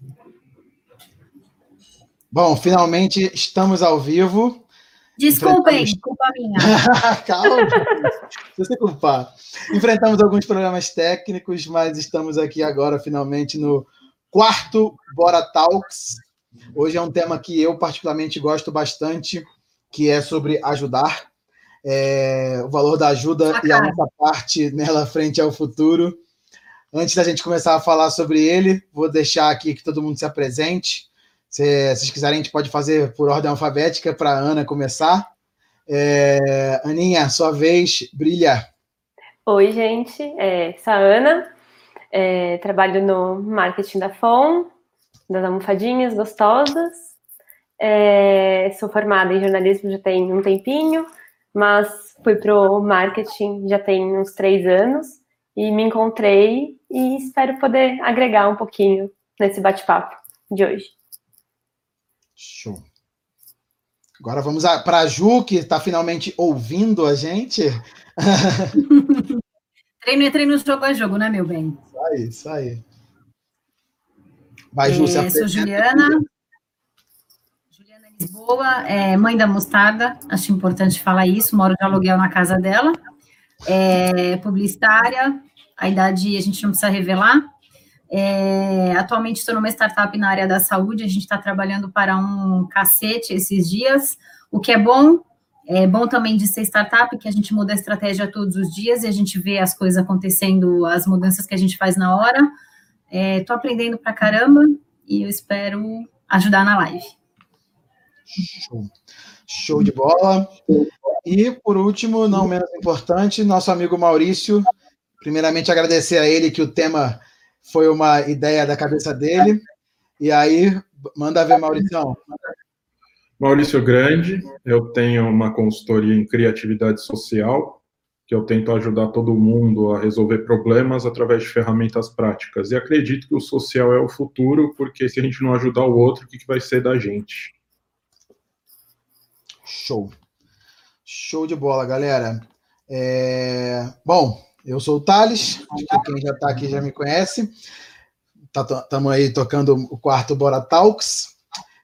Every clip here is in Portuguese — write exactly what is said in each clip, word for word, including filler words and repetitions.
Bom, finalmente estamos ao vivo. Desculpem, Enfrentamos... culpa minha. Calma, não se culpar. Enfrentamos alguns problemas técnicos, mas estamos aqui agora, finalmente, no quarto Bora Talks. Hoje é um tema que eu particularmente gosto bastante, que é sobre ajudar. É, o valor da ajuda Sacada. E a nossa parte nela frente ao futuro. Antes da gente começar a falar sobre ele, vou deixar aqui que todo mundo se apresente. Se vocês quiserem, a gente pode fazer por ordem alfabética para a Ana começar. É, Aninha, sua vez, brilha. Oi, gente, é, sou a Ana, é, trabalho no marketing da F O M, das almofadinhas gostosas. É, sou formada em jornalismo já tem um tempinho, mas fui para o marketing já tem uns três anos e me encontrei e espero poder agregar um pouquinho nesse bate-papo de hoje. Show. Agora vamos para a Ju, que está finalmente ouvindo a gente. Treino é treino, jogo é jogo, né, meu bem? Isso aí, isso aí. Vai, Ju, é, se sou Juliana. Juliana Lisboa, é mãe da Mostarda, acho importante falar isso, moro de aluguel na casa dela. É publicitária, a idade a gente não precisa revelar. É, atualmente estou numa startup na área da saúde, a gente está trabalhando para um cacete esses dias, o que é bom, é bom também de ser startup, que a gente muda a estratégia todos os dias e a gente vê as coisas acontecendo, as mudanças que a gente faz na hora. Estou é, aprendendo pra caramba e eu espero ajudar na live. Show, Show de bola. E, por último, não menos importante, nosso amigo Maurício. Primeiramente, agradecer a ele que o tema foi uma ideia da cabeça dele. E aí, manda ver, Maurício. Maurício Grande, eu tenho uma consultoria em criatividade social, que eu tento ajudar todo mundo a resolver problemas através de ferramentas práticas. E acredito que o social é o futuro, porque se a gente não ajudar o outro, o que vai ser da gente? Show. Show de bola, galera. É... Bom, eu sou o Thales, quem já está aqui já me conhece. Estamos tá, aí tocando o quarto Bora Talks.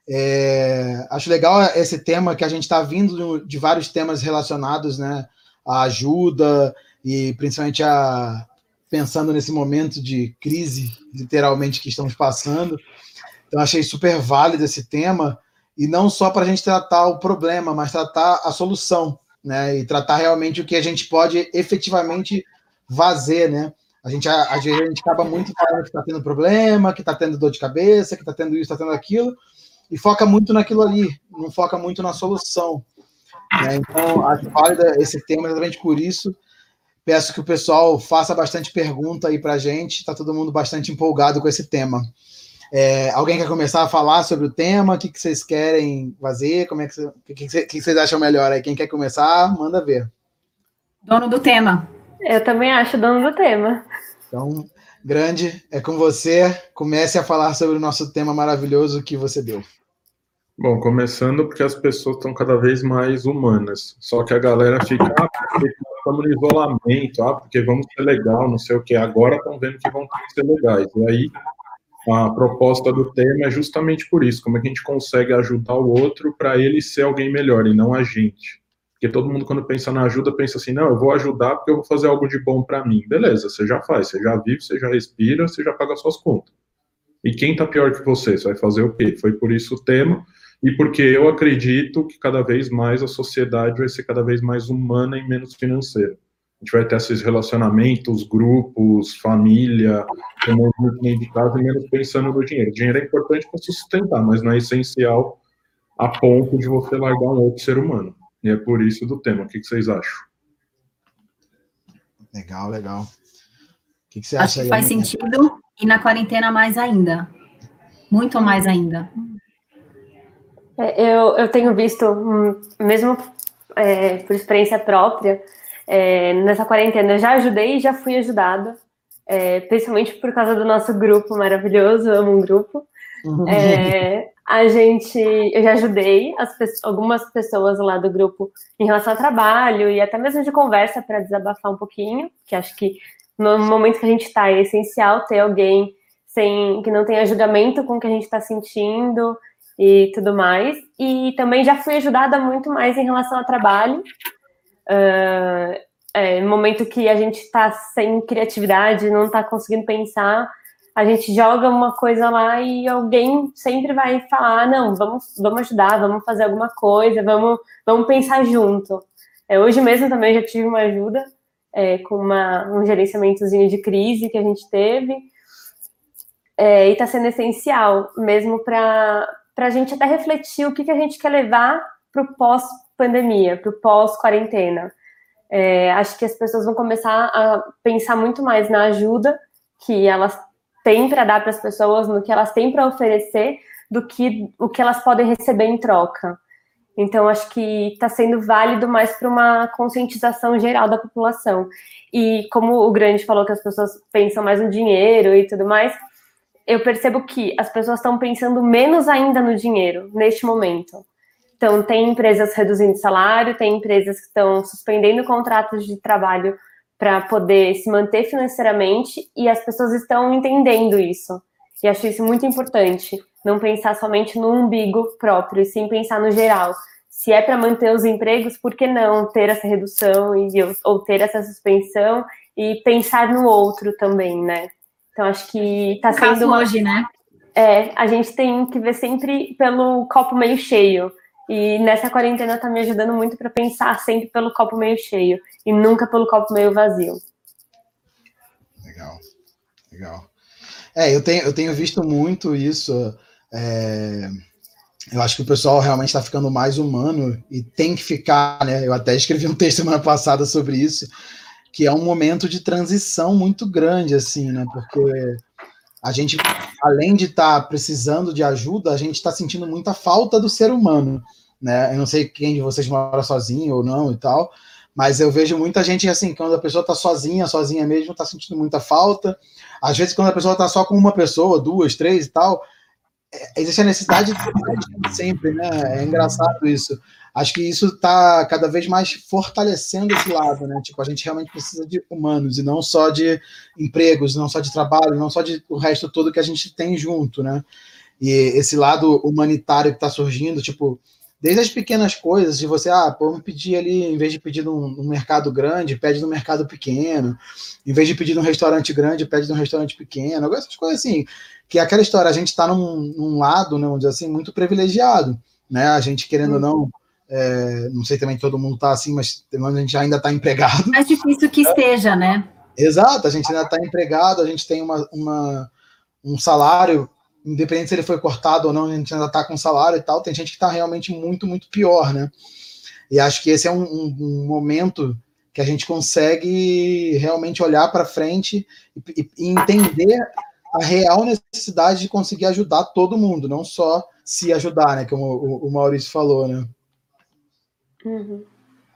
É... Acho legal esse tema que a gente está vindo de vários temas relacionados, né, à ajuda e principalmente a pensando nesse momento de crise, literalmente, que estamos passando. Então, achei super válido esse tema, e não só para a gente tratar o problema, mas tratar a solução, né, e tratar realmente o que a gente pode efetivamente fazer, né? A gente, às vezes, a gente acaba muito falando que está tendo problema, que está tendo dor de cabeça, que está tendo isso, está tendo aquilo, e foca muito naquilo ali, não foca muito na solução. Né? Então, acho válido esse tema exatamente por isso. Peço que o pessoal faça bastante pergunta aí para a gente, está todo mundo bastante empolgado com esse tema. É, alguém quer começar a falar sobre o tema? O que, que vocês querem fazer? Como é que, o que, que, que vocês acham melhor aí? Quem quer começar, manda ver. Dono do tema. Eu também acho dono do tema. Então, Grande, é com você. Comece a falar sobre o nosso tema maravilhoso que você deu. Bom, começando porque as pessoas estão cada vez mais humanas. Só que a galera fica, ah, porque estamos no isolamento, ah, porque vamos ser legal, não sei o quê. Agora estão vendo que vão ser legais. E aí, a proposta do tema é justamente por isso, como é que a gente consegue ajudar o outro para ele ser alguém melhor e não a gente. Porque todo mundo, quando pensa na ajuda, pensa assim, não, eu vou ajudar porque eu vou fazer algo de bom para mim. Beleza, você já faz, você já vive, você já respira, você já paga suas contas. E quem está pior que você? Você vai fazer o quê? Foi por isso o tema, e porque eu acredito que cada vez mais a sociedade vai ser cada vez mais humana e menos financeira. A gente vai ter esses relacionamentos, grupos, família, muito nem de casa e menos pensando no dinheiro. O dinheiro é importante para sustentar, mas não é essencial a ponto de você largar um outro ser humano. E é por isso do tema. O que vocês acham? Legal, legal. O que você acha? Acho que faz sentido, e na quarentena mais ainda. Muito mais ainda. É, eu, eu tenho visto, mesmo é, por experiência própria, é, nessa quarentena eu já ajudei e já fui ajudada, é, principalmente por causa do nosso grupo maravilhoso, eu amo um grupo. É, a gente, eu já ajudei as, algumas pessoas lá do grupo em relação ao trabalho e até mesmo de conversa para desabafar um pouquinho, que acho que no momento que a gente está é essencial ter alguém sem que não tenha julgamento com o que a gente está sentindo e tudo mais. E também já fui ajudada muito mais em relação ao trabalho. Uh, é, no momento que a gente está sem criatividade, não está conseguindo pensar, a gente joga uma coisa lá e alguém sempre vai falar, não, vamos, vamos ajudar, vamos fazer alguma coisa, vamos, vamos pensar junto. É, hoje mesmo também já tive uma ajuda é, com uma, um gerenciamentozinho de crise que a gente teve, é, e está sendo essencial mesmo para a gente até refletir o que, que a gente quer levar para o pós-pandemia, para o pós-quarentena. É, acho que as pessoas vão começar a pensar muito mais na ajuda que elas têm para dar para as pessoas, no que elas têm para oferecer, do que o que elas podem receber em troca. Então, acho que está sendo válido mais para uma conscientização geral da população. E como o Grande falou que as pessoas pensam mais no dinheiro e tudo mais, eu percebo que as pessoas estão pensando menos ainda no dinheiro, neste momento. Então, tem empresas reduzindo salário, tem empresas que estão suspendendo contratos de trabalho para poder se manter financeiramente, e as pessoas estão entendendo isso. E acho isso muito importante, não pensar somente no umbigo próprio, e sim pensar no geral. Se é para manter os empregos, por que não ter essa redução e, ou ter essa suspensão e pensar no outro também, né? Então, acho que está sendo... Uma... hoje, né? É, a gente tem que ver sempre pelo copo meio cheio. E nessa quarentena está me ajudando muito para pensar sempre pelo copo meio cheio e nunca pelo copo meio vazio. Legal, legal. É, eu tenho, eu tenho visto muito isso. É, eu acho que o pessoal realmente está ficando mais humano e tem que ficar, né? Eu até escrevi um texto semana passada sobre isso, que é um momento de transição muito grande, assim, né? Porque a gente, além de estar tá precisando de ajuda, a gente está sentindo muita falta do ser humano, né? Eu não sei quem de vocês mora sozinho ou não e tal, mas eu vejo muita gente assim, quando a pessoa está sozinha, sozinha mesmo, está sentindo muita falta. Às vezes, quando a pessoa está só com uma pessoa, duas, três e tal, é, existe a necessidade de sempre, né? É engraçado isso. Acho que isso está cada vez mais fortalecendo esse lado, né? Tipo, a gente realmente precisa de humanos e não só de empregos, não só de trabalho, não só de o resto todo que a gente tem junto, né? E esse lado humanitário que está surgindo, tipo, desde as pequenas coisas, de você, ah, vamos pedir ali, em vez de pedir num, num mercado grande, pede num mercado pequeno, em vez de pedir num restaurante grande, pede num restaurante pequeno, essas coisas assim, que é aquela história, a gente está num, num lado, né, vamos dizer assim, muito privilegiado, né? A gente, querendo ou não, É, não sei também que todo mundo está assim, mas a gente ainda está empregado. Mais difícil que esteja, né? Exato, a gente ainda está empregado, a gente tem uma, uma, um salário, independente se ele foi cortado ou não, a gente ainda está com salário e tal. Tem gente que está realmente muito, muito pior, né? E acho que esse é um, um, um momento que a gente consegue realmente olhar para frente e, e entender a real necessidade de conseguir ajudar todo mundo, não só se ajudar, né? Como o, o Maurício falou, né? Uhum.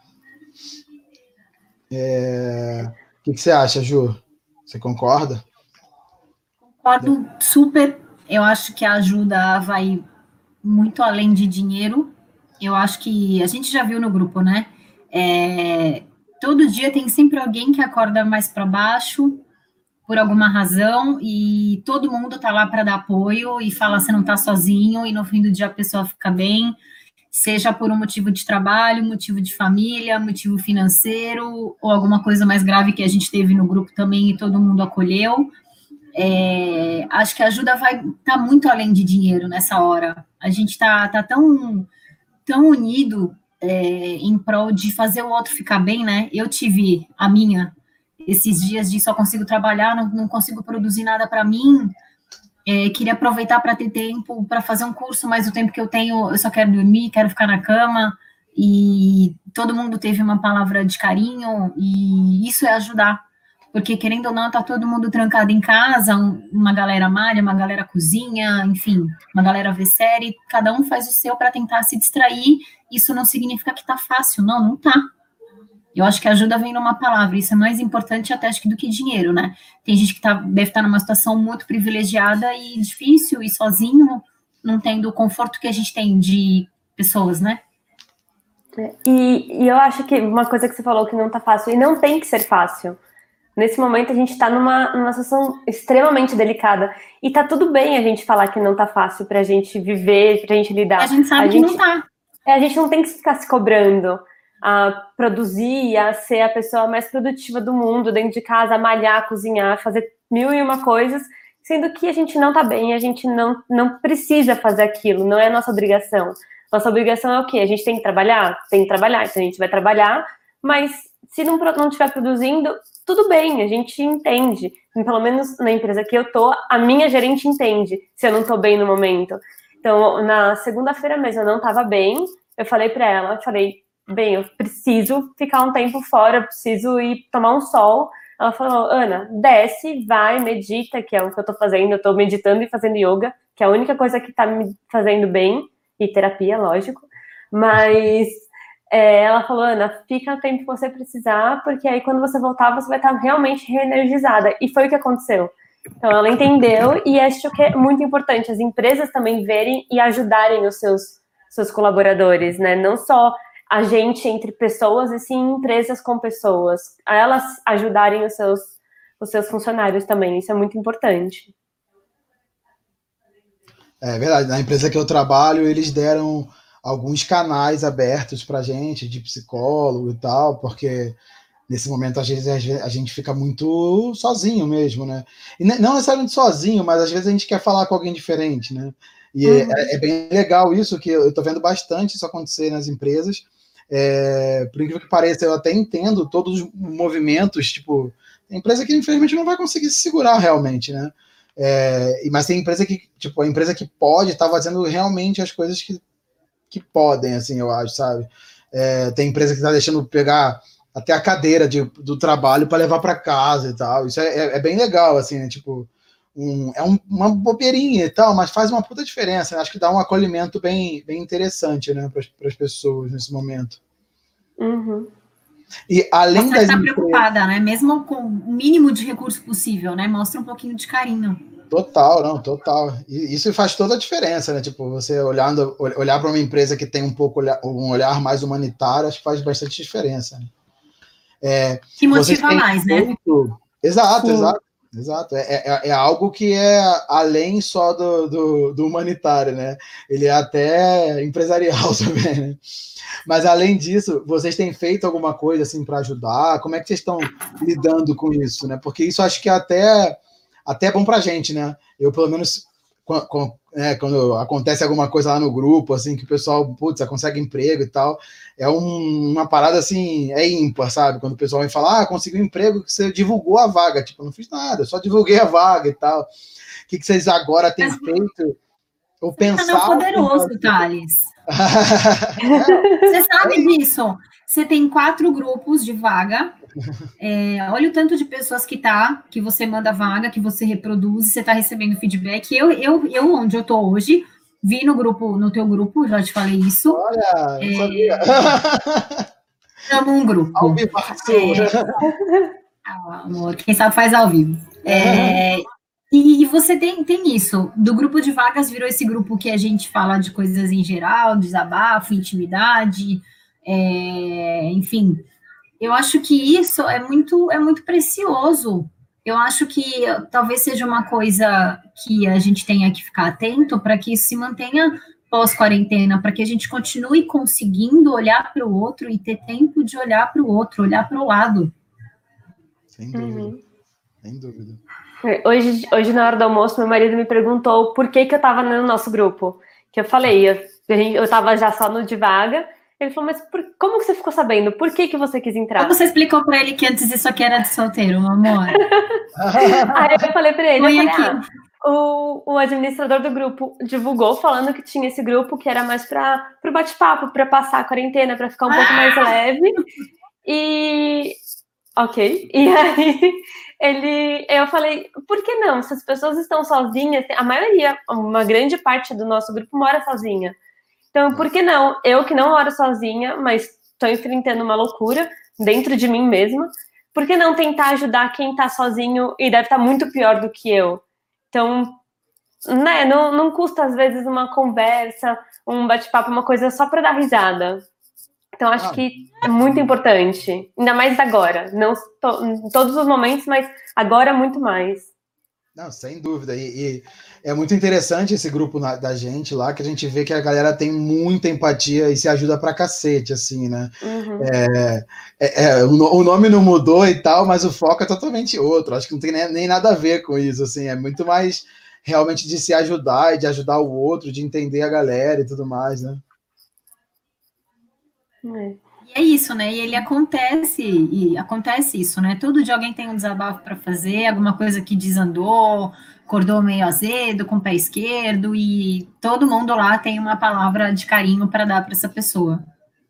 É... O que, que você acha, Ju? Você concorda? Concordo super. Eu acho que a ajuda vai muito além de dinheiro. Eu acho que a gente já viu no grupo, né? É... Todo dia tem sempre alguém que acorda mais para baixo por alguma razão e todo mundo tá lá para dar apoio e fala você não tá sozinho e no fim do dia a pessoa fica bem. Seja por um motivo de trabalho, motivo de família, motivo financeiro, ou alguma coisa mais grave que a gente teve no grupo também e todo mundo acolheu. É, acho que a ajuda vai estar tá muito além de dinheiro nessa hora. A gente está tá tão, tão unido é, em prol de fazer o outro ficar bem, né? Eu tive a minha, esses dias de só consigo trabalhar, não, não consigo produzir nada para mim. É, queria aproveitar para ter tempo para fazer um curso, mas o tempo que eu tenho, eu só quero dormir, quero ficar na cama, e todo mundo teve uma palavra de carinho, e isso é ajudar, porque querendo ou não, tá todo mundo trancado em casa, um, uma galera malha, uma galera cozinha, enfim, uma galera vê série, cada um faz o seu para tentar se distrair, isso não significa que tá fácil, não, não tá. Eu acho que a ajuda vem numa palavra, isso é mais importante até acho que do que dinheiro, né? Tem gente que tá, deve estar numa situação muito privilegiada e difícil, e sozinho, não tendo o conforto que a gente tem de pessoas, né? E, e eu acho que uma coisa que você falou que não tá fácil, e não tem que ser fácil, Nesse momento, a gente está numa, numa situação extremamente delicada. E tá tudo bem a gente falar que não tá fácil pra gente viver, pra gente lidar. A gente sabe a que gente, não tá. É, a gente não tem que ficar se cobrando a produzir, a ser a pessoa mais produtiva do mundo, dentro de casa, a malhar, a cozinhar, fazer mil e uma coisas, sendo que a gente não tá bem, a gente não, não precisa fazer aquilo, não é a nossa obrigação. Nossa obrigação é o quê? A gente tem que trabalhar? Tem que trabalhar, então a gente vai trabalhar, mas se não, não estiver produzindo, tudo bem, a gente entende. E pelo menos na empresa que eu tô, a minha gerente entende se eu não tô bem no momento. Então, na segunda-feira mesmo, eu não tava bem, eu falei pra ela, eu falei, bem, eu preciso ficar um tempo fora, eu preciso ir tomar um sol. Ela falou, Ana, desce, vai, medita, que é o que eu tô fazendo, eu tô meditando e fazendo yoga, que é a única coisa que tá me fazendo bem, e terapia, lógico, mas é, ela falou, Ana, fica o tempo que você precisar, porque aí quando você voltar, você vai estar realmente reenergizada, e foi o que aconteceu. Então ela entendeu, e acho que é muito importante as empresas também verem e ajudarem os seus, seus colaboradores, né, não só a gente entre pessoas, e sim empresas com pessoas, a elas ajudarem os seus, os seus funcionários também, isso é muito importante. É verdade, na empresa que eu trabalho, eles deram alguns canais abertos pra gente, de psicólogo e tal, porque nesse momento às vezes a gente fica muito sozinho mesmo, né? E não necessariamente sozinho, mas às vezes a gente quer falar com alguém diferente, né? E uhum. é, é bem legal isso, que eu tô vendo bastante isso acontecer nas empresas. É, por incrível que pareça, eu até entendo todos os movimentos, tipo, tem empresa que infelizmente não vai conseguir se segurar realmente, né? É, mas tem empresa que, tipo, a empresa que pode estar tá fazendo realmente as coisas que, que podem, assim, eu acho, sabe? É, tem empresa que está deixando pegar até a cadeira de, do trabalho para levar para casa e tal. Isso é, é, é bem legal, assim, né? Tipo, um, é um, uma bobeirinha e tal, mas faz uma puta diferença, né? Acho que dá um acolhimento bem, bem interessante, né, para as pessoas nesse momento. Uhum. E além Você das está empresas... preocupada, né? Mesmo com o mínimo de recurso possível, né? Mostra um pouquinho de carinho. Total, não, total. E isso faz toda a diferença, né? Tipo, você olhando, olhar para uma empresa que tem um pouco um olhar mais humanitário, acho que faz bastante diferença. Né? É, que motiva mais, feito... né? Exato, Sim. exato. Exato, é, é, é algo que é além só do, do, do humanitário, né? Ele é até empresarial também, né? Mas além disso, vocês têm feito alguma coisa assim para ajudar? Como é que vocês estão lidando com isso, né? Porque isso acho que é até, até bom pra gente, né? Eu, pelo menos, quando, é, quando acontece alguma coisa lá no grupo, assim, que o pessoal, putz, consegue emprego e tal, é um, uma parada assim, é ímpar, sabe? Quando o pessoal vem falar, ah, consegui um emprego, que você divulgou a vaga. Tipo, não fiz nada, só divulguei a vaga e tal. O que, que vocês agora têm Mas, feito? Ou pensado? Canal poderoso, em... Thales. Você sabe é disso? Você tem quatro grupos de vaga. É, olha o tanto de pessoas que tá, que você manda vaga, que você reproduz, você está recebendo feedback. Eu, eu, eu, onde eu tô hoje, vi no grupo, no teu grupo, já te falei isso. Olha, é, sabia. Estamos um grupo. Ao vivo. É, ah, amor, quem sabe faz ao vivo. É, e, e você tem, tem isso, do grupo de vagas virou esse grupo que a gente fala de coisas em geral, desabafo, intimidade, é, enfim... Eu acho que isso é muito, é muito precioso. Eu acho que talvez seja uma coisa que a gente tenha que ficar atento para que isso se mantenha pós-quarentena, para que a gente continue conseguindo olhar para o outro e ter tempo de olhar para o outro, olhar para o lado. Sem dúvida, uhum. Sem dúvida. Hoje, hoje, na hora do almoço, meu marido me perguntou por que, que eu estava no nosso grupo. Que eu falei, eu estava já só no de vaga. Ele falou, mas por, como que você ficou sabendo? Por que, que você quis entrar? Como você explicou para ele que antes isso aqui era de solteiro, meu amor? Aí eu falei para ele, eu falei, ah, o, o administrador do grupo divulgou falando que tinha esse grupo que era mais para o bate-papo, para passar a quarentena, para ficar um ah! pouco mais leve. E... Ok. E aí, ele, eu falei, por que não? Se as pessoas estão sozinhas, a maioria, uma grande parte do nosso grupo mora sozinha. Então, por que não? Eu que não moro sozinha, mas estou enfrentando uma loucura dentro de mim mesma, por que não tentar ajudar quem está sozinho e deve estar muito pior do que eu? Então, né, não, não custa, às vezes, uma conversa, um bate-papo, uma coisa só para dar risada. Então, acho Ah. que é muito importante, ainda mais agora, não to, em todos os momentos, mas agora muito mais. Não, sem dúvida. E, e é muito interessante esse grupo na, da gente lá, que a gente vê que a galera tem muita empatia e se ajuda pra cacete, assim, né? Uhum. É, é, é, o, no- o nome não mudou e tal, mas o foco é totalmente outro. Acho que não tem nem, nem nada a ver com isso, assim. É muito mais realmente de se ajudar e de ajudar o outro, de entender a galera e tudo mais, né? É. E é isso, né? E ele acontece, e acontece isso, né? Todo dia alguém tem um desabafo para fazer, alguma coisa que desandou, acordou meio azedo, com o pé esquerdo, e todo mundo lá tem uma palavra de carinho para dar para essa pessoa.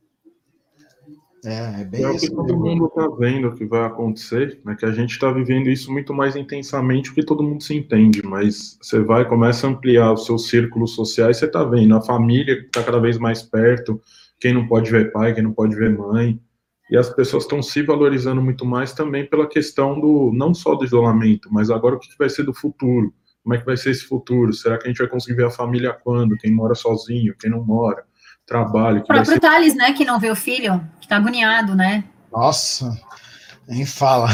É, é É bem o que isso todo mesmo. mundo está vendo que vai acontecer, né? Que a gente está vivendo isso muito mais intensamente porque todo mundo se entende, mas você vai, começa a ampliar os seus círculos sociais, você está vendo a família que está cada vez mais perto, quem não pode ver pai, quem não pode ver mãe, e as pessoas estão se valorizando muito mais também pela questão do, não só do isolamento, mas agora o que vai ser do futuro, como é que vai ser esse futuro, será que a gente vai conseguir ver a família quando, quem mora sozinho, quem não mora, trabalho, O que vai próprio ser... Thales, né, que não vê o filho, que tá agoniado, né? Nossa, nem fala.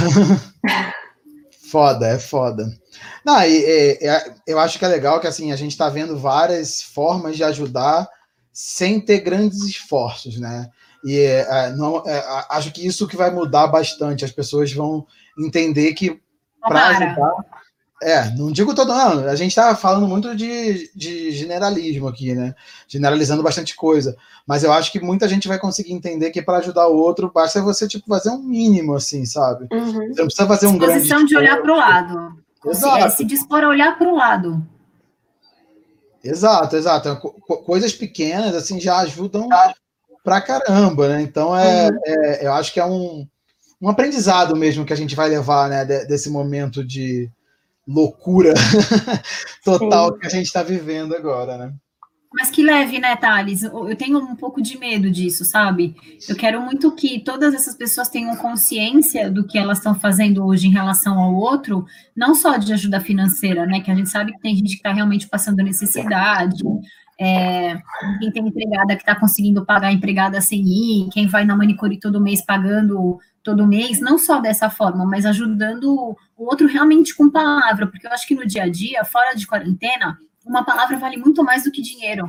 Foda, é foda. Não, e, e, e, eu acho que é legal que assim, a gente está vendo várias formas de ajudar sem ter grandes esforços, né? E é, não, é, acho que isso que vai mudar bastante. As pessoas vão entender que para ajudar. É, não digo todo, não. A gente está falando muito de, de generalismo aqui, né? Generalizando bastante coisa. Mas eu acho que muita gente vai conseguir entender que para ajudar o outro, basta você tipo, fazer um mínimo, assim, sabe? Uhum. Você não precisa fazer um grande Disposição de olhar para o lado. Exato. É se dispor a olhar para o lado. Exato, exato. Co coisas pequenas, assim, já ajudam pra caramba, né? Então, é, Uhum. é, eu acho que é um, um aprendizado mesmo que a gente vai levar, né? de- desse momento de loucura total Sim. que a gente está vivendo agora, né? Mas que leve, né, Thales? Eu tenho um pouco de medo disso, sabe? Eu quero muito que todas essas pessoas tenham consciência do que elas estão fazendo hoje em relação ao outro, não só de ajuda financeira, né? Que a gente sabe que tem gente que está realmente passando necessidade, é, quem tem empregada que está conseguindo pagar a empregada sem ir, quem vai na manicure todo mês pagando todo mês, não só dessa forma, mas ajudando o outro realmente com palavra, porque eu acho que no dia a dia, fora de quarentena, uma palavra vale muito mais do que dinheiro.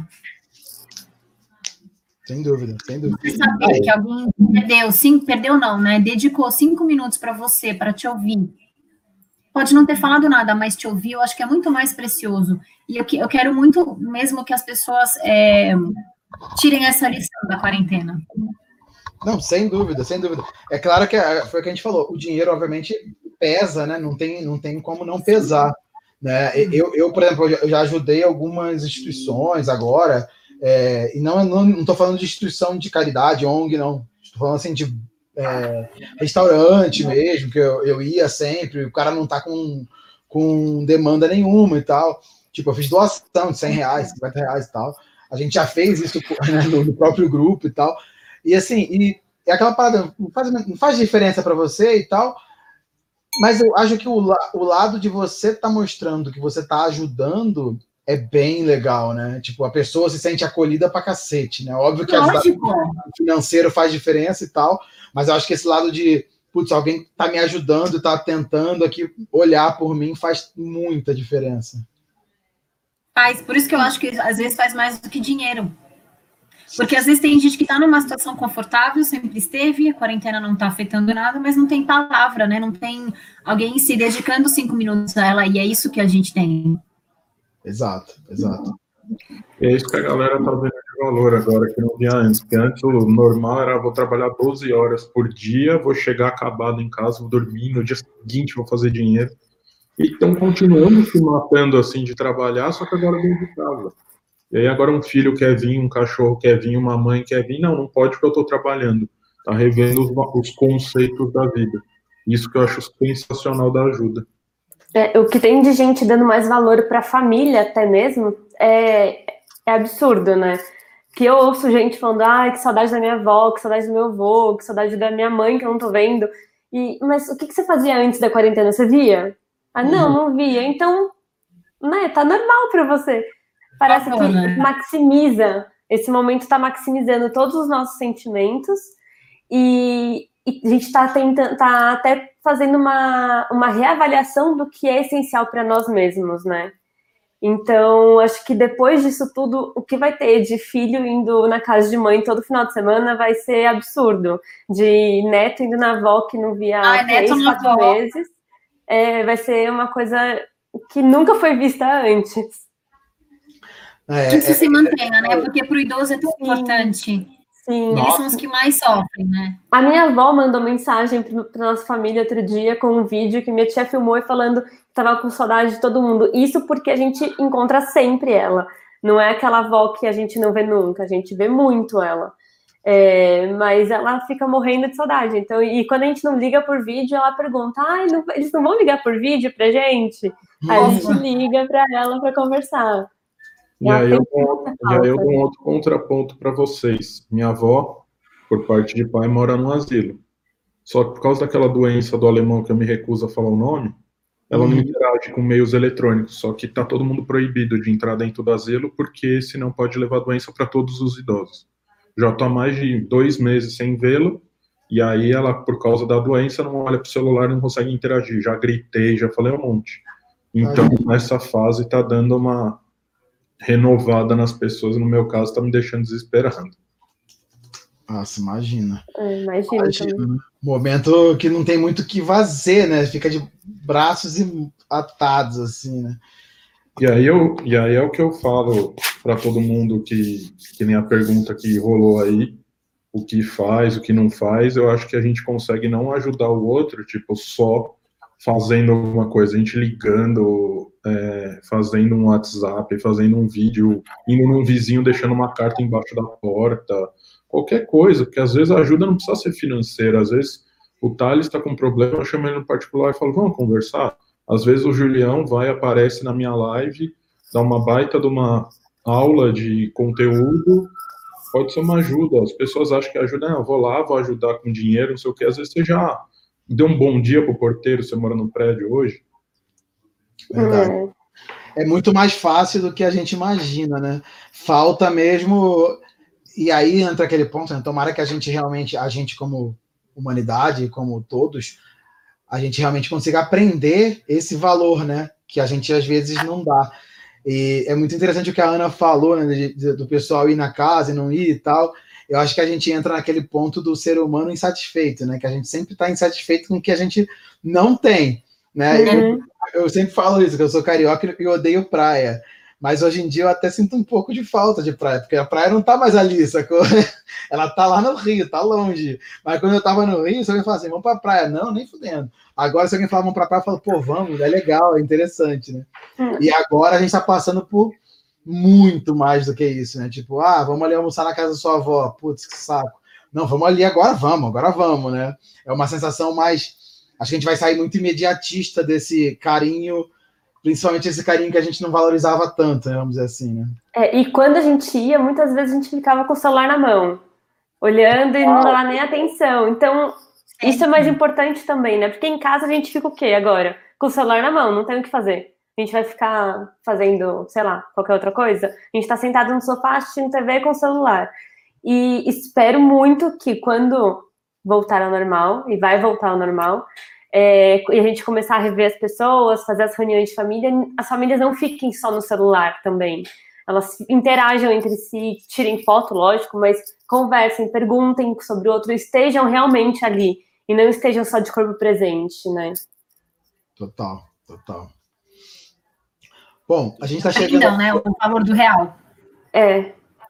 Sem dúvida, sem dúvida. Você saber que alguém perdeu, sim, perdeu não, né? Dedicou cinco minutos para você, para te ouvir. Pode não ter falado nada, mas te ouvir, eu acho que é muito mais precioso. E eu, eu quero muito mesmo que as pessoas é, tirem essa lição da quarentena. Não, sem dúvida, sem dúvida. É claro que foi o que a gente falou, o dinheiro, obviamente, pesa, né? Não tem, não tem como não pesar. Né? Eu, eu, por exemplo, eu já ajudei algumas instituições agora, é, e não estou falando de instituição de caridade, O N G, não. Estou falando assim de é, restaurante mesmo, que eu, eu ia sempre, o cara não está com, com demanda nenhuma e tal. Tipo, eu fiz doação de cem reais, cinquenta reais e tal. A gente já fez isso, né, no, no próprio grupo e tal. E assim, e é aquela parada, não faz, não faz diferença para você e tal, mas eu acho que o, o lado de você estar tá mostrando que você está ajudando é bem legal, né? Tipo, a pessoa se sente acolhida pra cacete, né? Óbvio que ajudar o financeiro faz diferença e tal, mas eu acho que esse lado de, putz, alguém tá me ajudando, tá tentando aqui olhar por mim faz muita diferença. Faz, por isso que eu acho que às vezes faz mais do que dinheiro. Porque às vezes tem gente que está numa situação confortável, sempre esteve, a quarentena não está afetando nada, mas não tem palavra, né? Não tem alguém se dedicando cinco minutos a ela, e é isso que a gente tem. Exato, exato. É isso que a galera tá vendo de valor agora, que não via antes. Porque antes o normal era, vou trabalhar doze horas por dia, vou chegar acabado em casa, vou dormir, no dia seguinte vou fazer dinheiro. E estão continuando se matando assim de trabalhar, só que agora dentro de casa. E aí agora um filho quer vir, um cachorro quer vir, uma mãe quer vir. Não, não pode porque eu estou trabalhando. Tá revendo os, os conceitos da vida. Isso que eu acho sensacional da ajuda. É, o que tem de gente dando mais valor para a família até mesmo é, é absurdo, né? Que eu ouço gente falando, ai, que saudade da minha avó, que saudade do meu avô, que saudade da minha mãe que eu não tô vendo. E, mas o que, que você fazia antes da quarentena? Você via? Ah, não, não via. Então, né, tá normal para você. Parece que maximiza esse momento está maximizando todos os nossos sentimentos e, e a gente está tentando, tá até fazendo uma, uma reavaliação do que é essencial para nós mesmos, né? Então, acho que depois disso tudo, o que vai ter de filho indo na casa de mãe todo final de semana vai ser absurdo. De neto indo na avó que não via há ah, três, quatro avó. meses. É, vai ser uma coisa que nunca foi vista antes. É, que isso é, se mantenha, né? Porque para o idoso é tão sim, importante. Sim. Eles Nossa. São os que mais sofrem, né? A minha avó mandou mensagem para nossa família outro dia com um vídeo que minha tia filmou e falando que estava com saudade de todo mundo. Isso porque a gente encontra sempre ela. Não é aquela avó que a gente não vê nunca, a gente vê muito ela. É, mas ela fica morrendo de saudade. Então, e quando a gente não liga por vídeo, ela pergunta: ah, não, eles não vão ligar por vídeo pra gente? Aí a gente liga para ela para conversar. E aí, eu dou, e aí eu dou um outro contraponto para vocês. Minha avó, por parte de pai, mora num asilo. Só que por causa daquela doença do alemão que eu me recuso a falar o nome, ela uhum. não interage com meios eletrônicos. Só que está todo mundo proibido de entrar dentro do asilo, porque senão pode levar doença para todos os idosos. Já estou há mais de dois meses sem vê-lo, e aí ela, por causa da doença, não olha para o celular e não consegue interagir. Já gritei, já falei um monte. Então, uhum. nessa fase, está dando uma renovada nas pessoas, no meu caso, tá me deixando desesperado. Nossa, imagina. É, imagina. imagina. Momento que não tem muito o que fazer, né? Fica de braços atados, assim, né? E aí, eu, e aí é o que eu falo para todo mundo que, que nem a pergunta que rolou aí, o que faz, o que não faz, eu acho que a gente consegue não ajudar o outro, tipo, só fazendo alguma coisa, a gente ligando, é, fazendo um WhatsApp, fazendo um vídeo, indo num vizinho, deixando uma carta embaixo da porta, qualquer coisa, porque às vezes a ajuda não precisa ser financeira, às vezes o Thales está com um problema, eu chamo ele no particular e falo, vamos conversar? Às vezes o Julião vai, aparece na minha live, dá uma baita de uma aula de conteúdo, pode ser uma ajuda, as pessoas acham que ajuda, não, eu vou lá, vou ajudar com dinheiro, não sei o que, às vezes você já deu um bom dia pro porteiro, você mora no prédio hoje? Verdade. Uhum. É muito mais fácil do que a gente imagina, né? Falta mesmo... E aí entra aquele ponto, né? Tomara que a gente realmente, a gente como humanidade, como todos, a gente realmente consiga aprender esse valor, né? Que a gente às vezes não dá. E é muito interessante o que a Ana falou, né? De, de, do pessoal ir na casa e não ir e tal. Eu acho que a gente entra naquele ponto do ser humano insatisfeito, né? Que a gente sempre está insatisfeito com o que a gente não tem, né? Uhum. Eu, eu sempre falo isso, que eu sou carioca e odeio praia. Mas hoje em dia eu até sinto um pouco de falta de praia, porque a praia não tá mais ali, sacou? Ela tá lá no Rio, tá longe. Mas quando eu tava no Rio, se alguém fala assim, vamos pra praia. Não, nem fudendo. Agora, se alguém falar vamos pra praia, eu falo, pô, vamos, é legal, é interessante, né? Uhum. E agora a gente tá passando por muito mais do que isso, né? Tipo, ah, vamos ali almoçar na casa da sua avó. Putz, que saco. Não, vamos ali agora, vamos, agora vamos, né? É uma sensação mais... Acho que a gente vai sair muito imediatista desse carinho, principalmente esse carinho que a gente não valorizava tanto, né? Vamos dizer assim, né? É, e quando a gente ia, muitas vezes a gente ficava com o celular na mão, olhando e não dava nem atenção. Então, isso é mais importante também, né? Porque em casa a gente fica o quê agora? Com o celular na mão, não tem o que fazer. A gente vai ficar fazendo, sei lá, qualquer outra coisa. A gente tá sentado no sofá assistindo T V com o celular. E espero muito que quando voltar ao normal, e vai voltar ao normal, é, e a gente começar a rever as pessoas, fazer as reuniões de família, as famílias não fiquem só no celular também. Elas interajam entre si, tirem foto, lógico, mas conversem, perguntem sobre o outro, estejam realmente ali, e não estejam só de corpo presente, né? Total, total. Bom, a gente está chegando... Não, né? O valor do real. É.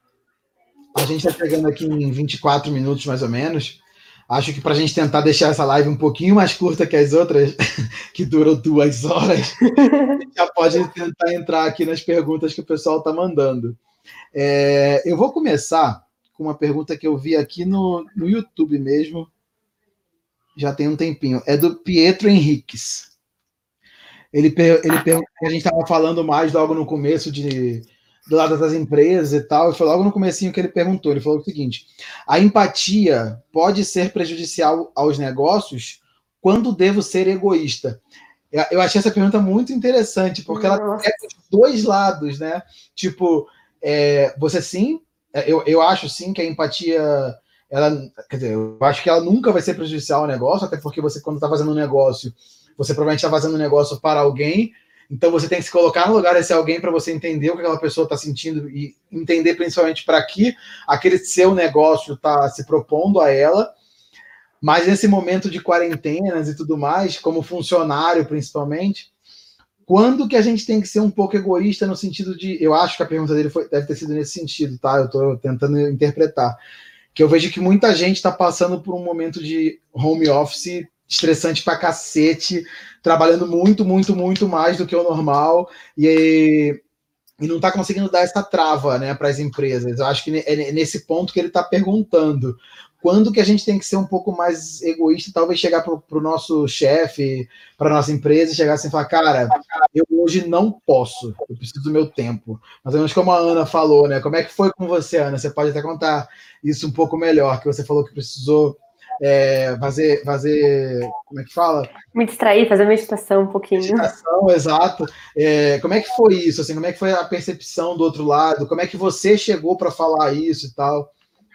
A gente está chegando aqui em vinte e quatro minutos, mais ou menos. Acho que para a gente tentar deixar essa live um pouquinho mais curta que as outras, que duram duas horas, a gente já pode tentar entrar aqui nas perguntas que o pessoal está mandando. É, eu vou começar com uma pergunta que eu vi aqui no, no YouTube mesmo, já tem um tempinho. É do Pietro Henriques. Ele, ele perguntou, a gente estava falando mais logo no começo de, do lado das empresas e tal, e foi logo no comecinho que ele perguntou, ele falou o seguinte, a empatia pode ser prejudicial aos negócios? Quando devo ser egoísta? Eu achei essa pergunta muito interessante, porque ela é dos dois lados, né? Tipo, é, você sim eu, eu acho sim que a empatia, ela, quer dizer, eu acho que ela nunca vai ser prejudicial ao negócio, até porque você, quando está fazendo um negócio, você provavelmente está fazendo um negócio para alguém, então você tem que se colocar no lugar desse alguém para você entender o que aquela pessoa está sentindo e entender principalmente para que aquele seu negócio está se propondo a ela. Mas nesse momento de quarentenas e tudo mais, como funcionário principalmente, quando que a gente tem que ser um pouco egoísta no sentido de... Eu acho que a pergunta dele foi, deve ter sido nesse sentido, tá? Eu estou tentando interpretar. Que eu vejo que muita gente está passando por um momento de home office estressante pra cacete, trabalhando muito, muito, muito mais do que o normal, e, e não está conseguindo dar essa trava, né, para as empresas. Eu acho que é nesse ponto que ele está perguntando. Quando que a gente tem que ser um pouco mais egoísta, talvez chegar para o nosso chefe, para a nossa empresa, e chegar assim e falar, cara, eu hoje não posso, eu preciso do meu tempo. Mas menos como a Ana falou, né? Como é que foi com você, Ana? Você pode até contar isso um pouco melhor, que você falou que precisou é, fazer, fazer, como é que fala? Me distrair, fazer meditação um pouquinho. Meditação, exato. É, como é que foi isso? Assim, como é que foi a percepção do outro lado? Como é que você chegou para falar isso e tal?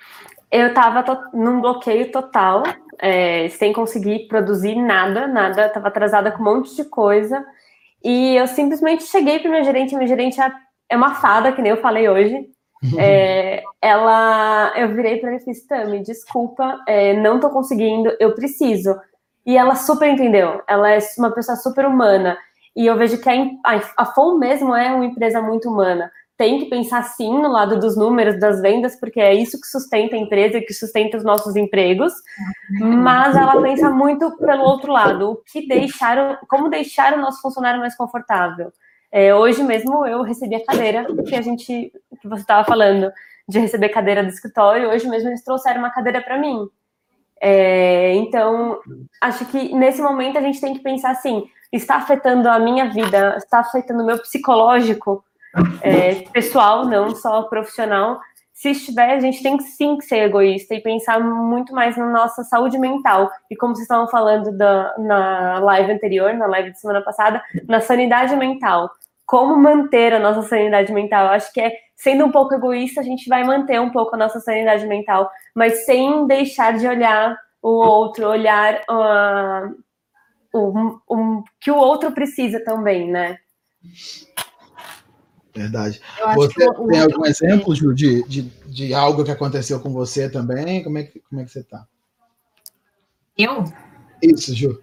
Eu estava num bloqueio total, é, sem conseguir produzir nada, nada, estava atrasada com um monte de coisa, e eu simplesmente cheguei para minha gerente, minha gerente é uma fada, que nem eu falei hoje, é, ela, eu virei para ela e fiz, Tami, desculpa, é, não estou conseguindo, eu preciso, e ela super entendeu, ela é uma pessoa super humana, e eu vejo que a, a, a F O M mesmo é uma empresa muito humana. Tem que pensar sim no lado dos números, das vendas, porque é isso que sustenta a empresa e que sustenta os nossos empregos, mas ela pensa muito pelo outro lado, o que deixar, como deixar o nosso funcionário mais confortável. É, hoje mesmo eu recebi a cadeira que a gente, que você estava falando, de receber cadeira do escritório, hoje mesmo eles trouxeram uma cadeira para mim. É, então, acho que nesse momento a gente tem que pensar assim, está afetando a minha vida, está afetando o meu psicológico, É, pessoal, não só profissional. Se estiver, a gente tem que sim que ser egoísta e pensar muito mais na nossa saúde mental. E como vocês estavam falando da, na live anterior, na live de semana passada, na sanidade mental. Como manter a nossa sanidade mental? Eu acho que é, sendo um pouco egoísta, a gente vai manter um pouco a nossa sanidade mental, mas sem deixar de olhar o outro, olhar uh, o, o que o outro precisa também, né? Verdade. Você o, tem o... algum exemplo, Ju, de, de, de algo que aconteceu com você também? Como é que, como é que você está? Eu? Isso, Ju.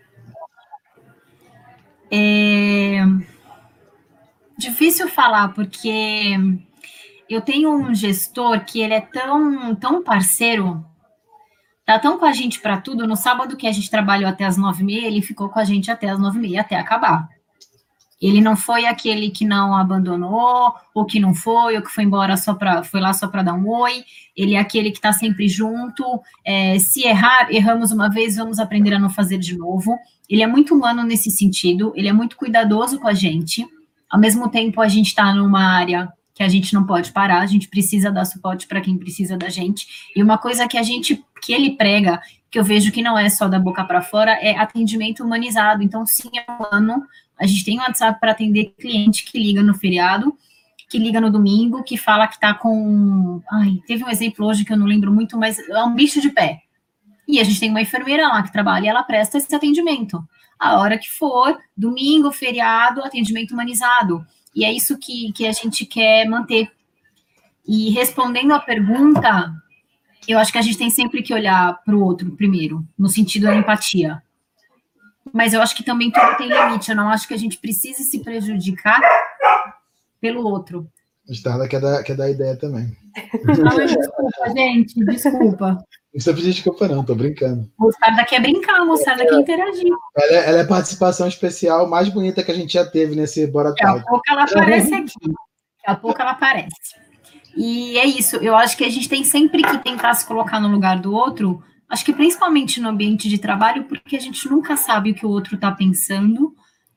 É... Difícil falar, porque eu tenho um gestor que ele é tão, tão parceiro, tá tão com a gente para tudo. No sábado que a gente trabalhou até as nove e meia, ele ficou com a gente até as nove e meia, até acabar. Ele não foi aquele que não abandonou, ou que não foi, ou que foi embora só para, foi lá só para dar um oi. Ele é aquele que está sempre junto. É, se errar, erramos uma vez, vamos aprender a não fazer de novo. Ele é muito humano nesse sentido, ele é muito cuidadoso com a gente. Ao mesmo tempo, a gente está numa área que a gente não pode parar, a gente precisa dar suporte para quem precisa da gente. E uma coisa que a gente, que ele prega, que eu vejo que não é só da boca para fora, é atendimento humanizado. Então, sim, é humano. A gente tem um WhatsApp para atender cliente que liga no feriado, que liga no domingo, que fala que está com... Ai, teve um exemplo hoje que eu não lembro muito, mas é um bicho de pé. E a gente tem uma enfermeira lá que trabalha e ela presta esse atendimento. A hora que for, domingo, feriado, atendimento humanizado. E é isso que, que a gente quer manter. E respondendo à pergunta, eu acho que a gente tem sempre que olhar para o outro primeiro, no sentido da empatia. Mas eu acho que também tudo tem limite. Eu não acho que a gente precise se prejudicar pelo outro. A Starla quer dar, quer dar ideia também. Ai, desculpa, gente, desculpa. Não precisa pedir desculpa, não, tô brincando. A moçada quer brincar, a moçada é, quer interagir. Ela é, ela é a participação especial mais bonita que a gente já teve nesse Bora Talk. Daqui a pouco ela aparece aqui. Daqui a pouco ela aparece. E é isso, eu acho que a gente tem sempre que tentar se colocar no lugar do outro, acho que principalmente no ambiente de trabalho, porque a gente nunca sabe o que o outro está pensando,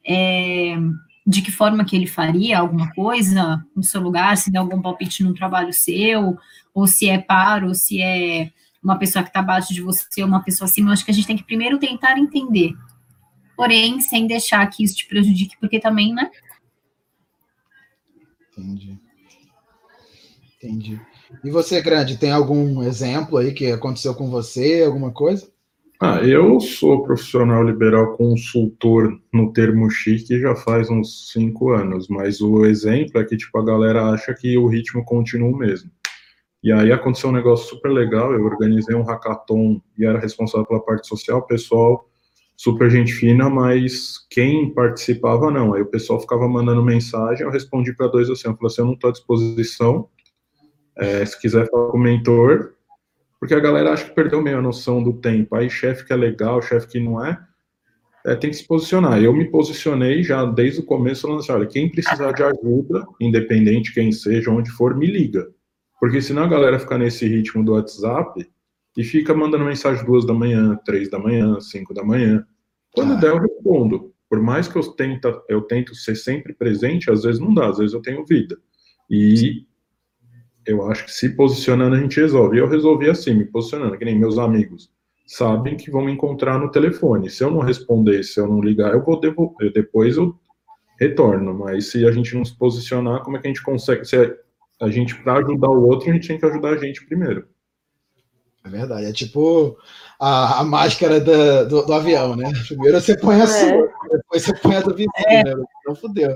é, de que forma que ele faria alguma coisa no seu lugar, se der algum palpite no trabalho seu, ou se é par, ou se é uma pessoa que está abaixo de você, ou uma pessoa acima. Eu acho que a gente tem que primeiro tentar entender, porém, sem deixar que isso te prejudique, porque também, né? Entendi. Entendi. E você, Grande, tem algum exemplo aí que aconteceu com você, alguma coisa? Ah, eu sou profissional liberal consultor no termo chique já faz uns cinco anos, mas o exemplo é que, tipo, a galera acha que o ritmo continua o mesmo. E aí aconteceu um negócio super legal, eu organizei um hackathon e era responsável pela parte social, pessoal super gente fina, mas quem participava não. Aí o pessoal ficava mandando mensagem, eu respondi para dois assim, eu falei assim, eu não estou à disposição, é, se quiser falar com o mentor, porque a galera acha que perdeu meio a noção do tempo. Aí chefe que é legal, chefe que não é, é, tem que se posicionar. Eu me posicionei já desde o começo, falando assim, olha, quem precisar de ajuda, independente quem seja, onde for, me liga. Porque senão a galera fica nesse ritmo do WhatsApp e fica mandando mensagem duas da manhã, três da manhã, cinco da manhã. Quando ah. der, eu respondo. Por mais que eu tenta, eu tento ser sempre presente, às vezes não dá, às vezes eu tenho vida. E eu acho que se posicionando a gente resolve. E eu resolvi assim, me posicionando, que nem meus amigos sabem que vão me encontrar no telefone. Se eu não responder, se eu não ligar, eu vou devolver. Depois eu retorno. Mas se a gente não se posicionar, como é que a gente consegue? Se a gente, para ajudar o outro, a gente tem que ajudar a gente primeiro. É verdade. É tipo a, a máscara da, do, do avião, né? Primeiro você põe a sua, depois você põe a do vizinho, é. né? Então fudeu.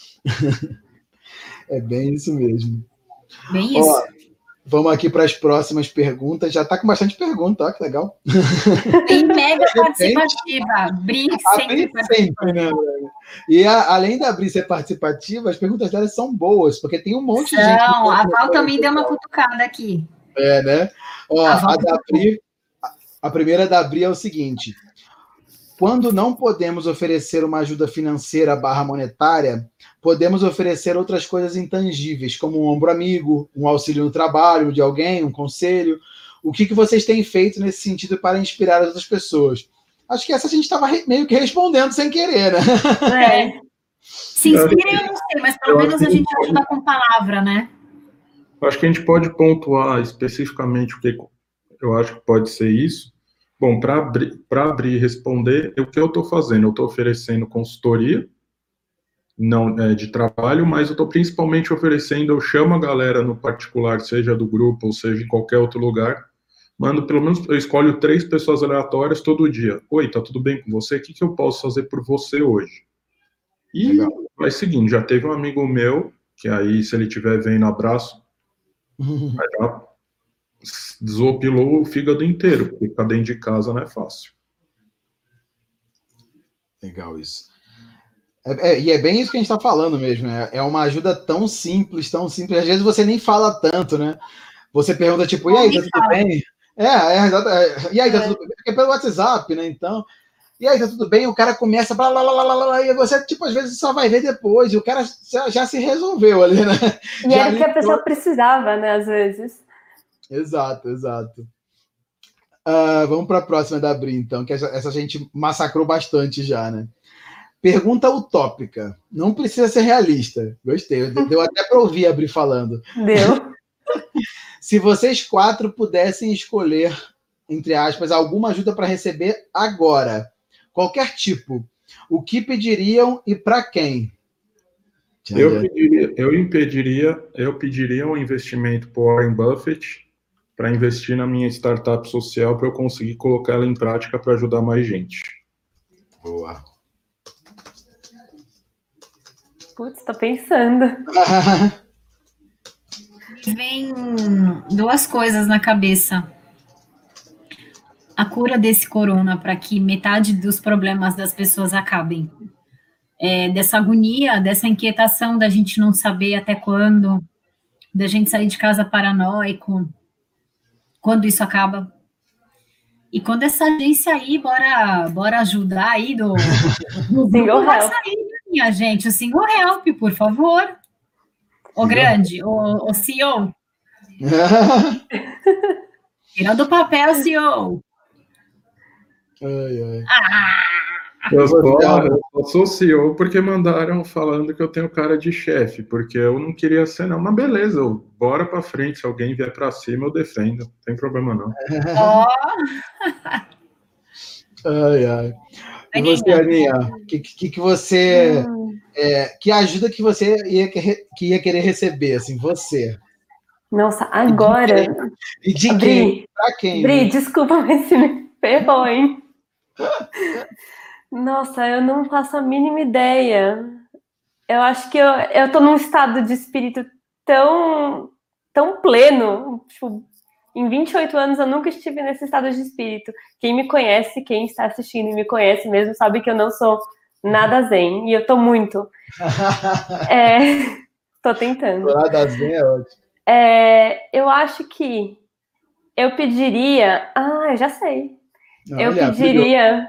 É bem isso mesmo. Bem isso. Ó, vamos aqui para as próximas perguntas. Já está com bastante pergunta, ó, que legal. Bem mega participativa. Bri sempre sempre, né? E a, além da Bri ser participativa, as perguntas dela são boas, porque tem um monte de Não, gente. Não, a Val também deu uma cutucada aqui. É, né? Ó, a, a, da Bri, a primeira da Bri é o seguinte. Quando não podemos oferecer uma ajuda financeira barra monetária, podemos oferecer outras coisas intangíveis, como um ombro amigo, um auxílio no trabalho de alguém, um conselho. O que, que vocês têm feito nesse sentido para inspirar as outras pessoas? Acho que essa a gente estava meio que respondendo sem querer, né? É. Se inspirem, eu não sei, mas pelo menos a gente ajuda com palavra, né? Acho que a gente pode pontuar especificamente o que eu acho que pode ser isso. Bom, para abrir, para abrir e responder, o que eu estou fazendo? Eu estou oferecendo consultoria não é, de trabalho, mas eu estou principalmente oferecendo, eu chamo a galera no particular, seja do grupo ou seja em qualquer outro lugar, mando pelo menos, eu escolho três pessoas aleatórias todo dia. Oi, tá tudo bem com você? O que, que eu posso fazer por você hoje? E Legal. Vai seguindo, já teve um amigo meu, que aí, se ele estiver vendo, abraço, uhum. Vai dar desopilou o fígado inteiro, porque ficar dentro de casa não é fácil. Legal isso. É, é, e é bem isso que a gente está falando mesmo, né? É uma ajuda tão simples, tão simples. Às vezes você nem fala tanto, né? Você pergunta, tipo, e aí, tá tudo bem? É, é, é, e aí, tá tudo bem? É pelo WhatsApp, né? Então, e aí, tá tudo bem? O cara começa, blá, blá, blá, blá, blá, e você, tipo, às vezes só vai ver depois, e o cara já, já se resolveu ali, né? E já era o que a pessoa precisava, né, às vezes. Exato, exato. Uh, vamos para a próxima da Bri, então, que essa, essa a gente massacrou bastante já, né? Pergunta utópica. Não precisa ser realista. Gostei. Deu até para ouvir a Bri falando. Deu. Se vocês quatro pudessem escolher, entre aspas, alguma ajuda para receber agora, qualquer tipo, o que pediriam e para quem? Eu pediria, eu impediria, eu pediria um investimento por Warren Buffett para investir na minha startup social para eu conseguir colocar ela em prática para ajudar mais gente. Boa. Putz, tô pensando. Vem duas coisas na cabeça. A cura desse corona para que metade dos problemas das pessoas acabem. É, dessa agonia, dessa inquietação da gente não saber até quando, da gente sair de casa paranoico, quando isso acaba. E quando essa agência aí, bora, bora ajudar aí do, do Single Help. Sair, minha gente, o Single Help, por favor. O grande, o, o C E O. Tira do papel, C E O. Ai, ai. Ah! Eu sou, eu sou C E O porque mandaram falando que eu tenho cara de chefe, porque eu não queria ser, não. Mas beleza, eu, bora pra frente. Se alguém vier pra cima, eu defendo. Não tem problema, não. Oh. Ai, ai. E você, Aninha, que, que, que você... É, que ajuda que você ia, que ia querer receber, assim, você? Nossa, agora... E de quem? Bri, Pra quem? Bri, desculpa, mas se me ferrou, hein? Nossa, eu não faço a mínima ideia. Eu acho que eu, eu tô num estado de espírito tão, tão pleno. Tipo, em vinte e oito anos eu nunca estive nesse estado de espírito. Quem me conhece, quem está assistindo e me conhece mesmo, sabe que eu não sou nada zen. E eu tô muito. É, tô tentando. Nada zen é ótimo. É, eu acho que eu pediria... Ah, eu já sei. Olha, eu pediria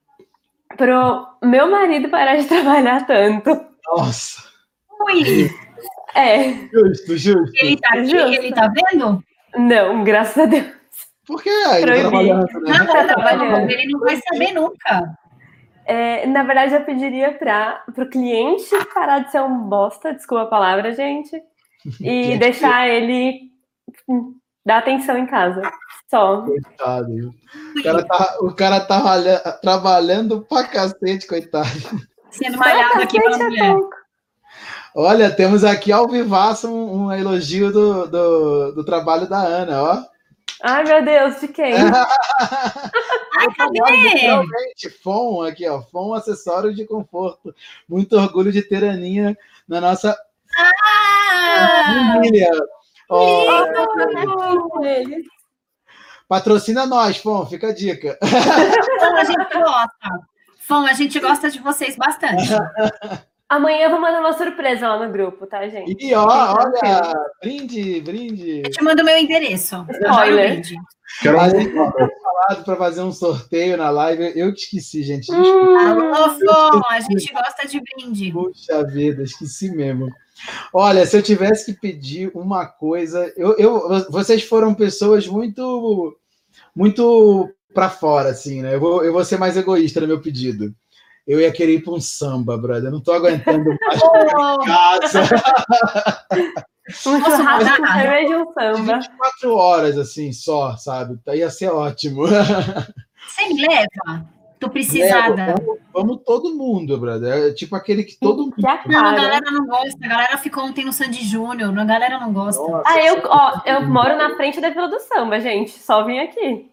pro meu marido parar de trabalhar tanto. Nossa. Ui! É. Justo, justo. Ele tá aqui? Justo. Ele tá vendo? Não, graças a Deus. Por que? Ele tá Proibi. trabalhando, né? Não, Tá não, trabalhando. ele não vai saber nunca. É, na verdade, eu pediria para o cliente parar de ser um bosta, desculpa a palavra, gente, e deixar ele dar atenção em casa. Só. Coitado. O cara tá, o cara tá ralha- trabalhando pra cacete, coitado. Sendo malhado aqui pela Cacete, mulher. é pouco. Olha, temos aqui ao vivaço um, um elogio do, do, do trabalho da Ana, ó. Ai, meu Deus, de quem? Ai, cadê? Literalmente, F O M aqui, ó. F O M acessório de conforto. Muito orgulho de ter a Aninha na nossa Ah! família. Ó, Ele. patrocina nós, F O M, fica a dica. Fom, a gente gosta. Fom, a gente gosta de vocês bastante. Amanhã eu vou mandar uma surpresa lá no grupo, tá, gente? E ó, olha, brinde, brinde. Eu te mando o meu endereço. Spoiler. Quero A um... gente tinha falado para fazer um sorteio na live, eu te esqueci, gente. Hum. Desculpa. Alô, Fom, a gente gosta de brinde. Puxa vida, esqueci mesmo. Olha, se eu tivesse que pedir uma coisa, eu, eu, vocês foram pessoas muito, muito para fora, assim, né? Eu vou, eu vou ser mais egoísta no meu pedido. Eu ia querer ir para um samba, brother. Eu não tô aguentando mais ficar em casa. Um Posso churrasco com mandar? cerveja e um samba. vinte e quatro horas, assim, só, sabe? Ia ser ótimo. Você me leva? Tô precisada. É, vamos, vamos todo mundo, brother. É tipo aquele que todo mundo. Que a Não, a cara. galera não gosta. A galera ficou ontem no Sandy Júnior. A galera não gosta. Nossa, Ah, eu, ó, eu moro na frente da Vila do Samba, gente. Só vim aqui.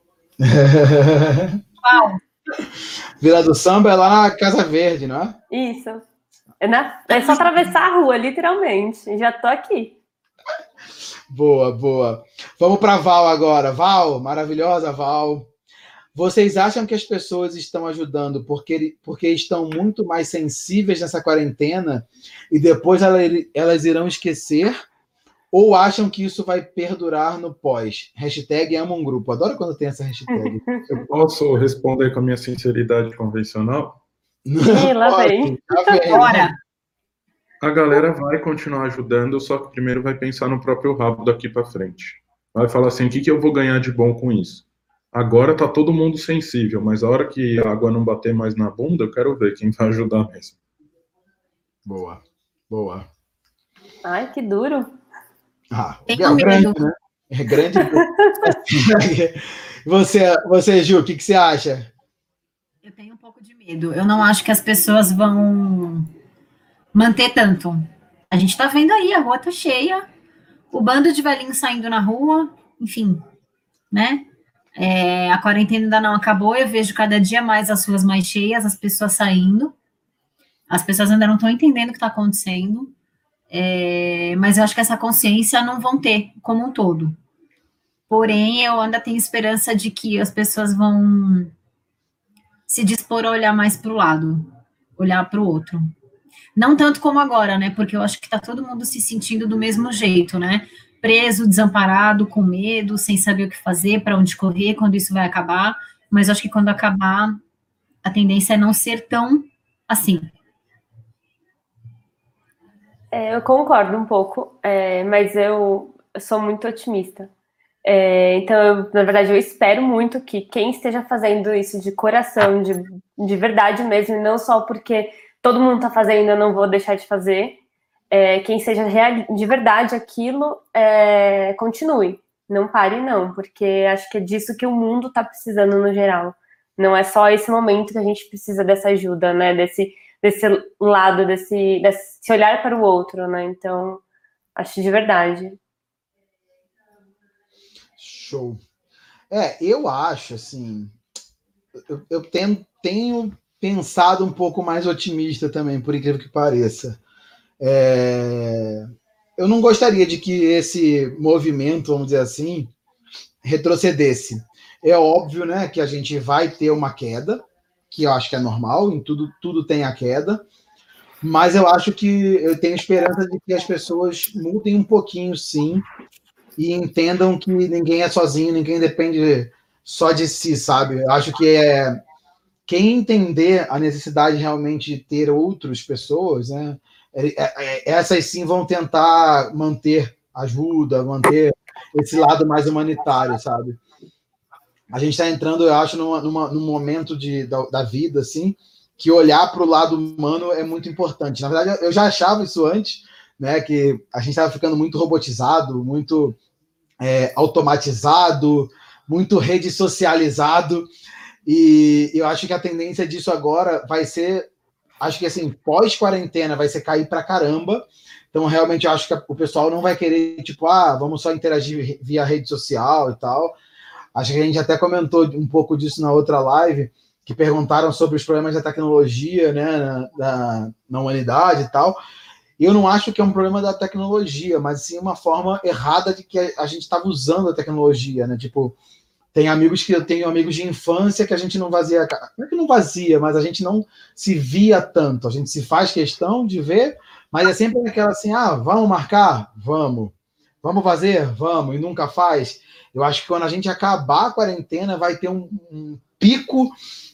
Qual? Vila do Samba é lá na Casa Verde, não é? Isso. É, na- é só atravessar a rua, literalmente. Já tô aqui. Boa, boa. Vamos para Val agora. Val, maravilhosa Val. Vocês acham que as pessoas estão ajudando porque, porque estão muito mais sensíveis nessa quarentena e depois elas, elas irão esquecer? Ou acham que isso vai perdurar no pós? Hashtag ama um grupo. Adoro quando tem essa hashtag. Eu posso responder com a minha sinceridade convencional? Ih, lá Pode, vem. tá vendo? Bora. A galera vai continuar ajudando, só que primeiro vai pensar no próprio rabo daqui para frente. Vai falar assim, o que, que eu vou ganhar de bom com isso? Agora tá todo mundo sensível, mas a hora que a água não bater mais na bunda, eu quero ver quem vai ajudar mesmo. Boa, boa. Ai, que duro. Ah, é Tenho grande, medo. né? É grande. você, você, Ju, o que, que você acha? Eu tenho um pouco de medo. Eu não acho que as pessoas vão manter tanto. A gente tá vendo aí, a rua tá cheia, o bando de velhinhos saindo na rua, enfim, né? É, a quarentena ainda não acabou, eu vejo cada dia mais as ruas mais cheias, as pessoas saindo, as pessoas ainda não estão entendendo o que está acontecendo, é, mas eu acho que essa consciência não vão ter como um todo. Porém, eu ainda tenho esperança de que as pessoas vão se dispor a olhar mais para o lado, olhar para o outro. Não tanto como agora, né? Porque eu acho que está todo mundo se sentindo do mesmo jeito, né? Preso, desamparado, com medo, sem saber o que fazer, para onde correr, quando isso vai acabar. Mas eu acho que quando acabar, a tendência é não ser tão assim. É, eu concordo um pouco, é, mas eu, eu sou muito otimista. É, então, eu, na verdade, eu espero muito que quem esteja fazendo isso de coração, de, de verdade mesmo, e não só porque todo mundo está fazendo, eu não vou deixar de fazer, é, quem seja real, de verdade aquilo, é, continue. Não pare, não, porque acho que é disso que o mundo está precisando no geral. Não é só esse momento que a gente precisa dessa ajuda, né? Desse, desse lado, desse, desse olhar para o outro, né? Então, acho de verdade. Show. É, eu acho, assim, eu, eu tenho, tenho pensado um pouco mais otimista também, por incrível que pareça. É, eu não gostaria de que esse movimento, vamos dizer assim, retrocedesse. É óbvio, né, que a gente vai ter uma queda, que eu acho que é normal, em tudo, tudo tem a queda, mas eu acho que eu tenho esperança de que as pessoas mudem um pouquinho, sim, e entendam que ninguém é sozinho, ninguém depende só de si, sabe? Eu acho que é quem entender a necessidade realmente de ter outras pessoas, né? É, é, essas sim vão tentar manter ajuda, manter esse lado mais humanitário, sabe? A gente está entrando, eu acho, numa, numa, num momento de, da, da vida, assim, que olhar para o lado humano é muito importante. Na verdade, eu já achava isso antes, né? Que a gente estava ficando muito robotizado, muito é, automatizado, muito rede socializado, e eu acho que a tendência disso agora vai ser, acho que assim, pós-quarentena vai ser cair pra caramba, então realmente eu acho que o pessoal não vai querer, tipo, ah, vamos só interagir via rede social e tal. Acho que a gente até comentou um pouco disso na outra live, que perguntaram sobre os problemas da tecnologia, né, na, na, na humanidade e tal. Eu não acho que é um problema da tecnologia, mas sim uma forma errada de que a gente estava usando a tecnologia, né? Tipo, tem amigos que eu tenho amigos de infância que a gente não vazia, não é que não vazia, mas a gente não se via tanto. A gente se faz questão de ver, mas é sempre aquela assim, ah, vamos marcar? Vamos. Vamos fazer? Vamos. E nunca faz. Eu acho que quando a gente acabar a quarentena vai ter um, um pico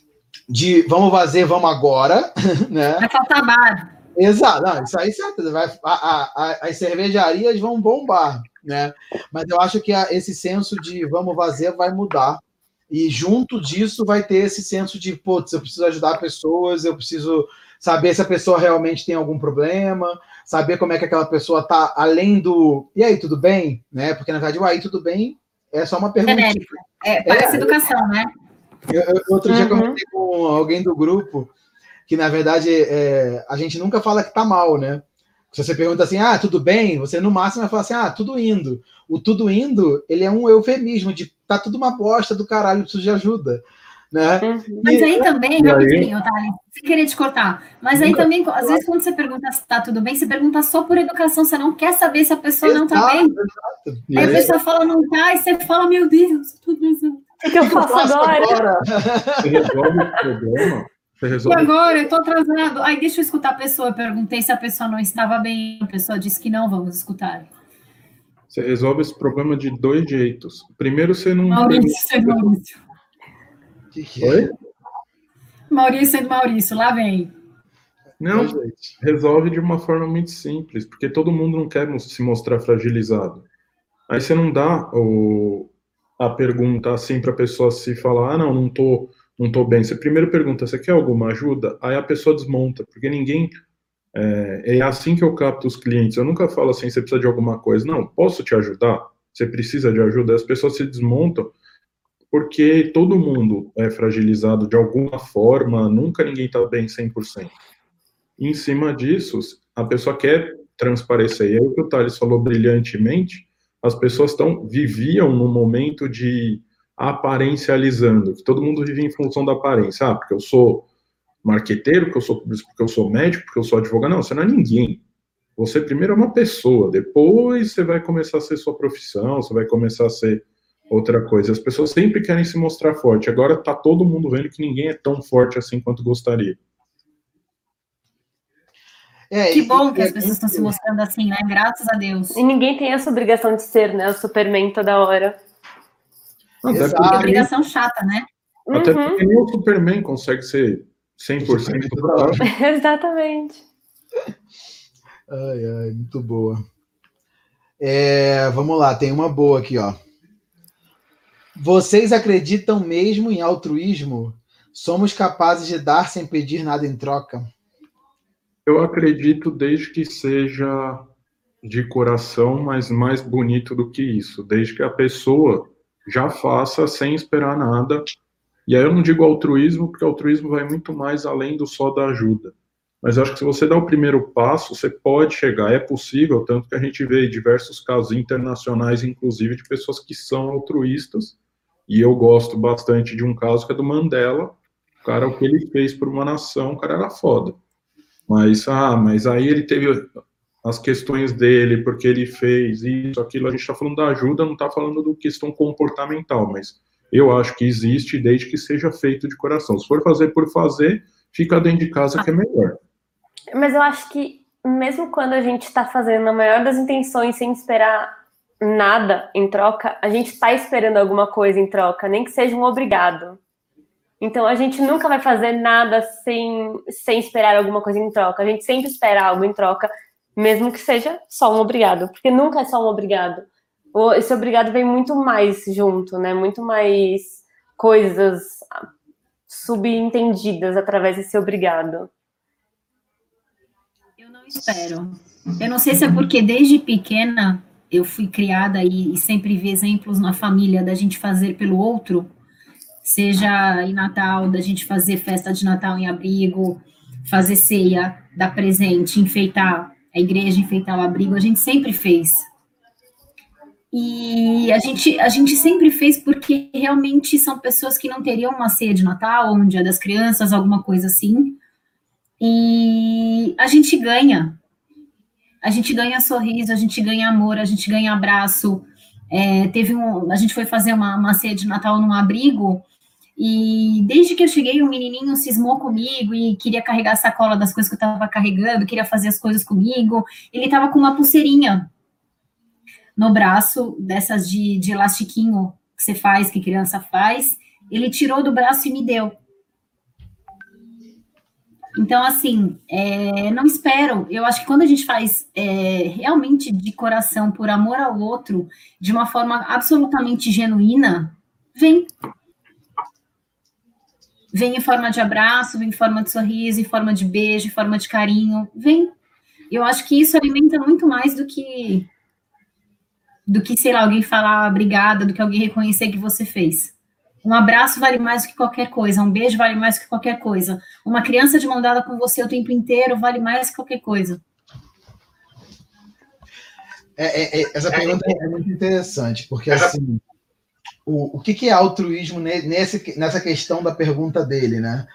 de vamos fazer, vamos agora, né? Vai faltar bar. Exato, não, isso aí certo. Vai, a, a, as cervejarias vão bombar, né? Mas eu acho que a, esse senso de vamos fazer vai mudar. E junto disso vai ter esse senso de, putz, eu preciso ajudar pessoas, eu preciso saber se a pessoa realmente tem algum problema, saber como é que aquela pessoa tá além do. E aí, tudo bem? Né? Porque, na verdade, o aí, tudo bem é só uma pergunta. É, é, parece é, educação, né? Eu, eu, outro dia uhum. comentei com alguém do grupo que, na verdade, é, a gente nunca fala que tá mal, né? Se você pergunta assim, ah, tudo bem? Você, no máximo, vai falar assim, ah, tudo indo. O tudo indo, ele é um eufemismo de tá tudo uma bosta do caralho, preciso de ajuda. Né? Uhum. Mas aí também, e rapidinho, aí... tá? Sem querer te cortar, mas aí também, às vezes, quando você pergunta se tá tudo bem, você pergunta só por educação, você não quer saber se a pessoa exato, não tá bem. Exato. Aí, aí a pessoa fala não tá, e você fala, meu Deus, tudo bem. O que eu faço agora? agora? Você resolve o problema? Você resolve e agora? Eu tô atrasado. Aí deixa eu escutar a pessoa. Eu perguntei se a pessoa não estava bem. A pessoa disse que não, vamos escutar. Você resolve esse problema de dois jeitos. Primeiro, você não... Maurício, é Maurício. Que que é? Oi? Maurício é Maurício, lá vem. Não, resolve de uma forma muito simples, porque todo mundo não quer se mostrar fragilizado. Aí você não dá o... a pergunta assim para a pessoa se falar, ah, não, não tô, não tô bem. Você primeiro pergunta, você quer alguma ajuda? Aí a pessoa desmonta, porque ninguém... É, é assim que eu capto os clientes. Eu nunca falo assim, você precisa de alguma coisa. Não, posso te ajudar? Você precisa de ajuda? As pessoas se desmontam, porque todo mundo é fragilizado de alguma forma, nunca ninguém está bem cem por cento. E em cima disso, a pessoa quer transparecer. E aí o que o Thales falou brilhantemente, as pessoas tão, viviam num momento de aparencializando, que todo mundo vive em função da aparência. Ah, porque eu sou marqueteiro, porque eu sou, porque eu sou médico, porque eu sou advogado. Não, você não é ninguém. Você primeiro é uma pessoa, depois você vai começar a ser sua profissão, você vai começar a ser outra coisa. As pessoas sempre querem se mostrar forte. Agora tá todo mundo vendo que ninguém é tão forte assim quanto gostaria. É, que bom que as pessoas estão se mostrando assim, né? Graças a Deus. E ninguém tem essa obrigação de ser, né? O Superman toda hora. Exato. É obrigação chata, né? Até uhum. porque nem o Superman consegue ser cem por cento toda hora. Exatamente. Ai, ai, muito boa. É, vamos lá, tem uma boa aqui, ó. Vocês acreditam mesmo em altruísmo? Somos capazes de dar sem pedir nada em troca? Eu acredito desde que seja de coração, mas mais bonito do que isso. Desde que a pessoa já faça sem esperar nada. E aí eu não digo altruísmo, porque altruísmo vai muito mais além do só da ajuda. Mas eu acho que se você dá o primeiro passo, você pode chegar, é possível, tanto que a gente vê diversos casos internacionais, inclusive, de pessoas que são altruístas, e eu gosto bastante de um caso que é do Mandela. O cara, o que ele fez por uma nação, o cara era foda. Mas, ah, mas aí ele teve as questões dele, porque ele fez isso, aquilo, a gente está falando da ajuda, não está falando do questão comportamental, mas eu acho que existe desde que seja feito de coração. Se for fazer por fazer, fica dentro de casa que é melhor. Mas eu acho que mesmo quando a gente está fazendo na maior das intenções, sem esperar nada em troca, a gente está esperando alguma coisa em troca, nem que seja um obrigado. Então a gente nunca vai fazer nada sem, sem esperar alguma coisa em troca. A gente sempre espera algo em troca, mesmo que seja só um obrigado, porque nunca é só um obrigado. Esse obrigado vem muito mais junto, né? Muito mais coisas subentendidas através desse obrigado. Eu não espero. Eu não sei se é porque desde pequena eu fui criada e, e sempre vi exemplos na família da gente fazer pelo outro, seja em Natal, da gente fazer festa de Natal em abrigo, fazer ceia, dar presente, enfeitar a igreja, enfeitar o abrigo, a gente sempre fez. E a gente, a gente sempre fez porque realmente são pessoas que não teriam uma ceia de Natal, ou um dia das crianças, alguma coisa assim. E a gente ganha. A gente ganha sorriso, a gente ganha amor, a gente ganha abraço. É, teve um, a gente foi fazer uma, uma ceia de Natal num abrigo, e desde que eu cheguei, um menininho cismou comigo e queria carregar a sacola das coisas que eu estava carregando, queria fazer as coisas comigo. Ele estava com uma pulseirinha no braço, dessas de, de elastiquinho que você faz, que criança faz. Ele tirou do braço e me deu. Então, assim, é, não espero. Eu acho que quando a gente faz é, realmente de coração, por amor ao outro, de uma forma absolutamente genuína, vem. Vem em forma de abraço, vem em forma de sorriso, em forma de beijo, em forma de carinho, vem. Eu acho que isso alimenta muito mais do que, do que, sei lá, alguém falar obrigada, do que alguém reconhecer que você fez. Um abraço vale mais do que qualquer coisa, um beijo vale mais do que qualquer coisa. Uma criança de mão dada com você o tempo inteiro vale mais do que qualquer coisa. É, é, essa pergunta é muito interessante, porque assim, o, o que, que é altruísmo nesse, nessa questão da pergunta dele, né?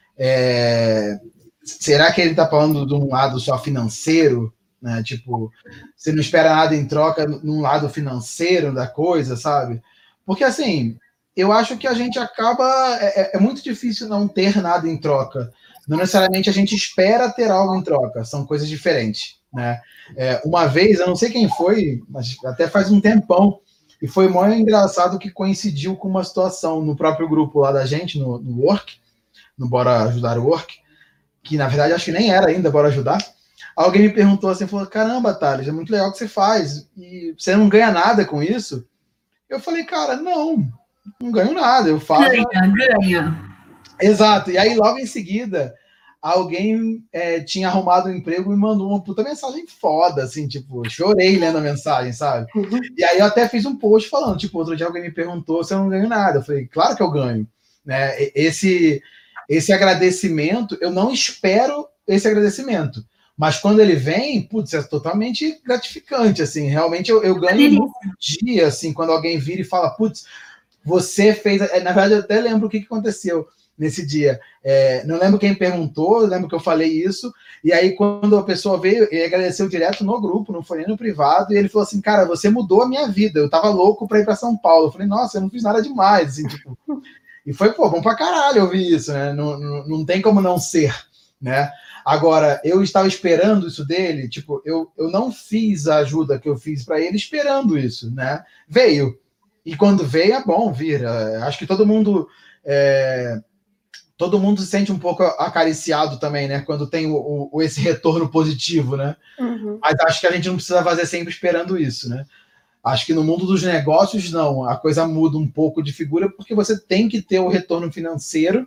É, será que ele está falando de um lado só financeiro, né? Tipo, você não espera nada em troca num lado financeiro da coisa, sabe? Porque assim, eu acho que a gente acaba... É, é muito difícil não ter nada em troca. Não necessariamente a gente espera ter algo em troca. São coisas diferentes, né? É, uma vez, eu não sei quem foi, mas até faz um tempão, e foi muito engraçado que coincidiu com uma situação no próprio grupo lá da gente, no, no Work, no Bora Ajudar o Work, que na verdade acho que nem era ainda Bora Ajudar. Alguém me perguntou assim, falou, caramba, Thales, é muito legal o que você faz, e você não ganha nada com isso? Eu falei, cara, não, não ganho nada, eu faço... Ganha, ganha. Exato, e aí logo em seguida, alguém é, tinha arrumado um emprego e me mandou uma puta mensagem foda, assim, tipo, chorei lendo a mensagem, sabe? Uhum. E aí eu até fiz um post falando, tipo, outro dia alguém me perguntou se eu não ganho nada, eu falei, claro que eu ganho, né? Esse, esse agradecimento, eu não espero esse agradecimento, mas quando ele vem, putz, é totalmente gratificante, assim, realmente eu, eu ganho um dia, assim, quando alguém vira e fala, putz, você fez... Na verdade, eu até lembro o que, que aconteceu nesse dia. É, não lembro quem perguntou, eu lembro que eu falei isso, e aí quando a pessoa veio, ele agradeceu direto no grupo, não foi nem no privado, e ele falou assim, cara, você mudou a minha vida, eu tava louco pra ir pra São Paulo. Eu falei, nossa, eu não fiz nada demais, assim, tipo... E foi, pô, bom pra caralho ouvir isso, né? Não, não, não tem como não ser, né? Agora, eu estava esperando isso dele, tipo, eu, eu não fiz a ajuda que eu fiz para ele esperando isso, né? Veio. E quando veio, é bom vir. Acho que todo mundo... É, todo mundo se sente um pouco acariciado também, né? Quando tem o, o, esse retorno positivo, né? Uhum. Mas acho que a gente não precisa fazer sempre esperando isso, né? Acho que no mundo dos negócios, não. A coisa muda um pouco de figura porque você tem que ter o retorno financeiro.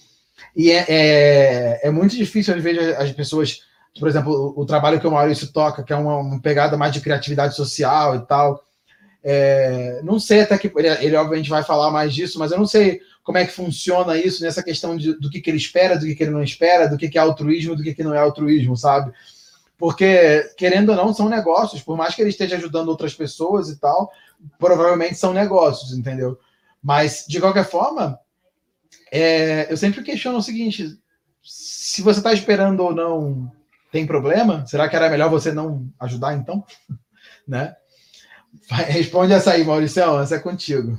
E é, é, é muito difícil, às vezes, as pessoas... Por exemplo, o, o trabalho que o Maurício toca, que é uma, uma pegada mais de criatividade social e tal. É, não sei até que... Ele, ele, obviamente, vai falar mais disso, mas eu não sei como é que funciona isso nessa questão de, do que, que ele espera, do que, que ele não espera, do que, que é altruísmo, do que, que não é altruísmo, sabe? Porque, querendo ou não, são negócios, por mais que ele esteja ajudando outras pessoas e tal, provavelmente são negócios, entendeu? Mas, de qualquer forma, é, eu sempre questiono o seguinte, se você está esperando ou não, tem problema? Será que era melhor você não ajudar, então? Né? Responde essa aí, Mauricião, essa é contigo.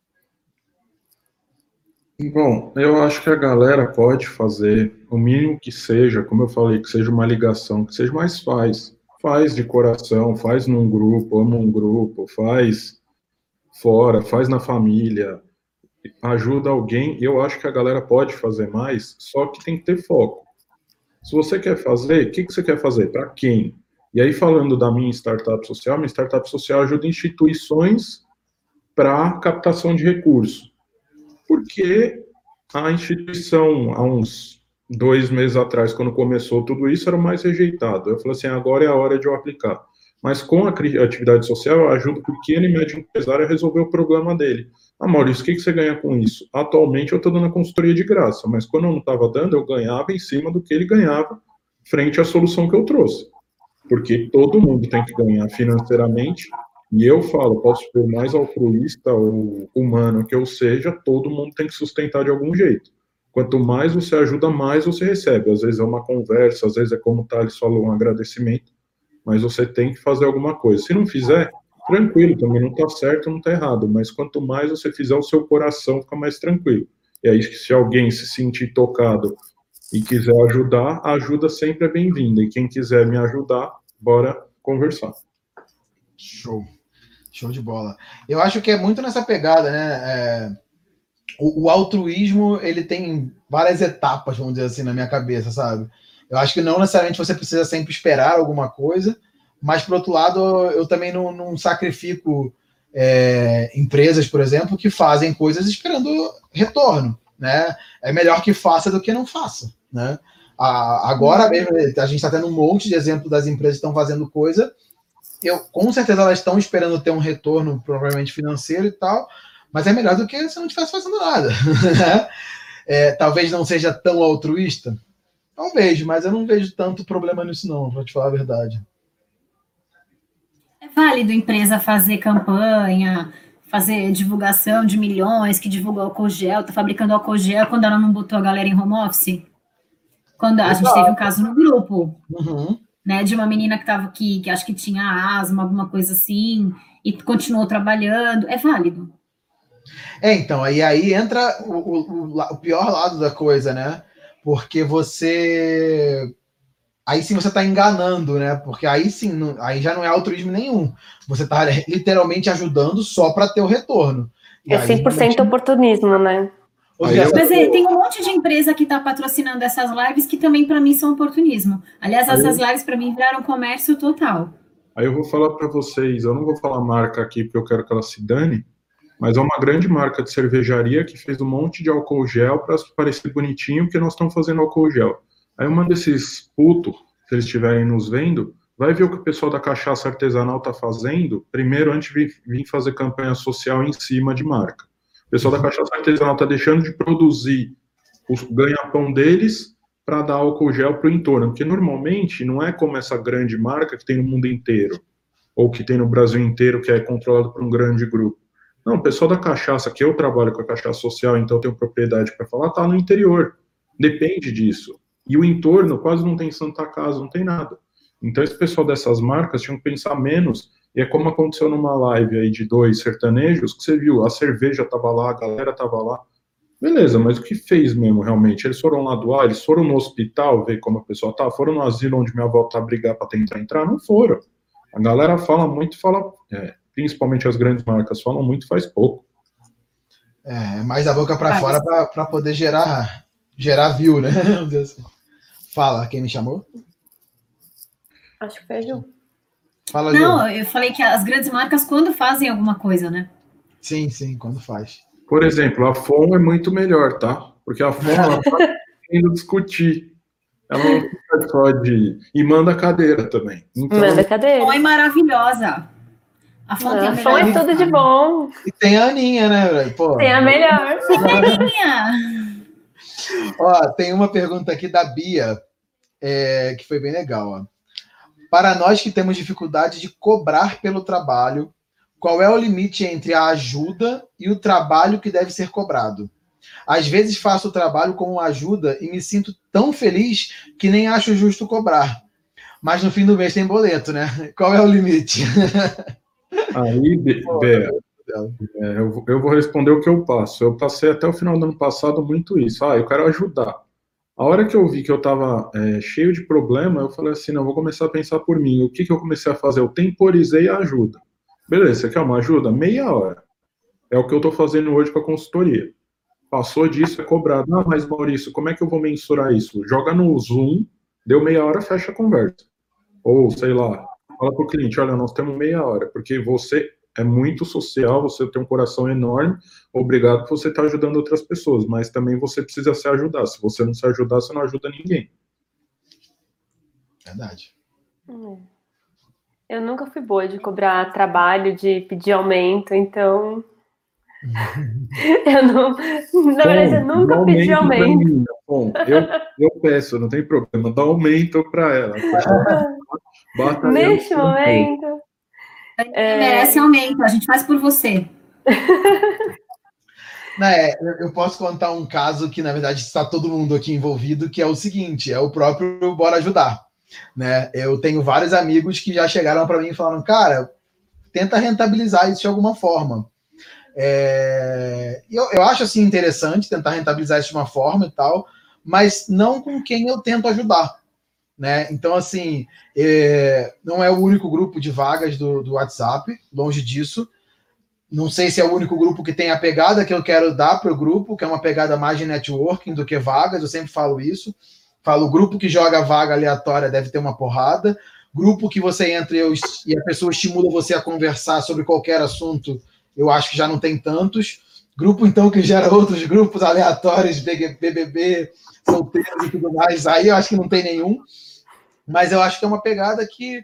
Bom, eu acho que a galera pode fazer o mínimo que seja, como eu falei, que seja uma ligação, que seja, mas faz. Faz de coração, faz num grupo, ama um grupo, faz fora, faz na família, ajuda alguém. Eu acho que a galera pode fazer mais, só que tem que ter foco. Se você quer fazer, o que, que você quer fazer? Para quem? E aí, falando da minha startup social, minha startup social ajuda instituições para captação de recursos. Porque a instituição, há uns dois meses atrás, quando começou tudo isso, era o mais rejeitado. Eu falei assim, agora é a hora de eu aplicar. Mas com a atividade social, eu ajudo o pequeno e médio empresário a resolver o problema dele. Ah, Maurício, o que você ganha com isso? Atualmente eu estou dando a consultoria de graça, mas quando eu não estava dando, eu ganhava em cima do que ele ganhava frente à solução que eu trouxe. Porque todo mundo tem que ganhar financeiramente. E eu falo, posso ser mais altruísta ou humano que eu seja, todo mundo tem que sustentar de algum jeito. Quanto mais você ajuda, mais você recebe. Às vezes é uma conversa, às vezes é como o Thales falou, um agradecimento, mas você tem que fazer alguma coisa. Se não fizer, tranquilo, também não está certo, não está errado, mas quanto mais você fizer, o seu coração fica mais tranquilo. E aí, se alguém se sentir tocado e quiser ajudar, a ajuda sempre é bem-vinda. E quem quiser me ajudar, bora conversar. Show. Show de bola. Eu acho que é muito nessa pegada, né? É, o, o altruísmo, ele tem várias etapas, vamos dizer assim, na minha cabeça, sabe? Eu acho que não necessariamente você precisa sempre esperar alguma coisa, mas, por outro lado, eu também não, não sacrifico é, empresas, por exemplo, que fazem coisas esperando retorno, né? É melhor que faça do que não faça, né? A, agora mesmo, a gente está tendo um monte de exemplos das empresas que estão fazendo coisa. Eu, com certeza elas estão esperando ter um retorno, provavelmente financeiro e tal, mas é melhor do que se não estivesse fazendo nada. É, talvez não seja tão altruísta, talvez, mas eu não vejo tanto problema nisso não, vou te falar a verdade. É válido a empresa fazer campanha, fazer divulgação de milhões, que divulga álcool gel, tá fabricando álcool gel quando ela não botou a galera em home office? Quando a Exato. gente teve um caso no grupo. Uhum. Né, de uma menina que estava aqui, que acho que tinha asma, alguma coisa assim, e continuou trabalhando, é válido. É, então, aí, aí entra o, o, o pior lado da coisa, né? Porque você... Aí sim você está enganando, né? Porque aí sim, não, aí já não é altruísmo nenhum. Você está literalmente ajudando só para ter o retorno. E é cem por cento realmente... oportunismo, né? Mas é, tem um monte de empresa que está patrocinando essas lives que também, para mim, são oportunismo. Aliás, aí essas eu... lives, para mim, viraram comércio total. Aí eu vou falar para vocês, eu não vou falar marca aqui porque eu quero que ela se dane, mas é uma grande marca de cervejaria que fez um monte de álcool gel para parecer bonitinho, porque nós estamos fazendo álcool gel. Aí uma desses putos, se eles estiverem nos vendo, vai ver o que o pessoal da cachaça artesanal está fazendo, primeiro antes de vir fazer campanha social em cima de marca. O pessoal da cachaça artesanal está deixando de produzir o ganha-pão deles para dar álcool gel para o entorno, porque normalmente não é como essa grande marca que tem no mundo inteiro, ou que tem no Brasil inteiro, que é controlado por um grande grupo. Não, o pessoal da cachaça, que eu trabalho com a cachaça social, então eu tenho propriedade para falar, está no interior. Depende disso. E o entorno quase não tem Santa Casa, não tem nada. Então esse pessoal dessas marcas tinham que pensar menos. E é como aconteceu numa live aí de dois sertanejos, que você viu, a cerveja estava lá, a galera estava lá. Beleza, mas o que fez mesmo, realmente? Eles foram lá doar, eles foram no hospital ver como a pessoa tá, foram no asilo onde minha avó tá a brigar para tentar entrar? Não foram. A galera fala muito, fala, é, principalmente as grandes marcas, falam muito, faz pouco. É, mais da boca para fora para poder gerar, gerar view, né? Assim. Fala, quem me chamou? Acho que foi a Ju. Fala, Não, Ju. Eu falei que as grandes marcas, quando fazem alguma coisa, né? Sim, sim, quando faz. Por exemplo, a F O M é muito melhor, tá? Porque a F O M, ela tá querendo discutir. Ela não fica só de... E manda cadeira também. Então, manda cadeira. A F O M é maravilhosa. A fonte é a Som é melhor. tudo de bom. E tem a Aninha, né, velho? Pô, Tem a melhor. Aninha! ó, tem uma pergunta aqui da Bia, é, que foi bem legal. Ó. Para nós que temos dificuldade de cobrar pelo trabalho, qual é o limite entre a ajuda e o trabalho que deve ser cobrado? Às vezes faço o trabalho como ajuda e me sinto tão feliz que nem acho justo cobrar. Mas no fim do mês tem boleto, né? Qual é o limite? Aí, Bé, é, eu, eu vou responder o que eu passo. Eu passei até o final do ano passado muito isso. Ah, eu quero ajudar. A hora que eu vi que eu estava é, cheio de problema, eu falei assim, não, eu vou começar a pensar por mim. O que, que eu comecei a fazer? Eu temporizei a ajuda. Beleza, você quer uma ajuda? Meia hora. É o que eu estou fazendo hoje com a consultoria. Passou disso, é cobrado. Ah, mas Maurício, como é que eu vou mensurar isso? Joga no Zoom, deu meia hora, fecha a conversa. Ou, sei lá, fala para o cliente, olha, nós temos meia hora, porque você é muito social, você tem um coração enorme, obrigado por você estar ajudando outras pessoas, mas também você precisa se ajudar. Se você não se ajudar, você não ajuda ninguém. Verdade. Eu nunca fui boa de cobrar trabalho, de pedir aumento, então... eu não... Na verdade, eu nunca pedi aumento. Mim, bom, eu, eu peço, não tem problema, dá aumento para ela. Neste momento... É... merece aumento, a gente faz por você. É, eu posso contar um caso que, na verdade, está todo mundo aqui envolvido, que é o seguinte, é o próprio Bora Ajudar. Né? Eu tenho vários amigos que já chegaram para mim e falaram, cara, tenta rentabilizar isso de alguma forma. É... Eu, eu acho assim, interessante tentar rentabilizar isso de uma forma e tal, mas não com quem eu tento ajudar. Né? Então, assim, é... não é o único grupo de vagas do, do WhatsApp, longe disso. Não sei se é o único grupo que tem a pegada que eu quero dar para o grupo, que é uma pegada mais de networking do que vagas, eu sempre falo isso. Falo, grupo que joga vaga aleatória deve ter uma porrada. Grupo que você entra e, eu, e a pessoa estimula você a conversar sobre qualquer assunto, eu acho que já não tem tantos. Grupo, então, que gera outros grupos aleatórios, B B B, solteiros e tudo mais, aí eu acho que não tem nenhum. Mas eu acho que é uma pegada que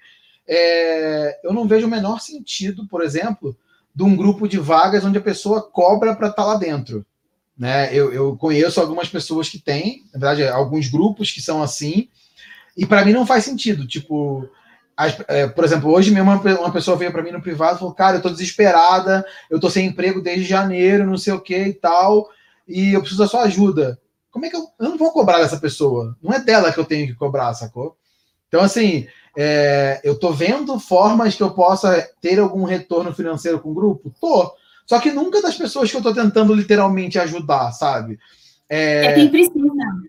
é, eu não vejo o menor sentido, por exemplo, de um grupo de vagas onde a pessoa cobra para estar lá dentro. Né? Eu, eu conheço algumas pessoas que têm, na verdade, alguns grupos que são assim, e para mim não faz sentido. Tipo, as, é, por exemplo, hoje mesmo uma, uma pessoa veio para mim no privado e falou, cara, eu tô desesperada, eu tô sem emprego desde janeiro, não sei o que e tal, e eu preciso da sua ajuda. Como é que eu, eu não vou cobrar dessa pessoa? Não é dela que eu tenho que cobrar, sacou? Então, assim, é, eu tô vendo formas que eu possa ter algum retorno financeiro com o grupo? Tô. Só que nunca das pessoas que eu tô tentando literalmente ajudar, sabe? É, é quem precisa.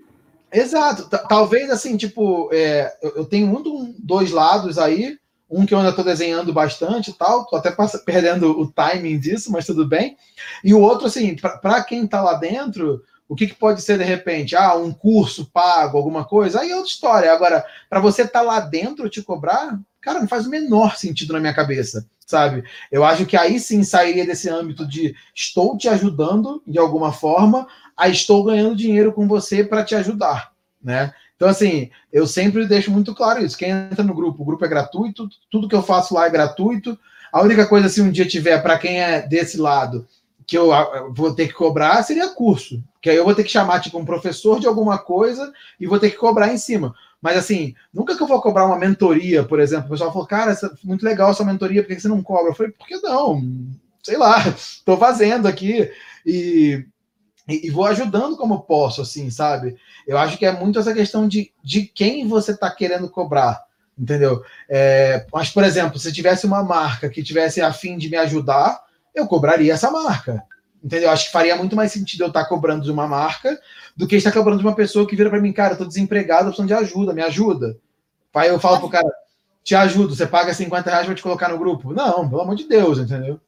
Exato. Talvez, assim, tipo, é, eu, eu tenho muito um, dois lados aí. Um que eu ainda tô desenhando bastante e tal. Tô até passa, perdendo o timing disso, mas tudo bem. E o outro, assim, para quem tá lá dentro, o que, que pode ser, de repente? Ah, um curso pago, alguma coisa? Aí é outra história. Agora, para você estar tá lá dentro te cobrar, cara, não faz o menor sentido na minha cabeça, sabe? Eu acho que aí sim sairia desse âmbito de estou te ajudando de alguma forma, a estou ganhando dinheiro com você para te ajudar, né? Então, assim, eu sempre deixo muito claro isso. Quem entra no grupo, o grupo é gratuito, tudo que eu faço lá é gratuito. A única coisa, se um dia tiver, para quem é desse lado, que eu vou ter que cobrar, seria curso. Que aí eu vou ter que chamar, tipo, um professor de alguma coisa e vou ter que cobrar em cima. Mas, assim, nunca que eu vou cobrar uma mentoria, por exemplo. O pessoal falou, cara, essa, muito legal essa mentoria, por que você não cobra? Eu falei, por que não? Sei lá, estou fazendo aqui e, e, e vou ajudando como posso, assim, sabe? Eu acho que é muito essa questão de, de quem você está querendo cobrar, entendeu? É, mas, por exemplo, se tivesse uma marca que tivesse a fim de me ajudar, eu cobraria essa marca, entendeu? Acho que faria muito mais sentido eu estar cobrando de uma marca do que estar cobrando de uma pessoa que vira para mim, cara, eu tô desempregado, eu preciso de ajuda, me ajuda. Aí eu falo pro cara, te ajudo, você paga cinquenta reais para te colocar no grupo? Não, pelo amor de Deus, entendeu?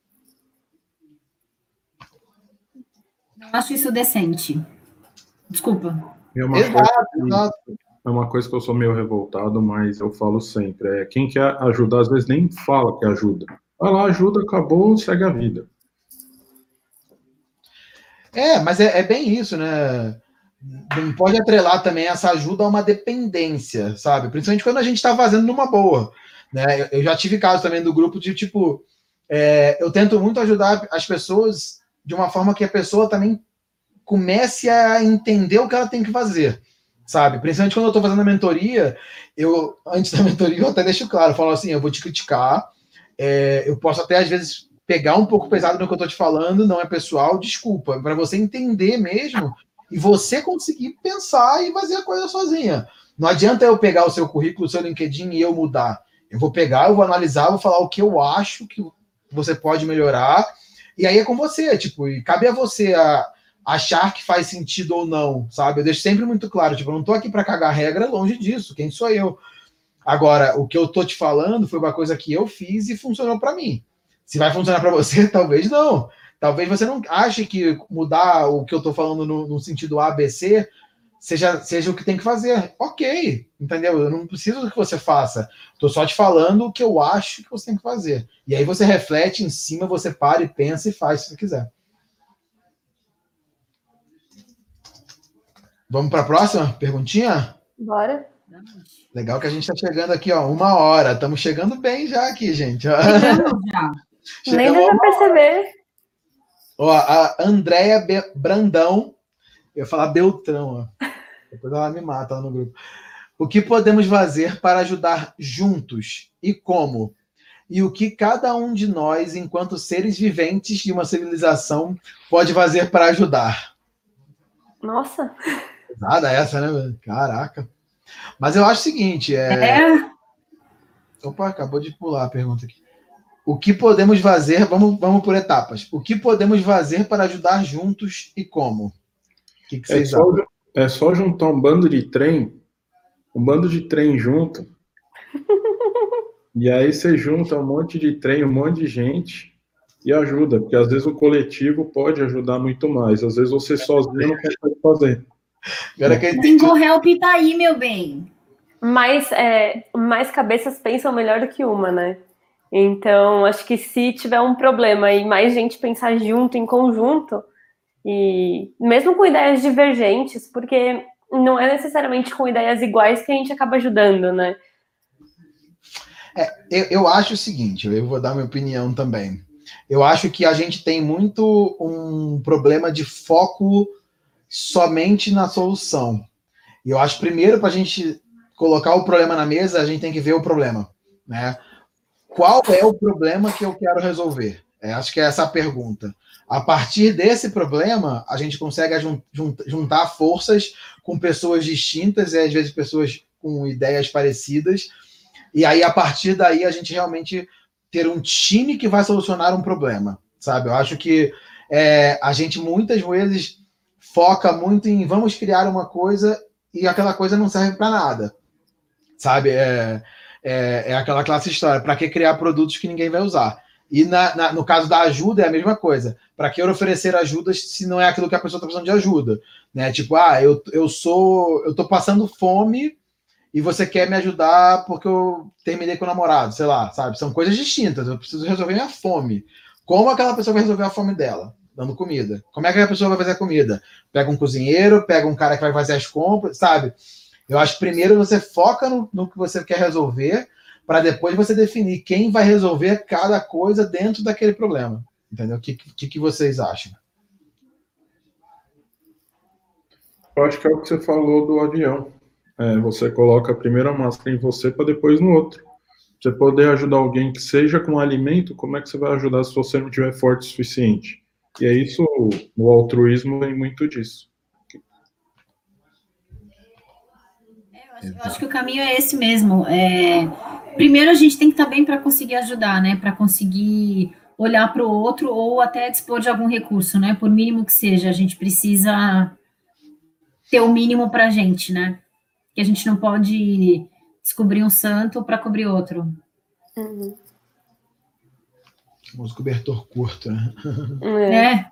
Não acho isso decente. Desculpa. É uma, exato, que, exato. é uma coisa que eu sou meio revoltado, mas eu falo sempre, é quem quer ajudar, às vezes nem fala que ajuda. Vai lá, ajuda, acabou, segue a vida. É, mas é, é bem isso, né? Não pode atrelar também essa ajuda a uma dependência, sabe? Principalmente quando a gente está fazendo numa boa, né? Eu já tive casos também do grupo de, tipo, é, eu tento muito ajudar as pessoas de uma forma que a pessoa também comece a entender o que ela tem que fazer, sabe? Principalmente quando eu estou fazendo a mentoria, eu, antes da mentoria, eu até deixo claro, eu falo assim, eu vou te criticar, é, eu posso até, às vezes, pegar um pouco pesado no que eu estou te falando, não é pessoal, desculpa, para você entender mesmo e você conseguir pensar e fazer a coisa sozinha. Não adianta eu pegar o seu currículo, o seu LinkedIn e eu mudar. Eu vou pegar, eu vou analisar, vou falar o que eu acho que você pode melhorar, e aí é com você, tipo, e cabe a você a achar que faz sentido ou não, sabe? Eu deixo sempre muito claro, tipo, eu não tô aqui para cagar regra, longe disso, quem sou eu? Agora, o que eu tô te falando foi uma coisa que eu fiz e funcionou para mim. Se vai funcionar para você, talvez não. Talvez você não ache que mudar o que eu tô falando no, no sentido A, B, C seja, seja o que tem que fazer. Ok, entendeu? Eu não preciso que você faça. Tô só te falando o que eu acho que você tem que fazer. E aí você reflete em cima, você para e pensa e faz se você quiser. Vamos para a próxima perguntinha? Bora. Legal que a gente está chegando aqui, ó, uma hora. Estamos chegando bem já aqui, gente. Chegamos já. Nem dá pra perceber. Ó, a Andréia Be- Brandão, eu ia falar Beltrão, ó. Depois ela me mata lá no grupo. O que podemos fazer para ajudar juntos e como? E o que cada um de nós, enquanto seres viventes de uma civilização, pode fazer para ajudar? Nossa. Nada essa, né? Caraca. Mas eu acho o seguinte, é... É. Opa, acabou de pular a pergunta aqui. O que podemos fazer, vamos, vamos por etapas. O que podemos fazer para ajudar juntos e como? O que, que É vocês só, acham? é só juntar um bando de trem, um bando de trem junto, e aí você junta um monte de trem, um monte de gente, e ajuda, porque às vezes o coletivo pode ajudar muito mais, às vezes você sozinho não consegue fazer. Agora que eu entendi. Bingo Help tá aí, meu bem. Mais, é, mais cabeças pensam melhor do que uma, né? Então, acho que se tiver um problema e mais gente pensar junto, em conjunto, e mesmo com ideias divergentes, porque não é necessariamente com ideias iguais que a gente acaba ajudando, né? É, eu, eu acho o seguinte, eu vou dar minha opinião também. Eu acho que a gente tem muito um problema de foco somente na solução. E eu acho, primeiro, para a gente colocar o problema na mesa, a gente tem que ver o problema, né? Qual é o problema que eu quero resolver? É, acho que é essa a pergunta. A partir desse problema, a gente consegue jun- jun- juntar forças com pessoas distintas e, às vezes, pessoas com ideias parecidas. E aí, a partir daí, a gente realmente ter um time que vai solucionar um problema, sabe? Eu acho que é, a gente, muitas vezes, foca muito em vamos criar uma coisa e aquela coisa não serve para nada, sabe? É, é, é aquela classe história, para que criar produtos que ninguém vai usar? E na, na, no caso da ajuda é a mesma coisa. Para que eu oferecer ajudas se não é aquilo que a pessoa está precisando de ajuda? Né? Tipo, ah, eu, eu sou, eu tô passando fome e você quer me ajudar porque eu terminei com o namorado, sei lá, sabe? São coisas distintas. Eu preciso resolver minha fome. Como aquela pessoa vai resolver a fome dela? Dando comida. Como é que a pessoa vai fazer a comida? Pega um cozinheiro, pega um cara que vai fazer as compras, sabe? Eu acho que primeiro você foca no, no que você quer resolver, para depois você definir quem vai resolver cada coisa dentro daquele problema. Entendeu? O que, que, que vocês acham? Eu acho que é o que você falou do avião. É, você coloca primeiro a máscara em você para depois no outro. Você poder ajudar alguém que seja com alimento, como é que você vai ajudar se você não tiver forte o suficiente? E é isso, o altruísmo vem muito disso. Eu acho, eu acho que o caminho é esse mesmo. É, primeiro a gente tem que estar bem para conseguir ajudar, né? Para conseguir olhar para o outro ou até dispor de algum recurso, né? Por mínimo que seja, a gente precisa ter o mínimo para a gente, né? Que a gente não pode descobrir um santo para cobrir outro. Uhum. Os cobertor curto, né? É. é.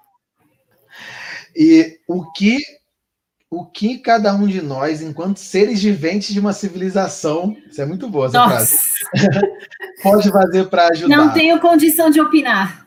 E o que, o que cada um de nós, enquanto seres viventes de uma civilização, isso é muito boa essa Nossa. frase, pode fazer para ajudar? Não tenho condição de opinar.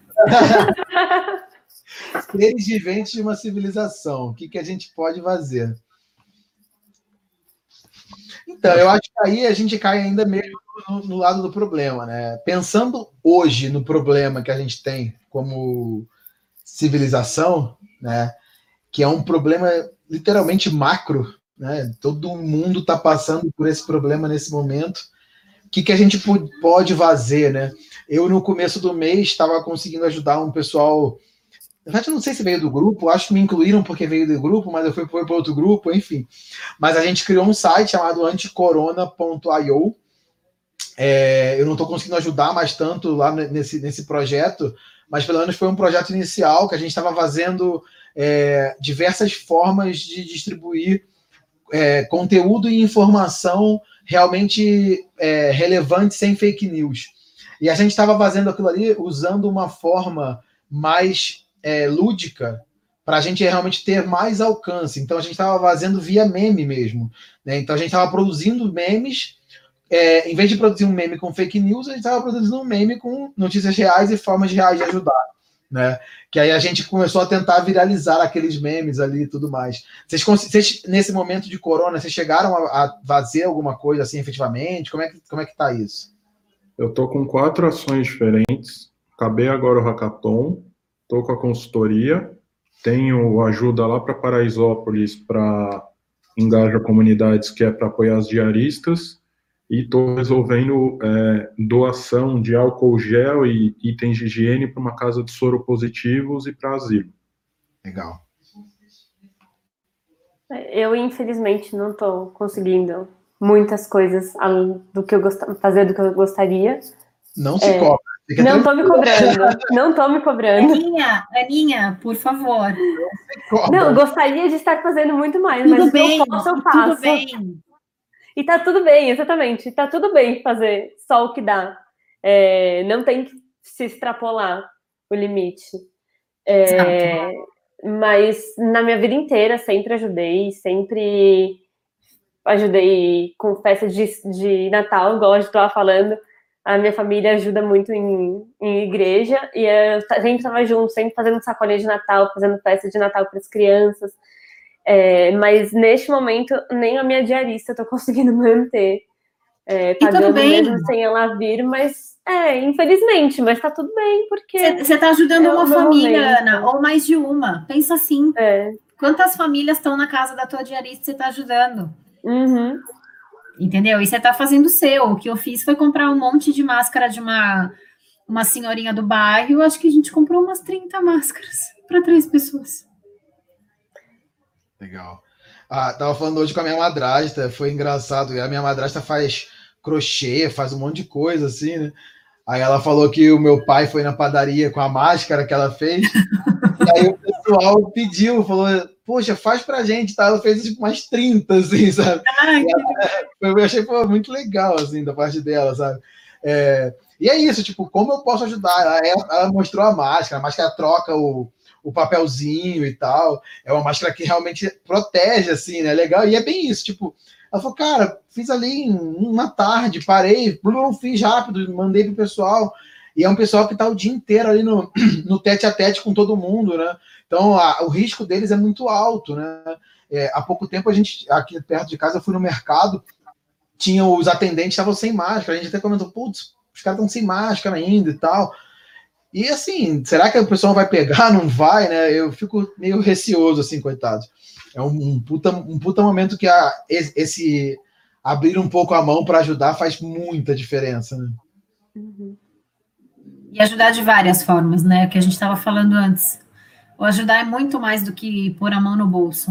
Seres viventes de uma civilização, o que, que a gente pode fazer? Então, eu acho que aí a gente cai ainda mesmo no, no lado do problema, né? Pensando hoje no problema que a gente tem como civilização, né? Que é um problema literalmente macro, né? Todo mundo está passando por esse problema nesse momento. O que, que a gente pode fazer, né? Eu, no começo do mês, estava conseguindo ajudar um pessoal. Na verdade, eu não sei se veio do grupo, acho que me incluíram porque veio do grupo, mas eu fui para outro grupo, enfim. Mas a gente criou um site chamado anticorona ponto i o. É, eu não estou conseguindo ajudar mais tanto lá nesse, nesse projeto, mas pelo menos foi um projeto inicial que a gente estava fazendo é, diversas formas de distribuir é, conteúdo e informação realmente é, relevante sem fake news. E a gente estava fazendo aquilo ali usando uma forma mais é, lúdica para a gente realmente ter mais alcance. Então a gente estava fazendo via meme mesmo, né? Então a gente estava produzindo memes. É, em vez de produzir um meme com fake news, a gente estava produzindo um meme com notícias reais e formas reais de ajudar, né? Que aí a gente começou a tentar viralizar aqueles memes ali e tudo mais. Vocês, vocês nesse momento de corona, vocês chegaram a, a fazer alguma coisa assim efetivamente? Como é que, como é que tá isso? Eu tô com quatro ações diferentes. Acabei agora o hackathon, tô com a consultoria, tenho ajuda lá para Paraisópolis para Engaja Comunidades, que é para apoiar as diaristas, e estou resolvendo é, doação de álcool gel e itens de higiene para uma casa de soropositivos e para asilo. Legal. Eu, infelizmente, não estou conseguindo muitas coisas além do que eu gost... fazer do que eu gostaria. Não se é... cobra. Fica não estou me cobrando. Não estou me cobrando. Aninha, Aninha, por favor. Não, não, gostaria de estar fazendo muito mais, tudo mas bem, eu posso, eu faço. Tudo bem. E tá tudo bem, exatamente. Tá tudo bem fazer só o que dá. É, não tem que se extrapolar o limite. É, mas na minha vida inteira sempre ajudei, sempre ajudei com festa de, de Natal, igual a gente estava falando. A minha família ajuda muito em, em igreja, e eu sempre estava junto, sempre fazendo sacolinha de Natal, fazendo festa de Natal para as crianças. É, mas neste momento nem a minha diarista eu tô conseguindo manter, é, pagando mesmo sem ela vir, mas é, infelizmente, mas tá tudo bem, porque você tá ajudando é uma família, momento. Ana, ou mais de uma, pensa assim, é. Quantas famílias estão na casa da tua diarista você tá ajudando? Uhum. Entendeu? E você tá fazendo o seu. O que eu fiz foi comprar um monte de máscara de uma, uma senhorinha do bairro. Acho que a gente comprou umas trinta máscaras para três pessoas. Legal. Ah, tava falando hoje com a minha madrasta, foi engraçado. A minha madrasta faz crochê, faz um monte de coisa assim, né? Aí ela falou que o meu pai foi na padaria com a máscara que ela fez. E aí o pessoal pediu, falou, poxa, faz pra gente, tá? Ela fez tipo umas trinta, assim, sabe? Ai, ela, eu achei pô, muito legal, assim, da parte dela, sabe? É, e é isso, tipo, como eu posso ajudar? Ela, ela mostrou a máscara, a máscara troca o, o papelzinho e tal. É uma máscara que realmente protege, assim, né? Legal. E é bem isso, tipo, ela falou, cara, fiz ali em uma tarde, parei, fiz rápido, mandei pro pessoal. E é um pessoal que está o dia inteiro ali no, no tete a tete com todo mundo, né? Então, a, o risco deles é muito alto, né? É, há pouco tempo, a gente, aqui perto de casa, eu fui no mercado, tinha os atendentes, estavam sem máscara, a gente até comentou, putz, os caras estão sem máscara ainda e tal. E assim, será que o pessoal vai pegar? Não vai, né? Eu fico meio receoso, assim, coitado. É um, um, puta, um puta momento que a, esse abrir um pouco a mão para ajudar faz muita diferença, né? Uhum. E ajudar de várias formas, né? Que a gente estava falando antes. O ajudar é muito mais do que pôr a mão no bolso.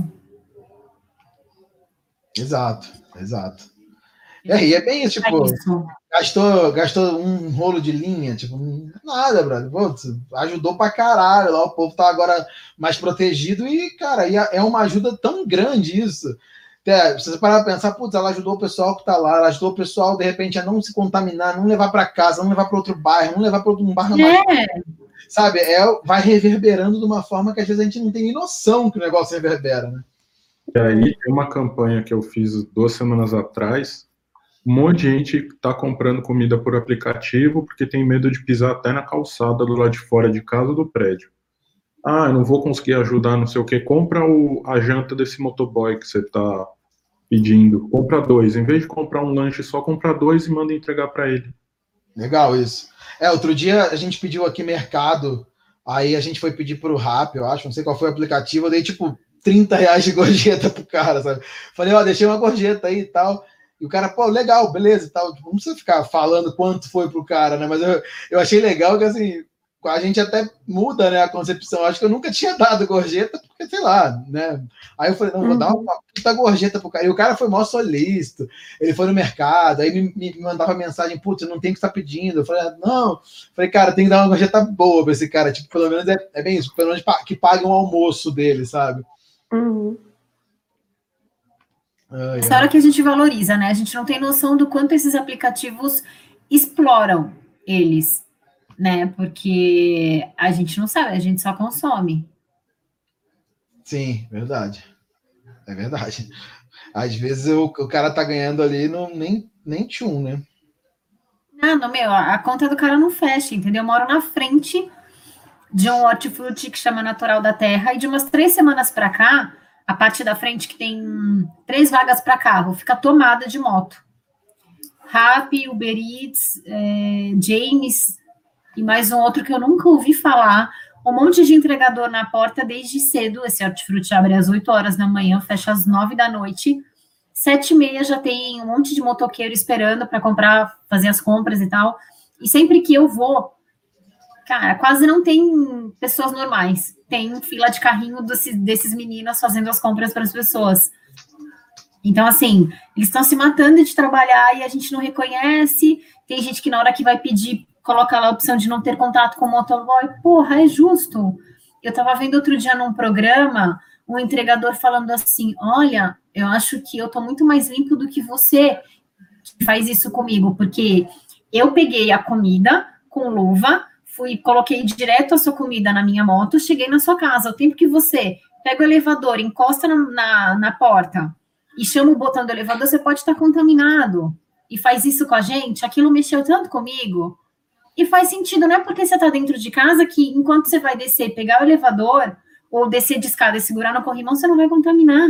Exato, exato. É, e é bem isso, tipo, é isso. Gastou, gastou um rolo de linha, tipo, nada, brother. Pô, ajudou pra caralho. Lá o povo tá agora mais protegido e, cara, é uma ajuda tão grande isso. É, se você parar pra pensar, putz, ela ajudou o pessoal que tá lá, ela ajudou o pessoal, de repente, a não se contaminar, não levar para casa, não levar para outro bairro, não levar para outro bairro. É. Mais, sabe? É, vai reverberando de uma forma que às vezes a gente não tem nem noção que o negócio reverbera, né? E aí, tem uma campanha que eu fiz duas semanas atrás, um monte de gente tá comprando comida por aplicativo porque tem medo de pisar até na calçada do lado de fora de casa ou do prédio. Ah, eu não vou conseguir ajudar, não sei o que. Compra o, a janta desse motoboy que você tá pedindo, compra dois. Em vez de comprar um lanche, só compra dois e manda entregar para ele. Legal isso. É, outro dia a gente pediu aqui mercado, aí a gente foi pedir pro Rappi, eu acho, não sei qual foi o aplicativo, eu dei tipo trinta reais de gorjeta pro cara, sabe? Falei, ó, deixei uma gorjeta aí e tal. E o cara, pô, legal, beleza e tal. Não precisa ficar falando quanto foi pro cara, né? Mas eu, eu achei legal que, assim, a gente até muda, né, a concepção. Eu acho que eu nunca tinha dado gorjeta, porque, sei lá, né? Aí eu falei, não, vou dar uma puta gorjeta pro cara. E o cara foi mó solícito. Ele foi no mercado, aí me, me mandava mensagem, putz, eu não tenho que estar pedindo. Eu falei, ah, não. Eu falei, cara, tem que dar uma gorjeta boa pra esse cara. Tipo, pelo menos é, é bem isso. Pelo menos que pague um almoço dele, sabe? Uhum. Ai, Essa hora que a gente valoriza, né? A gente não tem noção do quanto esses aplicativos exploram eles, né? Porque a gente não sabe, a gente só consome. Sim, verdade. É verdade. Às vezes o, o cara tá ganhando ali no, nem, nem tchum, né? Ah, não, meu, a conta do cara não fecha, entendeu? Eu moro na frente de um hortifruti que chama Natural da Terra, e de umas três semanas para cá, a parte da frente que tem três vagas para carro, fica tomada de moto. Rappi, Uber Eats, é, James e mais um outro que eu nunca ouvi falar. Um monte de entregador na porta desde cedo. Esse hortifruti abre às oito horas da manhã, fecha às nove da noite. Sete e meia já tem um monte de motoqueiro esperando para comprar, fazer as compras e tal. E sempre que eu vou, cara, quase não tem pessoas normais. Tem fila de carrinho desses, desses meninos fazendo as compras para as pessoas. Então, assim, eles estão se matando de trabalhar e a gente não reconhece. Tem gente que na hora que vai pedir, coloca lá a opção de não ter contato com o motoboy. Porra, é justo. Eu estava vendo outro dia num programa, um entregador falando assim, olha, eu acho que eu tô muito mais limpo do que você que faz isso comigo, porque eu peguei a comida com luva, fui, coloquei direto a sua comida na minha moto, cheguei na sua casa. O tempo que você pega o elevador, encosta na, na, na porta e chama o botão do elevador, você pode estar contaminado. E faz isso com a gente, aquilo mexeu tanto comigo. E faz sentido, não é porque você está dentro de casa que enquanto você vai descer, pegar o elevador, ou descer de escada e segurar no corrimão, você não vai contaminar.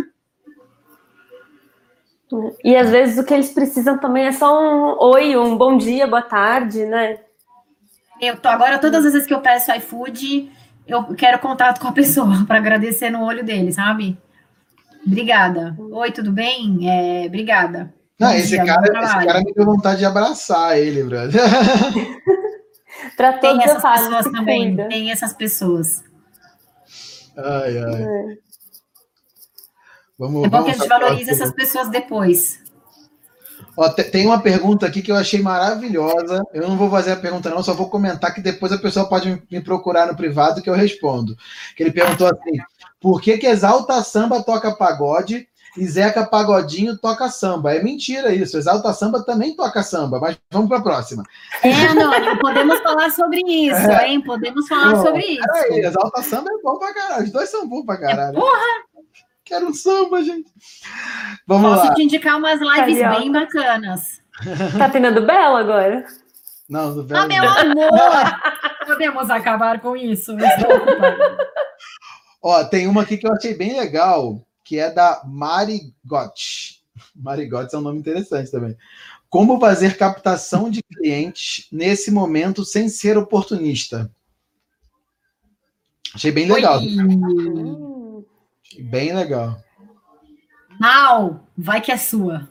E às vezes o que eles precisam também é só um oi, um bom dia, boa tarde, né? Eu tô, agora, todas as vezes que eu peço iFood, eu quero contato com a pessoa para agradecer no olho dele, sabe? Obrigada. Oi, tudo bem? É, obrigada. Não, Bom esse, dia, cara, bom esse trabalho. cara me deu vontade de abraçar ele, brother. Para Tem todas essas as fases, pessoas se também, cuida. tem essas pessoas. Ai, ai. É. Vamos, É bom que a vamos gente pra valorize próxima. essas pessoas depois. Ó, te- tem uma pergunta aqui que eu achei maravilhosa. Eu não vou fazer a pergunta, não, só vou comentar que depois a pessoa pode me- me procurar no privado que eu respondo. Que ele perguntou assim: por que, que Exalta Samba toca pagode e Zeca Pagodinho toca samba? É mentira isso. Exalta Samba também toca samba, mas vamos para a próxima. É, Anônimo, podemos falar sobre isso, hein? Podemos falar Não, sobre isso. peraí, Exalta Samba é bom pra caralho. Os dois são bons pra caralho. Porra! Quero um samba, gente. Vamos Posso lá. te indicar umas lives Carioca. bem bacanas. Tá tendo Bela agora? Não, do Ah, velho. meu não. amor! Podemos acabar com isso? Eu estou ocupada. Ó, tem uma aqui que eu achei bem legal, que é da Mari Gott. Mari Gott é um nome interessante também. Como fazer captação de clientes nesse momento sem ser oportunista? Achei bem legal. Oi. Hum. Achei bem legal. Mal, vai que é sua.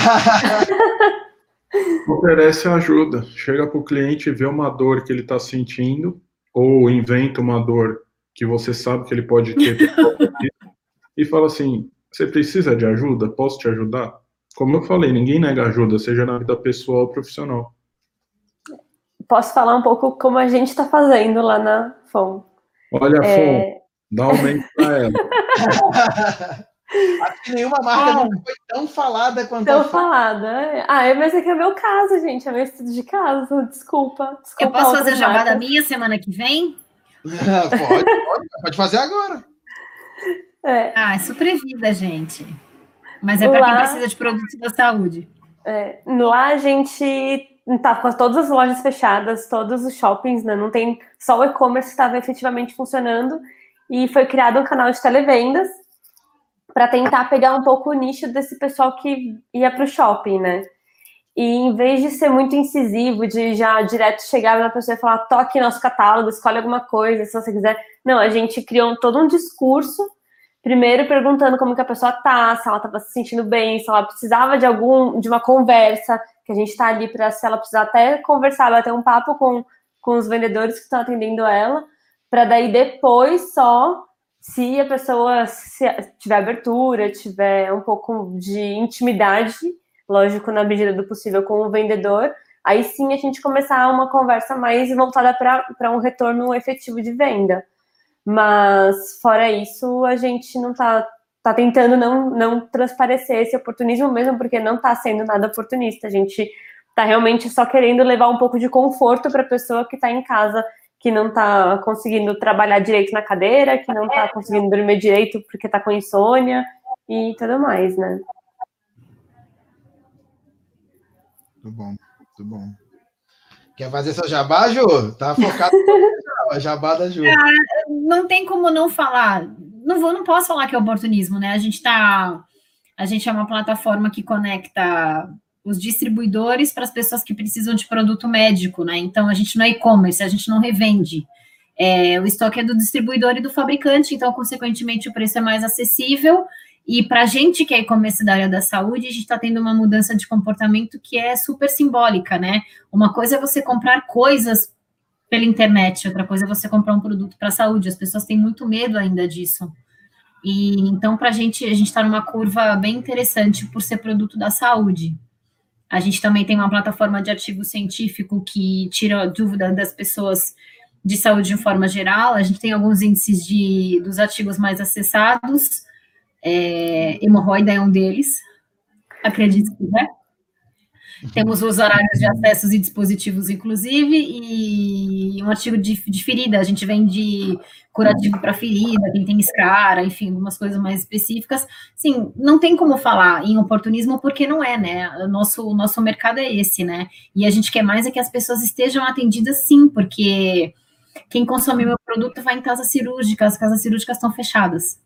Oferece ajuda. Chega para o cliente, vê uma dor que ele está sentindo, ou inventa uma dor que você sabe que ele pode ter, e fala assim, você precisa de ajuda? Posso te ajudar? Como eu falei, ninguém nega ajuda, seja na vida pessoal ou profissional. Posso falar um pouco como a gente está fazendo lá na F O M? Olha, É... Fon, dá um aumento para ela. Acho que nenhuma marca oh. nunca foi tão falada quanto Tão a F O M. falada. Ah, mas é que é meu caso, gente. É meu estudo de caso. Desculpa. Desculpa Eu posso fazer outras jabá da marcas. minha semana que vem? pode, pode, pode fazer agora. É. Ah, é Suprevida, gente. Mas é para Lá- quem precisa de produtos da saúde. É, lá a gente tá com todas as lojas fechadas, todos os shoppings, né? Não tem só o e-commerce que estava efetivamente funcionando. E foi criado um canal de televendas. para tentar pegar um pouco o nicho desse pessoal que ia para o shopping, né? E em vez de ser muito incisivo, de já direto chegar na pessoa e falar, toque nosso catálogo, escolhe alguma coisa, se você quiser. Não, a gente criou todo um discurso, primeiro perguntando como que a pessoa tá, se ela estava se sentindo bem, se ela precisava de algum, de uma conversa, que a gente está ali para, se ela precisar até conversar, bater um papo com, com os vendedores que estão atendendo ela, para daí depois só, se a pessoa se tiver abertura, tiver um pouco de intimidade, lógico, na medida do possível com o vendedor, aí sim a gente começar uma conversa mais voltada para um retorno efetivo de venda. Mas, fora isso, a gente não está tá tentando não, não transparecer esse oportunismo mesmo, porque não está sendo nada oportunista. A gente está realmente só querendo levar um pouco de conforto para a pessoa que está em casa, que não está conseguindo trabalhar direito na cadeira, que não está conseguindo dormir direito porque está com insônia e tudo mais, né? Muito bom, muito bom. Quer fazer seu jabá, Ju? Tá focado no jabá da Ju. Cara, não tem como não falar. Não vou, não posso falar que é oportunismo, né? A gente tá, a gente é uma plataforma que conecta os distribuidores para as pessoas que precisam de produto médico, né? Então a gente não é e-commerce, a gente não revende. É, o estoque é do distribuidor e do fabricante, então consequentemente o preço é mais acessível. E para a gente que é e-commerce da área da saúde, a gente está tendo uma mudança de comportamento que é super simbólica, né? Uma coisa é você comprar coisas pela internet, outra coisa é você comprar um produto para a saúde. As pessoas têm muito medo ainda disso. E então, para a gente, a gente está numa curva bem interessante por ser produto da saúde. A gente também tem uma plataforma de artigo científico que tira a dúvida das pessoas de saúde de forma geral. A gente tem alguns índices de, dos artigos mais acessados. É, hemorroida é um deles, acredito que é. Temos os horários de acessos e dispositivos, inclusive, e um artigo de, de ferida. A gente vende curativo para ferida, quem tem escara, enfim, algumas coisas mais específicas. Sim, não tem como falar em oportunismo, porque não é, né? O nosso, o nosso mercado é esse, né? E a gente quer mais é que as pessoas estejam atendidas, sim, porque quem consome meu produto vai em casa cirúrgica, as casas cirúrgicas estão fechadas.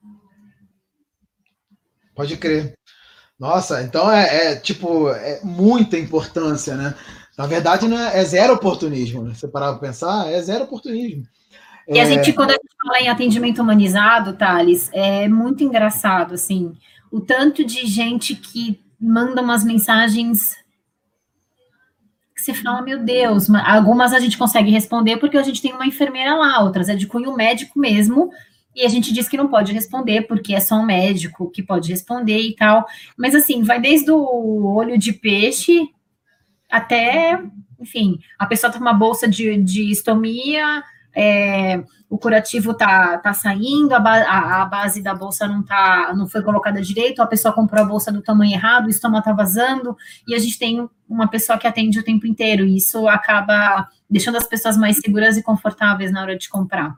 Pode crer. Nossa, então é, é tipo, é muita importância, né? Na verdade, não é, é zero oportunismo, né? Você parar para pensar, é zero oportunismo. E a gente, quando a gente fala em atendimento humanizado, Thales, é muito engraçado, assim, o tanto de gente que manda umas mensagens que você fala, meu Deus, algumas a gente consegue responder porque a gente tem uma enfermeira lá, outras é de cunho médico mesmo, e a gente diz que não pode responder, porque é só um médico que pode responder e tal. Mas, assim, vai desde o olho de peixe até, enfim, a pessoa tem uma bolsa de, de estomia, é, o curativo tá, tá saindo, a, ba a, a base da bolsa não, tá, não foi colocada direito, a pessoa comprou a bolsa do tamanho errado, o estômago tá vazando, e a gente tem uma pessoa que atende o tempo inteiro, e isso acaba deixando as pessoas mais seguras e confortáveis na hora de comprar.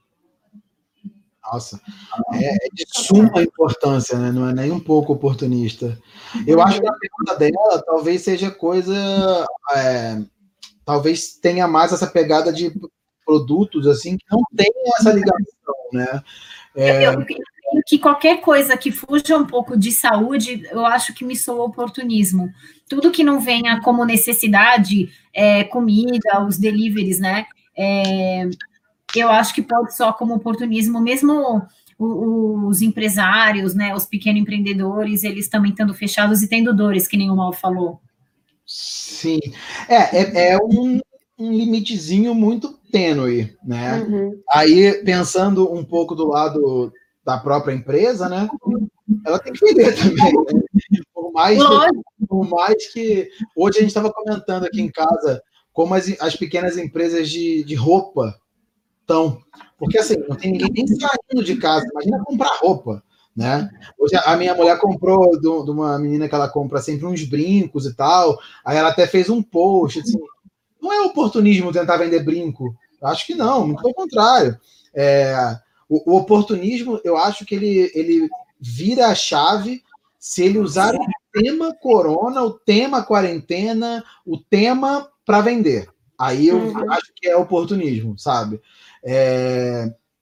Nossa, é de suma importância, né? Não é nem um pouco oportunista. Eu acho que a pergunta dela talvez seja coisa... É, talvez tenha mais essa pegada de produtos, assim, que não tem essa ligação, né? É... Eu, eu, eu, que qualquer coisa que fuja um pouco de saúde, eu acho que me soa oportunismo. Tudo que não venha como necessidade, é, comida, os deliveries, né? É... eu acho que pode só como oportunismo, mesmo os empresários, né, os pequenos empreendedores, eles também estando fechados e tendo dores, que nem o Mal falou. Sim, é, é, é um, um limitezinho muito tênue, né? Uhum. Aí, pensando um pouco do lado da própria empresa, né, ela tem que vender também, né? Por mais, que, por mais que... Hoje a gente estava comentando aqui em casa como as, as pequenas empresas de, de roupa estão, porque assim, não tem ninguém nem saindo de casa, imagina comprar roupa, né? Hoje a minha mulher comprou de uma menina que ela compra sempre uns brincos e tal, aí ela até fez um post, assim, não é oportunismo tentar vender brinco, eu acho que não, muito pelo contrário. É, o, o oportunismo, eu acho que ele, ele vira a chave se ele usar o tema corona, o tema quarentena, o tema para vender. Aí eu uhum. acho que é oportunismo, sabe? É,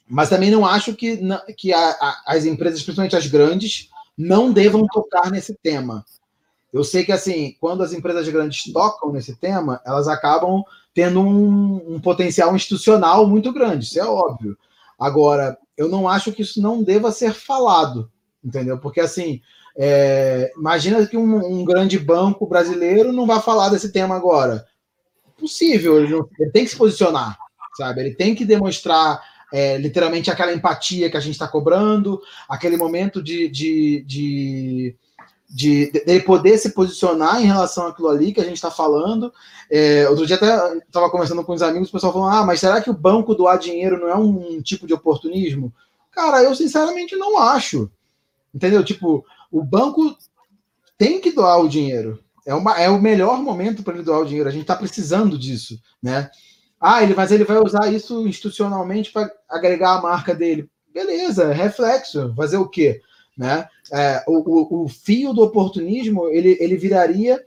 Mas também não acho que, que a, a, as empresas, principalmente as grandes, não devam tocar nesse tema. Eu sei que, assim, quando as empresas grandes tocam nesse tema, elas acabam tendo um, um potencial institucional muito grande, isso é óbvio. Agora, eu não acho que isso não deva ser falado, entendeu? Porque, assim, é, imagina que um, um grande banco brasileiro não vai falar desse tema agora. Possível, ele, não, ele tem que se posicionar, sabe? Ele tem que demonstrar é, literalmente aquela empatia que a gente está cobrando, aquele momento de, de, de, de, de ele poder se posicionar em relação àquilo ali que a gente está falando. É, outro dia até estava conversando com os amigos, o pessoal falou, ah, mas será que o banco doar dinheiro não é um, um tipo de oportunismo? Cara, eu sinceramente não acho. Entendeu? Tipo, o banco tem que doar o dinheiro. É, uma, é o melhor momento para ele doar o dinheiro. A gente está precisando disso, né? Ah, ele, mas ele vai usar isso institucionalmente para agregar a marca dele. Beleza, reflexo. Fazer o quê? Né? É, o, o, o fio do oportunismo, ele, ele viraria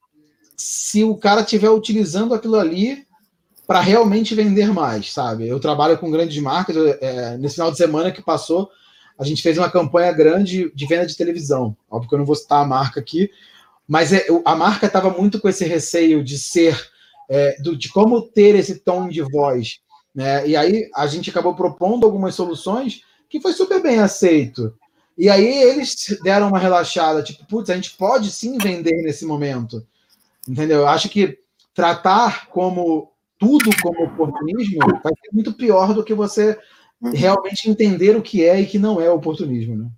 se o cara estiver utilizando aquilo ali para realmente vender mais, sabe? Eu trabalho com grandes marcas. É, nesse final de semana que passou, a gente fez uma campanha grande de venda de televisão. Óbvio que eu não vou citar a marca aqui, mas é, a marca estava muito com esse receio de ser, é, do, de como ter esse tom de voz, né? E aí a gente acabou propondo algumas soluções que foi super bem aceito. E aí eles deram uma relaxada, tipo, putz, a gente pode sim vender nesse momento, entendeu? Eu acho que tratar como tudo como oportunismo vai ser muito pior do que você realmente entender o que é e que não é oportunismo, né?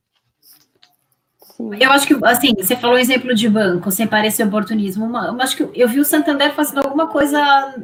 Eu acho que, assim, você falou exemplo de banco, sem parecer oportunismo. Uma, eu acho que eu vi o Santander fazendo alguma coisa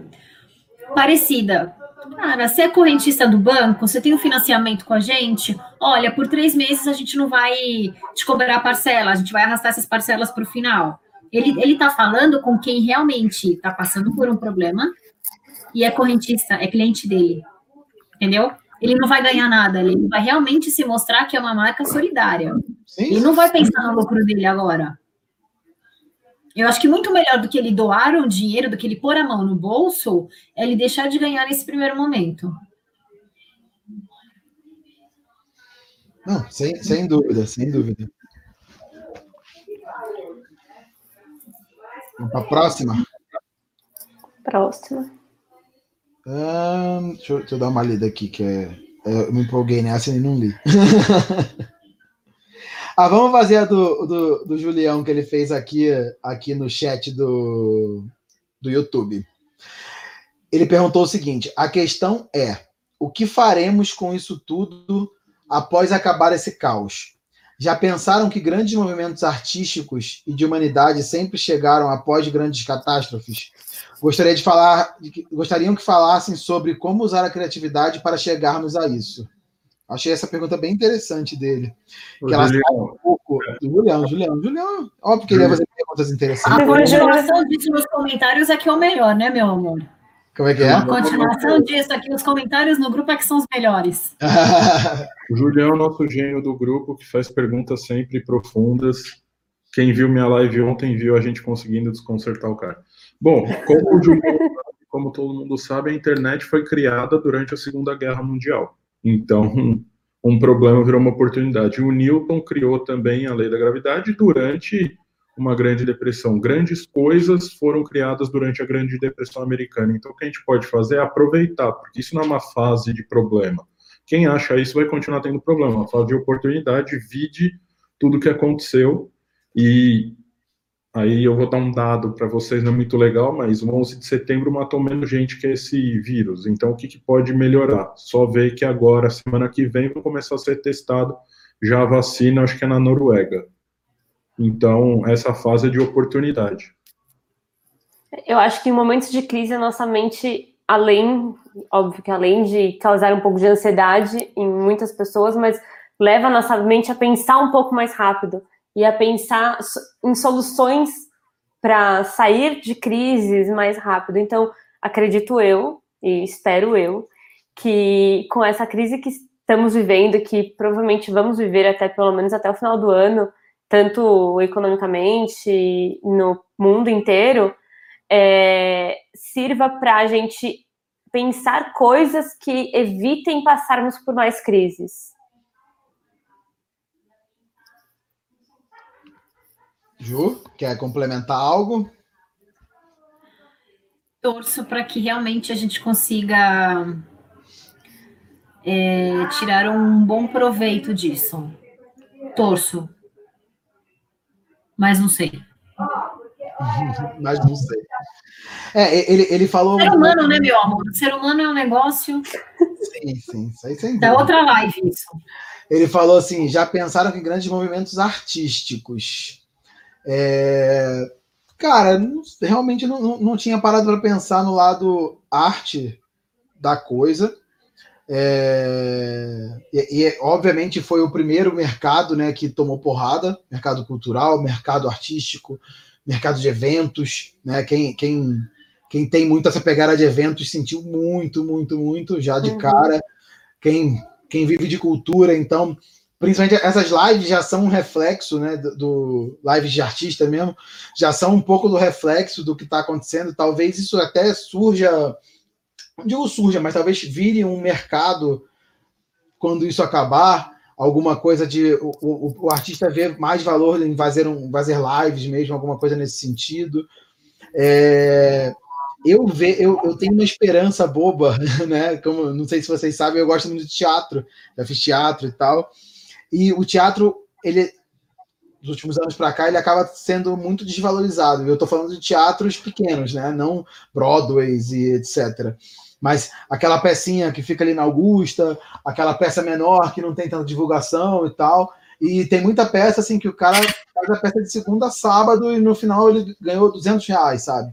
parecida. Cara, você é correntista do banco, você tem um financiamento com a gente, olha, por três meses a gente não vai te cobrar a parcela, a gente vai arrastar essas parcelas para o final. Ele, ele tá falando com quem realmente está passando por um problema e é correntista, é cliente dele, entendeu? Ele não vai ganhar nada, ele vai realmente se mostrar que é uma marca solidária. Sim. Ele não vai pensar no lucro dele agora. Eu acho que muito melhor do que ele doar um dinheiro, do que ele pôr a mão no bolso, é ele deixar de ganhar nesse primeiro momento. Não, sem, sem dúvida, sem dúvida. Vamos para a próxima? Próxima. Hum, deixa, eu, deixa eu dar uma lida aqui, que é, eu me empolguei nessa e não li. Ah, vamos fazer a do, do, do Julião, que ele fez aqui, aqui no chat do, do YouTube. Ele perguntou o seguinte, a questão é, o que faremos com isso tudo após acabar esse caos? Já pensaram que grandes movimentos artísticos e de humanidade sempre chegaram após grandes catástrofes? Gostaria de falar, gostariam que falassem sobre como usar a criatividade para chegarmos a isso. Achei essa pergunta bem interessante dele. Que ela sai um pouco do Julião, Julião, Julião. Óbvio que ele ia fazer perguntas interessantes. A continuação disso nos comentários aqui é o melhor, né, meu amor? Como é que é? A continuação disso aqui, os comentários no grupo é que são os melhores. O Julião é o nosso gênio do grupo, que faz perguntas sempre profundas. Quem viu minha live ontem viu a gente conseguindo desconcertar o cara. Bom, como o Julião sabe, como todo mundo sabe, a internet foi criada durante a Segunda Guerra Mundial. Então, um problema virou uma oportunidade. O Newton criou também a lei da gravidade durante uma Grande Depressão. Grandes coisas foram criadas durante a Grande Depressão americana. Então, o que a gente pode fazer é aproveitar, porque isso não é uma fase de problema. Quem acha isso vai continuar tendo problema. Uma fase de oportunidade, vide tudo o que aconteceu. E aí eu vou dar um dado para vocês, não é muito legal, mas o onze de setembro matou menos gente que esse vírus. Então, o que, que pode melhorar? Só ver que agora, semana que vem, vai começar a ser testado já a vacina, acho que é na Noruega. Então, essa fase é de oportunidade. Eu acho que em momentos de crise, a nossa mente, além, óbvio que além de causar um pouco de ansiedade em muitas pessoas, mas leva a nossa mente a pensar um pouco mais rápido e a pensar em soluções para sair de crises mais rápido. Então, acredito eu, e espero eu, que com essa crise que estamos vivendo, que provavelmente vamos viver até pelo menos até o final do ano, tanto economicamente, no mundo inteiro, é, sirva para a gente pensar coisas que evitem passarmos por mais crises. Ju, quer complementar algo? Torço para que realmente a gente consiga é, tirar um bom proveito disso. Torço. Mas não sei. Mas não sei. É, ele, ele falou... Ser humano, né, meu amor? Ser humano é um negócio... Sim, sim. Isso aí sem da outra live, isso. Ele falou assim, já pensaram em grandes movimentos artísticos. É... Cara, não, realmente não, não, não tinha parado para pensar no lado arte da coisa. É... E, e, obviamente, foi o primeiro mercado, né, que tomou porrada, mercado cultural, mercado artístico, mercado de eventos, né? Quem, quem, quem tem muito essa pegada de eventos sentiu muito, muito, muito já de cara. Uhum. Quem, quem vive de cultura, então, principalmente essas lives já são um reflexo, né, do, do lives de artista mesmo, já são um pouco do reflexo do que está acontecendo. Talvez isso até surja, não digo surja, mas talvez vire um mercado quando isso acabar, alguma coisa de o, o, o artista ver mais valor em fazer, um, fazer lives mesmo, alguma coisa nesse sentido. É, eu, ve, eu, eu tenho uma esperança boba, né? Como, não sei se vocês sabem, eu gosto muito de teatro, já fiz teatro e tal, e o teatro, ele, dos últimos anos para cá, ele acaba sendo muito desvalorizado. Eu estou falando de teatros pequenos, né? Não Broadways e etcétera. Mas aquela pecinha que fica ali na Augusta, aquela peça menor que não tem tanta divulgação e tal. E tem muita peça assim que o cara faz a peça de segunda a sábado e no final ele ganhou duzentos reais, sabe?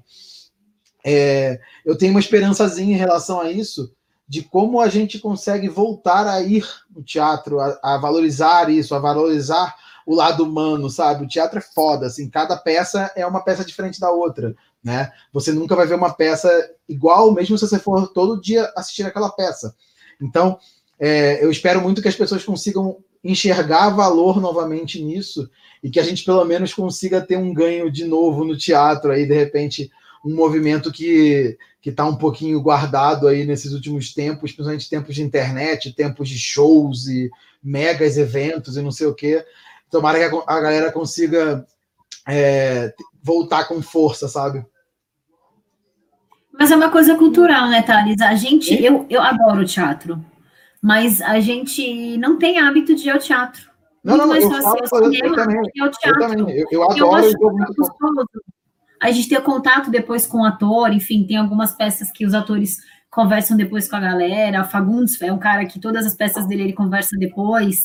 É, eu tenho uma esperançazinha em relação a isso, de como a gente consegue voltar a ir no teatro, a, a valorizar isso, a valorizar o lado humano, sabe? O teatro é foda, assim, cada peça é uma peça diferente da outra, né? Você nunca vai ver uma peça igual, mesmo se você for todo dia assistir aquela peça. Então, é, eu espero muito que as pessoas consigam enxergar valor novamente nisso e que a gente pelo menos consiga ter um ganho de novo no teatro aí, de repente, um movimento que que está um pouquinho guardado aí nesses últimos tempos, principalmente tempos de internet, tempos de shows e megas eventos e não sei o quê. Tomara que a, a galera consiga é, voltar com força, sabe? Mas é uma coisa cultural, né, Thales? A gente, eu, eu adoro teatro, mas a gente não tem hábito de ir ao teatro. Não, muito não, mais eu fácil falo, ir ao também, teatro. Eu, também, eu, eu adoro. Eu acho eu muito gostoso. A gente ter contato depois com o ator, enfim, tem algumas peças que os atores conversam depois com a galera. O Fagundes é um cara que todas as peças dele ele conversa depois.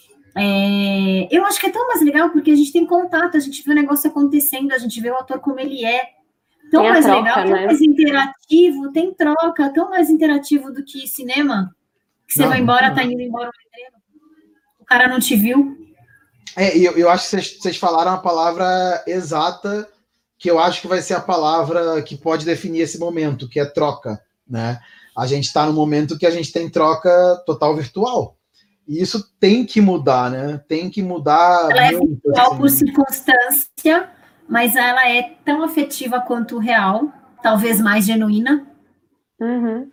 É, eu acho que é tão mais legal porque a gente tem contato, a gente vê o negócio acontecendo, a gente vê o ator como ele é. Tão mais troca, legal, tão né? mais interativo, tem troca, tão mais interativo do que cinema. Que você não, vai embora, não. Tá indo embora o letreiro. O cara não te viu. É, e eu, eu acho que vocês, vocês falaram a palavra exata, que eu acho que vai ser a palavra que pode definir esse momento, que é troca, né? A gente está no momento que a gente tem troca total virtual. E isso tem que mudar, né? Tem que mudar. Ela muito, é virtual assim. Por circunstância, mas ela é tão afetiva quanto real, talvez mais genuína. Uhum.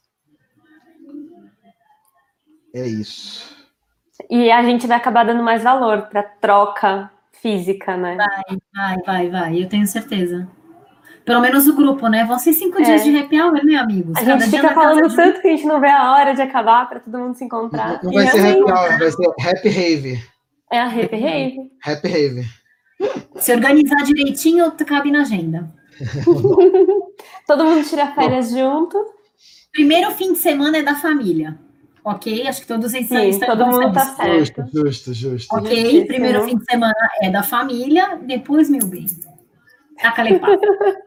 É isso. E a gente vai acabar dando mais valor para troca física, né? Vai, vai, vai, vai, eu tenho certeza. Pelo menos o grupo, né? Vão ser cinco é. dias de happy hour, né, amigos? A Cada gente fica falando tanto que a gente não vê a hora de acabar para todo mundo se encontrar. Não, não vai ser happy hour, vai ser happy rave. É a happy rave. Happy rave. Se organizar direitinho, cabe na agenda. Todo mundo tira férias junto. Primeiro fim de semana é da família. Ok? Acho que todos vocês Sim, estão todo mundo tá certo. Justo, justo, justo. Ok? Justíssimo. Primeiro fim de semana é da família, depois, meu bem. Taca lepado.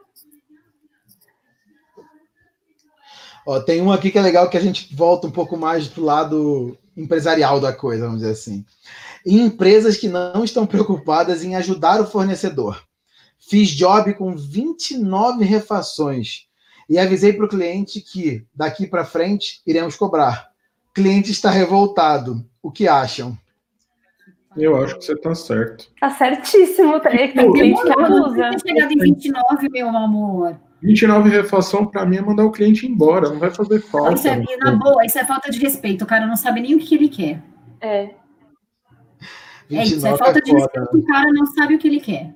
Ó, tem um aqui que é legal que a gente volta um pouco mais pro lado empresarial da coisa, vamos dizer assim. Em empresas que não estão preocupadas em ajudar o fornecedor. Fiz job com vinte e nove refações e avisei para o cliente que daqui para frente iremos cobrar. O cliente está revoltado. O que acham? Eu acho que você tá certo. Tá certíssimo, tá? É que tem cliente que abusa. Você chegado em vinte e nove, meu amor. vinte e nove refação, pra mim, é mandar o cliente embora. Não vai fazer falta. Isso é, na boa, isso é falta de respeito. O cara não sabe nem o que ele quer. É. É isso, é falta de respeito. O cara não sabe o que ele quer.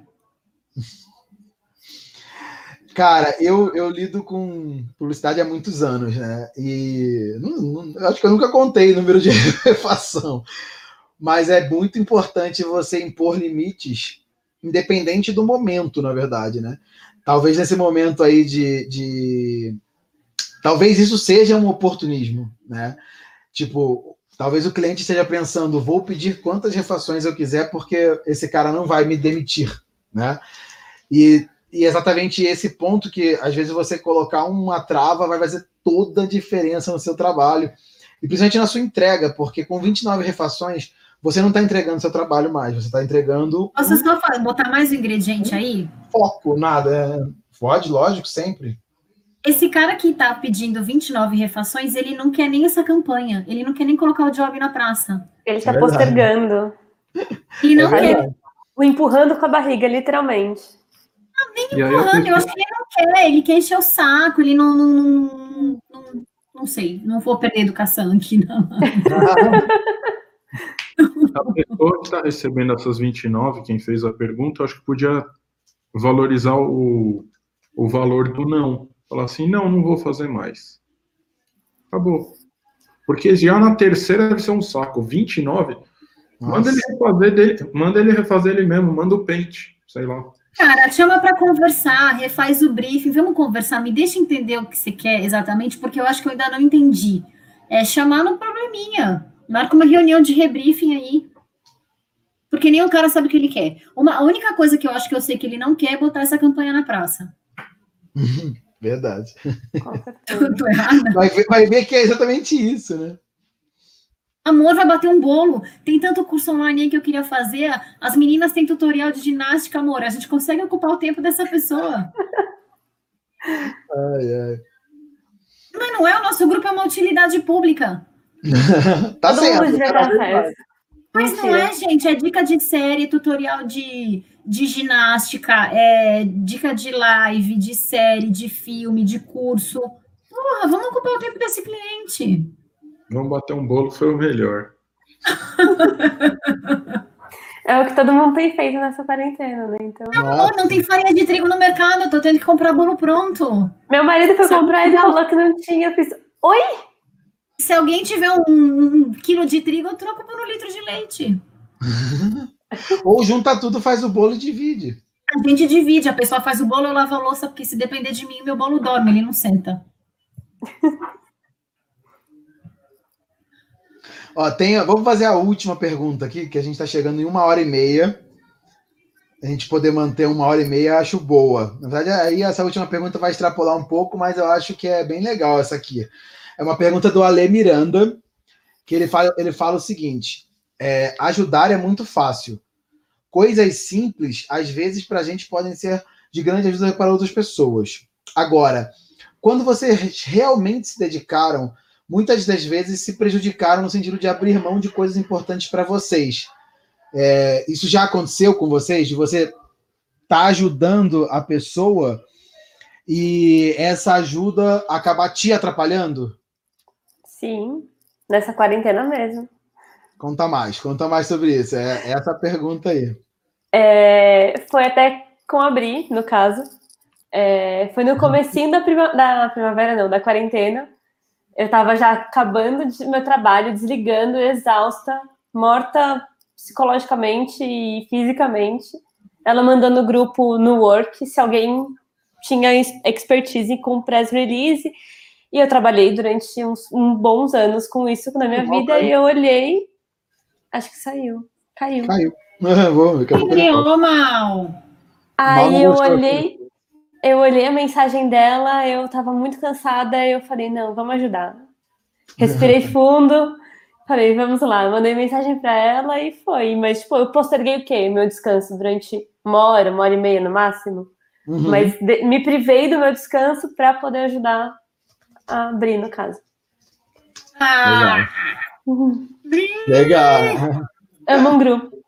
Cara, eu, eu lido com publicidade há muitos anos, né? E não, não, eu acho que eu nunca contei o número de refação. Mas é muito importante você impor limites, independente do momento, na verdade, né? Talvez nesse momento aí de, de... Talvez isso seja um oportunismo, né? Tipo, talvez o cliente esteja pensando, vou pedir quantas refações eu quiser porque esse cara não vai me demitir, né? E, e exatamente esse ponto que, às vezes, você colocar uma trava vai fazer toda a diferença no seu trabalho. E principalmente na sua entrega, porque com vinte e nove refações, você não está entregando seu trabalho mais, você está entregando... Posso só botar mais um ingrediente aí? Foco, nada. É... Pode, lógico, sempre. Esse cara que está pedindo vinte e nove refações, ele não quer nem essa campanha. Ele não quer nem colocar o job na praça. Ele está é postergando. Ele não é quer. O empurrando com a barriga, literalmente. Não, nem empurrando. Eu, eu acho que ele não quer. Ele quer encher o saco. Ele não... Não, não, não, não sei. Não vou perder educação aqui, não. A pessoa que está recebendo essas vinte e nove, quem fez a pergunta, acho que podia valorizar o, o valor do não. Falar assim, não, não vou fazer mais. Acabou. Porque já na terceira deve ser um saco. vinte e nove, manda ele refazer dele, manda ele refazer ele mesmo, manda o pente, sei lá. Cara, chama para conversar, refaz o briefing, vamos conversar, me deixa entender o que você quer exatamente, porque eu acho que eu ainda não entendi. É chamar no probleminha. Marca uma reunião de rebriefing aí. Porque nem o cara sabe o que ele quer. Uma, a única coisa que eu acho que eu sei que ele não quer é botar essa campanha na praça. Verdade. Tô errada? Vai ver, vai ver que é exatamente isso, né? Amor, vai bater um bolo. Tem tanto curso online aí que eu queria fazer. As meninas têm tutorial de ginástica, amor. A gente consegue ocupar o tempo dessa pessoa. Ai, ai. Mas não é, o nosso grupo é uma utilidade pública. Tá Todo certo. mundo devia ter acesso. Mas Mentira. não é, gente. É dica de série, tutorial de, de ginástica, é dica de live, de série, de filme, de curso. Porra, vamos ocupar o tempo desse cliente. Vamos bater um bolo, foi o melhor. É o que todo mundo tem feito nessa quarentena, né? Então... Não, amor, não tem farinha de trigo no mercado. Eu tô tendo que comprar bolo pronto. Meu marido foi Sabe comprar e ele falou que não tinha. Eu fiz, oi? Se alguém tiver um, um quilo de trigo, eu troco por um litro de leite. Ou junta tudo, faz o bolo e divide. A gente divide, a pessoa faz o bolo, eu lavo a louça, porque se depender de mim, meu bolo dorme, ele não senta. Ó, tem, vamos fazer a última pergunta aqui, que a gente está chegando em uma hora e meia. A gente poder manter uma hora e meia, acho boa. Na verdade, aí essa última pergunta vai extrapolar um pouco, mas eu acho que é bem legal essa aqui. É uma pergunta do Ale Miranda, que ele fala, ele fala o seguinte: é, ajudar é muito fácil. Coisas simples, às vezes, para a gente podem ser de grande ajuda para outras pessoas. Agora, quando vocês realmente se dedicaram, muitas das vezes se prejudicaram no sentido de abrir mão de coisas importantes para vocês. É, isso já aconteceu com vocês? De você estar tá ajudando a pessoa e essa ajuda acabar te atrapalhando? Sim, nessa quarentena mesmo. Conta mais, conta mais sobre isso. É essa a pergunta aí. É, foi até com a Bri, no caso. É, foi no comecinho da, prima, da primavera, não, da quarentena. Eu tava já acabando de meu trabalho, desligando, exausta, morta psicologicamente e fisicamente. Ela mandando no grupo no Work se alguém tinha expertise com press release. E eu trabalhei durante uns, uns bons anos com isso na minha Bom, vida. caiu. E eu olhei, acho que saiu. Caiu. Caiu. Vou, daqui a pouco ele volta. Criou mal. Aí Mal eu gostou. olhei, eu olhei a mensagem dela, eu tava muito cansada, eu falei, não, vamos ajudar. Respirei fundo, falei, vamos lá, mandei mensagem para ela e foi. Mas, tipo, eu posterguei o quê? Meu descanso durante uma hora, uma hora e meia no máximo. Uhum. Mas de, me privei do meu descanso para poder ajudar a Bri, no caso. Ah, Legal. Legal. Amo um grupo.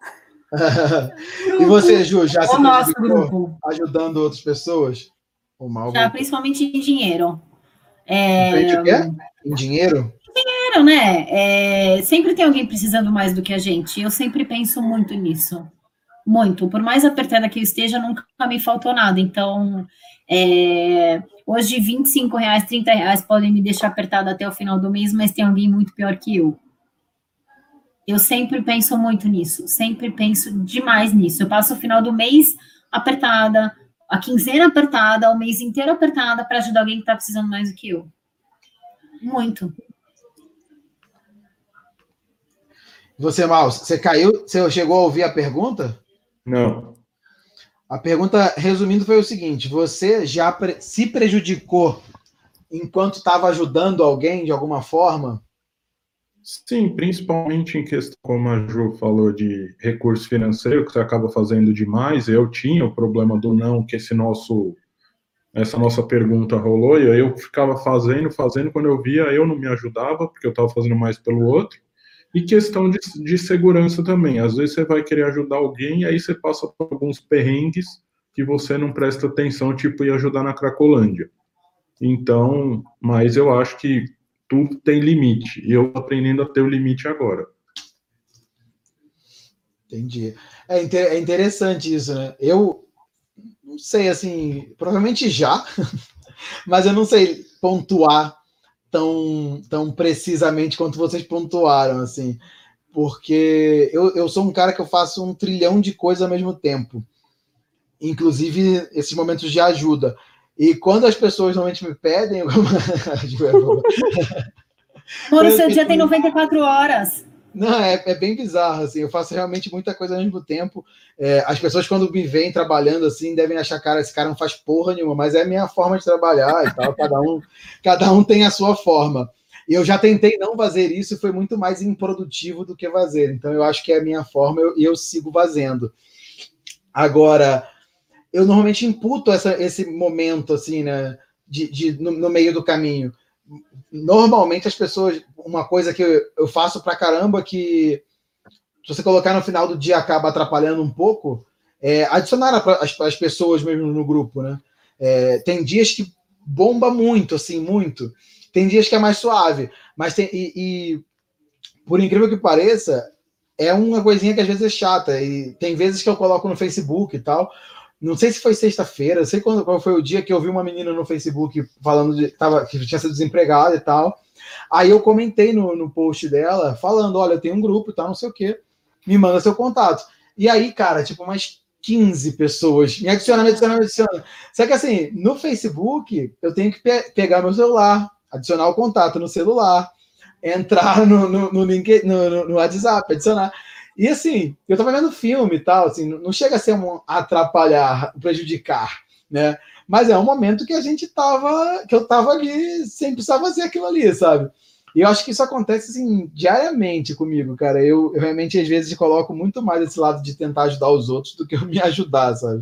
E você, Ju, já se O nosso prejudicou grupo. ajudando outras pessoas? O mal Já, principalmente em dinheiro. Principalmente É... o quê? Em dinheiro? Dinheiro, né? É... Sempre tem alguém precisando mais do que a gente. Eu sempre penso muito nisso. Muito. Por mais apertada que eu esteja, nunca me faltou nada. Então, é... hoje, vinte e cinco reais, trinta reais podem me deixar apertada até o final do mês, mas tem alguém muito pior que eu. Eu sempre penso muito nisso. Sempre penso demais nisso. Eu passo o final do mês apertada, a quinzena apertada, o mês inteiro apertada para ajudar alguém que está precisando mais do que eu. Muito. Você, Maus, você caiu? Você chegou a ouvir a pergunta? Não. A pergunta, resumindo, foi o seguinte: você já pre- se prejudicou enquanto estava ajudando alguém de alguma forma? Sim, principalmente em questão, como a Ju falou, de recurso financeiro, que você acaba fazendo demais. Eu tinha o problema do não, que esse nosso, essa nossa pergunta rolou, e aí eu ficava fazendo, fazendo, quando eu via, eu não me ajudava, porque eu estava fazendo mais pelo outro. E questão de, de segurança também. Às vezes você vai querer ajudar alguém, e aí você passa por alguns perrengues que você não presta atenção, tipo ir ajudar na Cracolândia. Então, mas eu acho que tudo tem limite. E eu tô aprendendo a ter o limite agora. Entendi. É, inter- é interessante isso, né? Eu não sei, assim, provavelmente já, mas eu não sei pontuar tão, tão precisamente quanto vocês pontuaram, assim, porque eu, eu sou um cara que eu faço um trilhão de coisas ao mesmo tempo, inclusive esses momentos de ajuda. E quando as pessoas normalmente me pedem... Amor, o seu dia tem noventa e quatro horas. Não, é, é bem bizarro, assim, eu faço realmente muita coisa ao mesmo tempo. É, as pessoas, quando me veem trabalhando assim, devem achar, cara, esse cara não faz porra nenhuma, mas é a minha forma de trabalhar e tal, cada um, cada um tem a sua forma. E eu já tentei não fazer isso e foi muito mais improdutivo do que fazer. Então eu acho que é a minha forma e eu, eu sigo fazendo. Agora, eu normalmente imputo essa, esse momento, assim, né, de, de, no, no meio do caminho. Normalmente as pessoas, uma coisa que eu, eu faço pra caramba, que se você colocar no final do dia acaba atrapalhando um pouco, é adicionar as, as pessoas mesmo no grupo, né? É, tem dias que bomba muito, assim, muito. Tem dias que é mais suave, mas tem, e, e por incrível que pareça, é uma coisinha que às vezes é chata, e tem vezes que eu coloco no Facebook e tal. Não sei se foi sexta-feira, não sei quando, qual foi o dia que eu vi uma menina no Facebook falando de, tava, que tinha sido desempregada e tal. Aí eu comentei no, no post dela, falando, olha, eu tenho um grupo e tal, não sei o quê, me manda seu contato. E aí, cara, tipo, umas quinze pessoas me adicionam, me adicionam, me adicionam. Só que assim, no Facebook, eu tenho que pe- pegar meu celular, adicionar o contato no celular, entrar no, no, no, link, no, no, no WhatsApp, adicionar. E assim, eu tava vendo filme e tal, assim, não chega a ser um atrapalhar, prejudicar, né? Mas é um momento que a gente tava, que eu tava ali sem precisar fazer aquilo ali, sabe? E eu acho que isso acontece, assim, diariamente comigo, cara. Eu, eu realmente, às vezes, coloco muito mais esse lado de tentar ajudar os outros do que eu me ajudar, sabe?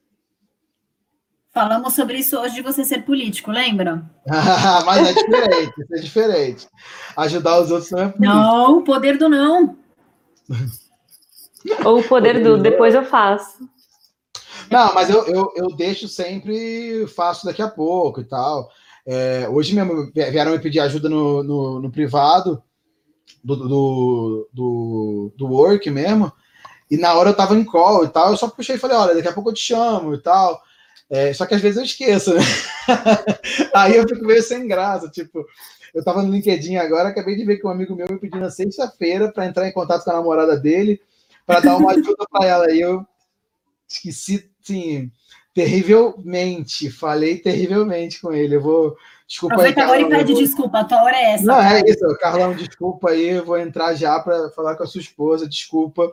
Falamos sobre isso hoje de você ser político, lembra? Mas é diferente, isso é diferente. Ajudar os outros não é político. Não, o poder do não. Ou o poder do depois eu faço. Não, mas eu, eu, eu deixo sempre, faço daqui a pouco e tal. É, hoje mesmo vieram me pedir ajuda no, no, no privado do, do, do, do work mesmo, e na hora eu tava em call e tal, eu só puxei e falei, olha, daqui a pouco eu te chamo e tal. É, só que às vezes eu esqueço, né? Aí eu fico meio sem graça, tipo, eu tava no LinkedIn agora, acabei de ver que um amigo meu me pediu na sexta-feira para entrar em contato com a namorada dele, para dar uma ajuda para ela. E eu esqueci, sim, terrivelmente, falei terrivelmente com ele. Eu vou. Desculpa Aproveita aí, agora e pede vou... desculpa, a tua hora é essa. Não, cara. é isso, Carlão, desculpa aí, eu vou entrar já para falar com a sua esposa, desculpa.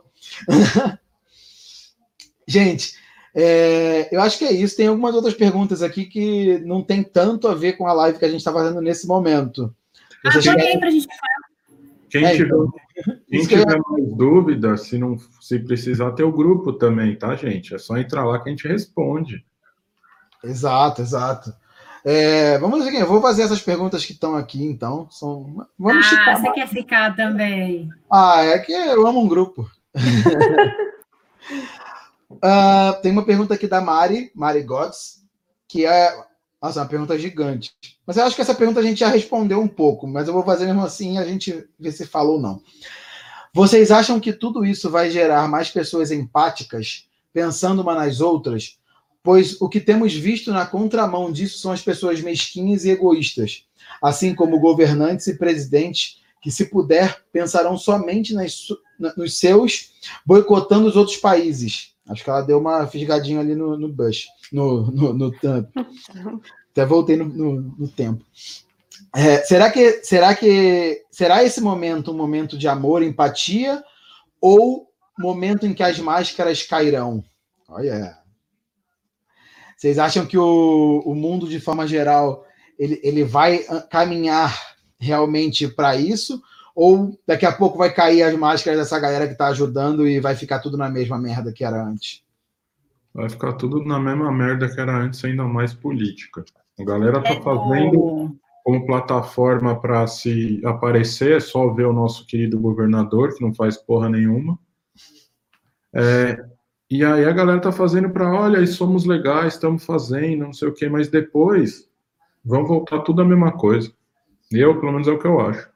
Gente, é, eu acho que é isso. Tem algumas outras perguntas aqui que não tem tanto a ver com a live que a gente está fazendo nesse momento. Ah, Vocês pode querem... aí para a gente falar. Quem É, tiver, então, quem isso que eu tiver ia- mais dúvida, se, não, se precisar, ter o grupo também, tá, gente? É só entrar lá que a gente responde. Exato, exato. É, vamos ver, eu vou fazer essas perguntas que estão aqui, então. São... Vamos Ah, chicar você mais. quer ficar também. Ah, é que eu amo um grupo. Uh, tem uma pergunta aqui da Mari, Mari Gods, que é nossa, uma pergunta gigante. Mas eu acho que essa pergunta a gente já respondeu um pouco, mas eu vou fazer mesmo assim e a gente vê se falou ou não. Vocês acham que tudo isso vai gerar mais pessoas empáticas, pensando uma nas outras? Pois o que temos visto na contramão disso são as pessoas mesquinhas e egoístas, assim como governantes e presidentes que, se puder, pensarão somente nas, nos seus, boicotando os outros países. Acho que ela deu uma fisgadinha ali no, no Bush, no, no, no Trump. Até voltei no, no, no tempo. É, será que será que será esse momento um momento de amor, empatia, ou momento em que as máscaras cairão? Olha. Vocês acham que o, o mundo, de forma geral, ele, ele vai caminhar realmente para isso? Ou daqui a pouco vai cair as máscaras dessa galera que está ajudando e vai ficar tudo na mesma merda que era antes? Vai ficar tudo na mesma merda que era antes, ainda mais política. A galera tá fazendo como plataforma para se aparecer, é só ver o nosso querido governador, que não faz porra nenhuma. É, e aí a galera tá fazendo para, olha, somos legais, estamos fazendo, não sei o quê, mas depois vão voltar tudo a mesma coisa. Eu, pelo menos, é o que eu acho.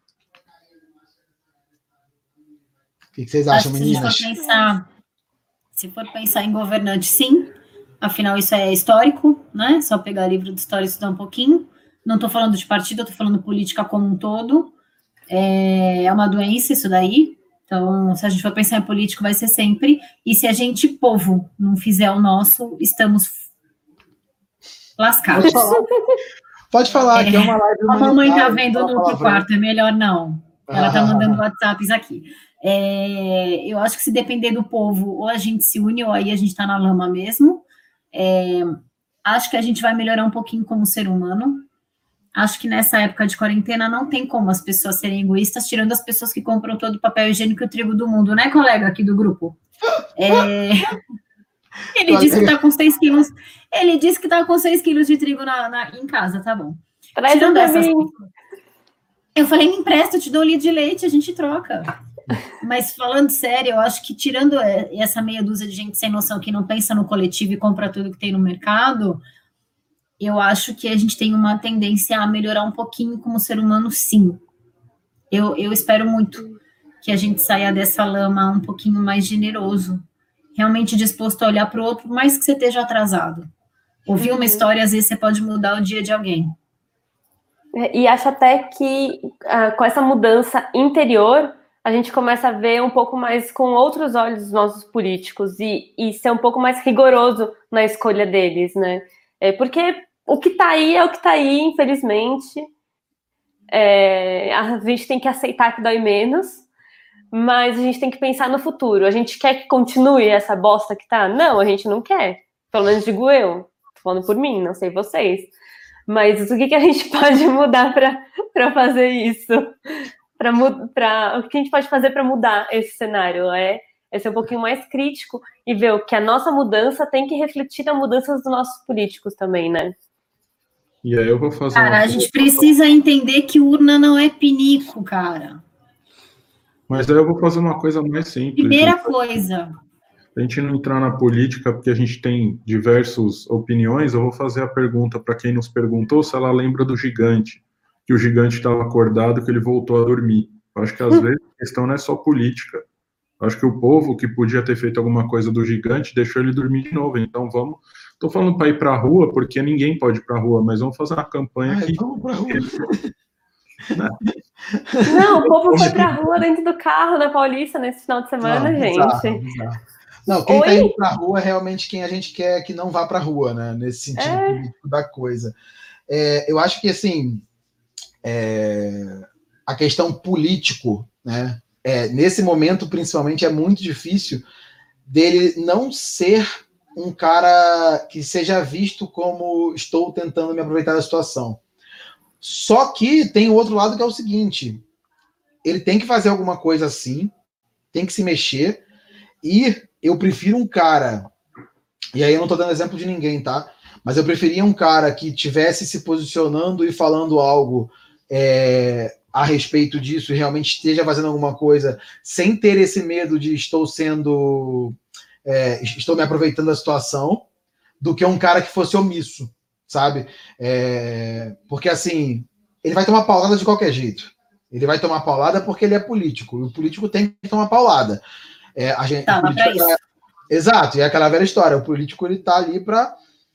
O que vocês acham, Acho que meninas? Se for, pensar, se for pensar em governante, sim. Afinal, isso é histórico, né? Só pegar livro de história e estudar um pouquinho. Não estou falando de partido, eu estou falando política como um todo. É, é uma doença isso daí. Então, se a gente for pensar em político, vai ser sempre. E se a gente, povo, não fizer o nosso, estamos lascados. Pode falar, Pode falar é, que é uma live a mamãe está vendo no outro quarto, é melhor não. Ela está mandando WhatsApps aqui. É, eu acho que se depender do povo, ou a gente se une, ou aí a gente está na lama mesmo. É, acho que a gente vai melhorar um pouquinho como ser humano. Acho que nessa época de quarentena não tem como as pessoas serem egoístas, tirando as pessoas que compram todo o papel higiênico e o trigo do mundo, né, colega aqui do grupo? É, ele disse que está com seis quilos. Ele disse que está com seis quilos de trigo na, na, em casa, tá bom. Traz tirando essas mim. Eu falei, me empresta, eu te dou um litro de leite, a gente troca. Mas falando sério, eu acho que tirando essa meia dúzia de gente sem noção que não pensa no coletivo e compra tudo que tem no mercado, eu acho que a gente tem uma tendência a melhorar um pouquinho como ser humano, sim. Eu, eu espero muito que a gente saia dessa lama um pouquinho mais generoso, realmente disposto a olhar para o outro, por mais que você esteja atrasado. Ouvir uma história, às vezes, você pode mudar o dia de alguém. E acho até que uh, com essa mudança interior, a gente começa a ver um pouco mais com outros olhos os nossos políticos e, e ser um pouco mais rigoroso na escolha deles, né? É, porque o que tá aí é o que tá aí, infelizmente. É, a gente tem que aceitar que dói menos, mas a gente tem que pensar no futuro. A gente quer que continue essa bosta que tá? Não, a gente não quer. Pelo menos digo eu. Tô falando por mim, não sei vocês. Mas o que, que a gente pode mudar para fazer isso? Pra, pra, o que a gente pode fazer para mudar esse cenário? É, é ser um pouquinho mais crítico e ver que a nossa mudança tem que refletir a mudança dos nossos políticos também, né? E aí eu vou fazer. Cara, uma... a gente precisa entender que urna não é pinico, cara. Mas aí eu vou fazer uma coisa mais simples. Primeira coisa. A gente não entrar na política, porque a gente tem diversas opiniões, eu vou fazer a pergunta para quem nos perguntou se ela lembra do gigante, que o gigante estava acordado, que ele voltou a dormir. Eu acho que às vezes a questão não é só política. Eu acho que o povo que podia ter feito alguma coisa do gigante deixou ele dormir de novo. Então vamos... Estou falando para ir para a rua, porque ninguém pode ir para a rua, mas vamos fazer uma campanha Ai, aqui. Vamos para a rua. Não, o povo foi para a rua dentro do carro na Paulista nesse final de semana, não, gente. Bizarro, bizarro. Não, quem está indo para a rua é realmente quem a gente quer que não vá para a rua, né? Nesse sentido é. político da coisa. É, eu acho que, assim, é, a questão político, né? É, nesse momento, principalmente, é muito difícil dele não ser um cara que seja visto como estou tentando me aproveitar da situação. Só que tem o outro lado que é o seguinte, ele tem que fazer alguma coisa assim, tem que se mexer, e eu prefiro um cara, e aí eu não estou dando exemplo de ninguém, tá? Mas eu preferia um cara que tivesse se posicionando e falando algo é, a respeito disso, e realmente esteja fazendo alguma coisa, sem ter esse medo de estou sendo é, estou me aproveitando da situação, do que um cara que fosse omisso, sabe? É, porque, assim, ele vai tomar paulada de qualquer jeito. Ele vai tomar paulada porque ele é político. E o político tem que tomar paulada. É, a gente, tá, o político isso. É, exato, e é aquela velha história. O político, ele tá ali para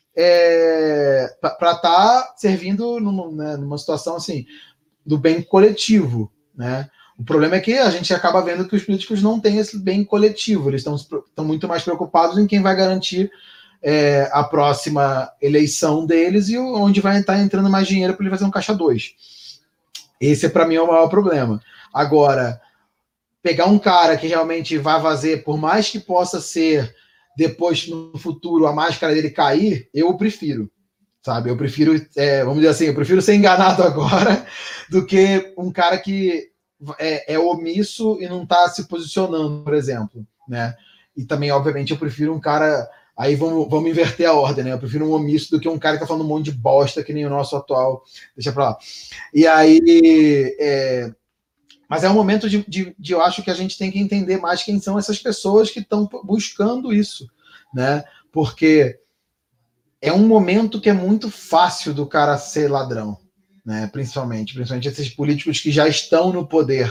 é, para estar tá servindo numa, né, numa situação, assim, do bem coletivo, né? O problema é que a gente acaba vendo que os políticos não têm esse bem coletivo. Eles estão, estão muito mais preocupados em quem vai garantir é, a próxima eleição deles e onde vai estar entrando mais dinheiro para ele fazer um caixa dois. Esse, para mim, é o maior problema. Agora, pegar um cara que realmente vai fazer, por mais que possa ser, depois, no futuro, a máscara dele cair, eu prefiro, sabe? Eu prefiro, é, vamos dizer assim, eu prefiro ser enganado agora do que um cara que é, é omisso e não está se posicionando, por exemplo, né? E também, obviamente, eu prefiro um cara... Aí vamos, vamos inverter a ordem, né? Eu prefiro um omisso do que um cara que tá falando um monte de bosta, que nem o nosso atual. Deixa pra lá. E aí... É... Mas é um momento de, de, de... Eu acho que a gente tem que entender mais quem são essas pessoas que estão buscando isso, né? Porque é um momento que é muito fácil do cara ser ladrão, né? Principalmente. Principalmente esses políticos que já estão no poder.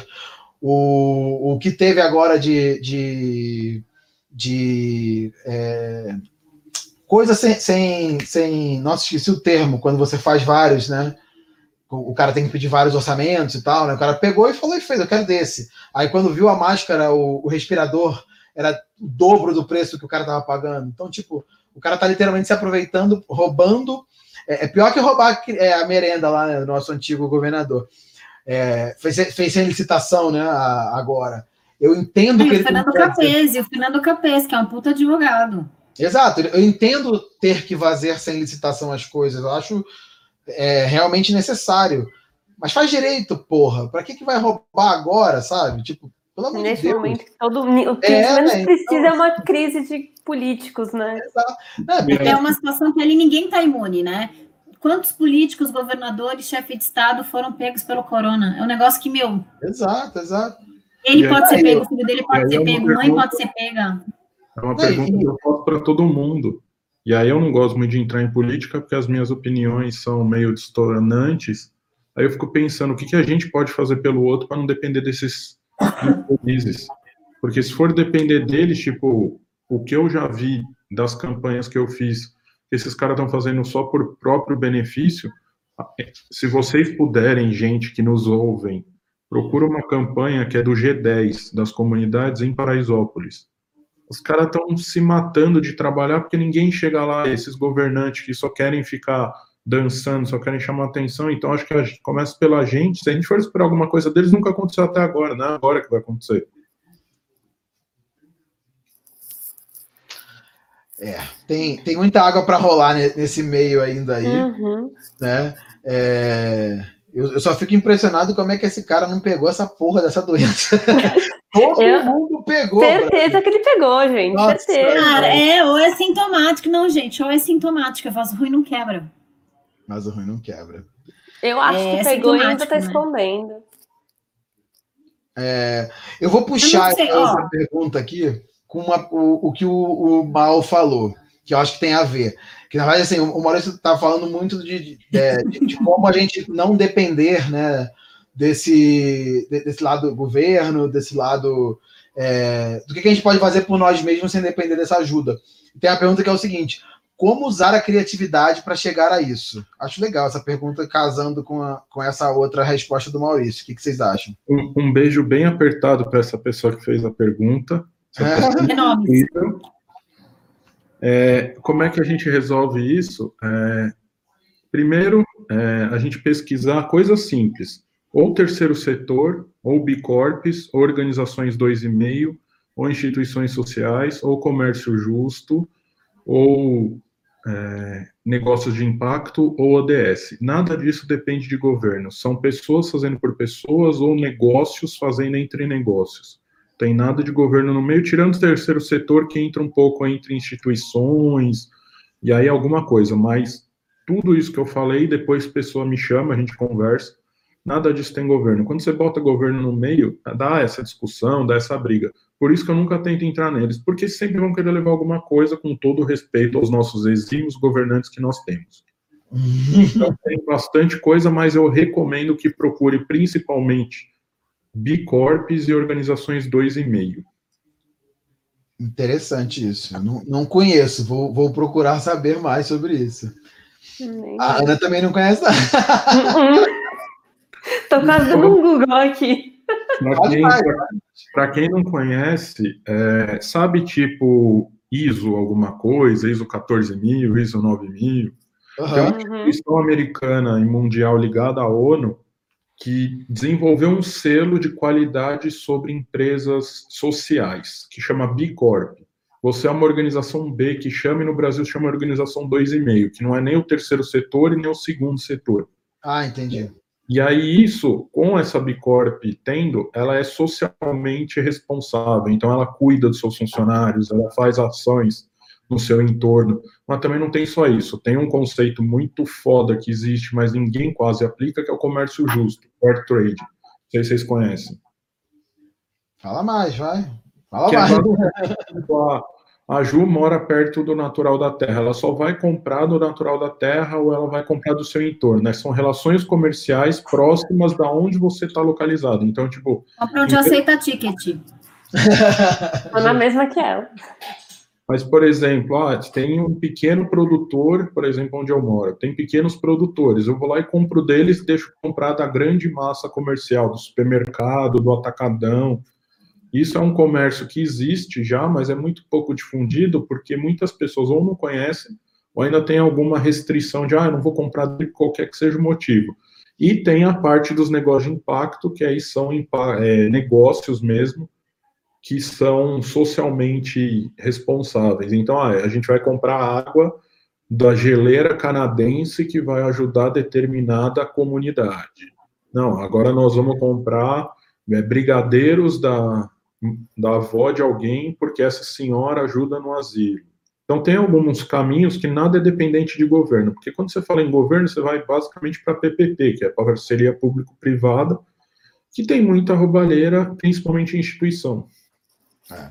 O, o que teve agora de... de de é, coisa sem, sem, sem... Nossa, esqueci o termo, quando você faz vários, né? O, o cara tem que pedir vários orçamentos e tal, né? O cara pegou e falou e fez, eu quero desse. Aí quando viu a máscara, o, o respirador era o dobro do preço que o cara tava pagando. Então, tipo, o cara tá literalmente se aproveitando, roubando. É, é pior que roubar é, a merenda lá, né, do nosso antigo governador. É, fez, fez sem licitação, né, a, agora. Eu entendo e que o ele Fernando Capês, e o Fernando Capês, que é um puta advogado. Exato, eu entendo ter que fazer sem licitação as coisas, eu acho é, realmente necessário. Mas faz direito, porra. Pra que, que vai roubar agora, sabe? Tipo, pelo amor Nesse de Deus. momento, todo, o que É, menos então... precisa é uma crise de políticos, né? Exato. É, porque... é uma situação que ali ninguém tá imune, né? Quantos políticos, governadores, chefes de Estado foram pegos pelo corona? É um negócio que, meu... Exato, exato. Ele e pode aí, ser pego, o filho dele pode ser é pego, pergunta, mãe pode ser pega. É uma pergunta que eu faço para todo mundo. E aí eu não gosto muito de entrar em política porque as minhas opiniões são meio distornantes. Aí eu fico pensando o que, que a gente pode fazer pelo outro para não depender desses países. Porque se for depender deles, tipo, o que eu já vi das campanhas que eu fiz, que esses caras estão fazendo só por próprio benefício, se vocês puderem, gente que nos ouvem, procura uma campanha que é do G dez, das comunidades em Paraisópolis. Os caras estão se matando de trabalhar porque ninguém chega lá, esses governantes que só querem ficar dançando, só querem chamar atenção. Então, acho que a gente começa pela gente. Se a gente for esperar alguma coisa deles, nunca aconteceu até agora, não é agora que vai acontecer. É, tem, tem muita água para rolar nesse meio ainda aí, uhum. né? É... Eu, eu só fico impressionado como é que esse cara não pegou essa porra dessa doença. Todo eu, mundo pegou. Certeza Brasil. que ele pegou, gente. Nossa, certeza. Cara, é, ou é sintomático. Não, gente, ou é sintomático. Eu faço ruim não quebra. Mas o ruim não quebra. Eu acho é, que pegou e ainda tá né? escondendo. É, eu vou puxar eu sei, essa outra pergunta aqui com uma, o, o que o, o Mal falou, que eu acho que tem a ver. Que, na verdade, assim, o Maurício está falando muito de, de, de, de como a gente não depender, né, desse, desse lado do governo, desse lado... É, do que a gente pode fazer por nós mesmos sem depender dessa ajuda. Tem a pergunta que é o seguinte: como usar a criatividade para chegar a isso? Acho legal essa pergunta casando com, a, com essa outra resposta do Maurício. O que, que vocês acham? Um, um beijo bem apertado para essa pessoa que fez a pergunta. É. É, como é que a gente resolve isso? É, primeiro, é, a gente pesquisar coisas simples. Ou terceiro setor, ou bicorpes, ou organizações dois e meio, ou instituições sociais, ou comércio justo, ou é, negócios de impacto, ou O D S. Nada disso depende de governo. São pessoas fazendo por pessoas, ou negócios fazendo entre negócios. Tem nada de governo no meio, tirando o terceiro setor, que entra um pouco entre instituições, e aí alguma coisa, mas tudo isso que eu falei, depois a pessoa me chama, a gente conversa, nada disso tem governo. Quando você bota governo no meio, dá essa discussão, dá essa briga. Por isso que eu nunca tento entrar neles, porque sempre vão querer levar alguma coisa, com todo o respeito aos nossos exímios governantes que nós temos. Então tem bastante coisa, mas eu recomendo que procure principalmente B Corps e organizações dois e meio. Interessante isso. Não, não conheço, vou, vou procurar saber mais sobre isso. Nem a Ana também não conhece nada. Estou fazendo um Google aqui. Para quem, pra, quem não conhece, é, sabe tipo I S O alguma coisa, I S O quatorze mil, I S O nove mil? Uhum. Tem uma instituição americana e mundial ligada à ONU que desenvolveu um selo de qualidade sobre empresas sociais, que chama B Corp. Você é uma organização B, que chama, e no Brasil chama organização dois e meio, que não é nem o terceiro setor e nem o segundo setor. Ah, entendi. E aí isso, com essa B Corp tendo, ela é socialmente responsável, então ela cuida dos seus funcionários, ela faz ações no seu entorno, mas também não tem só isso, tem um conceito muito foda que existe, mas ninguém quase aplica, que é o comércio justo, fair trade. Não sei se vocês conhecem. Fala mais, vai. Fala que mais. É a, a Ju mora perto do natural da terra, ela só vai comprar do natural da terra ou ela vai comprar do seu entorno, né? São relações comerciais próximas da onde você está localizado. Então, tipo... Compra onde aceita ticket. Tô na mesma que ela. Mas, por exemplo, ah, tem um pequeno produtor, por exemplo, onde eu moro, tem pequenos produtores, eu vou lá e compro deles e deixo comprar da grande massa comercial, do supermercado, do atacadão. Isso é um comércio que existe já, mas é muito pouco difundido, porque muitas pessoas ou não conhecem, ou ainda tem alguma restrição de, ah, eu não vou comprar de qualquer que seja o motivo. E tem a parte dos negócios de impacto, que aí são é, negócios mesmo, que são socialmente responsáveis. Então, ah, a gente vai comprar água da geleira canadense que vai ajudar determinada comunidade. Não, agora nós vamos comprar é, brigadeiros da, da avó de alguém porque essa senhora ajuda no asilo. Então, tem alguns caminhos que nada é dependente de governo, porque quando você fala em governo, você vai basicamente para P P P, que é a parceria público-privada, que tem muita roubalheira, principalmente em instituição. É.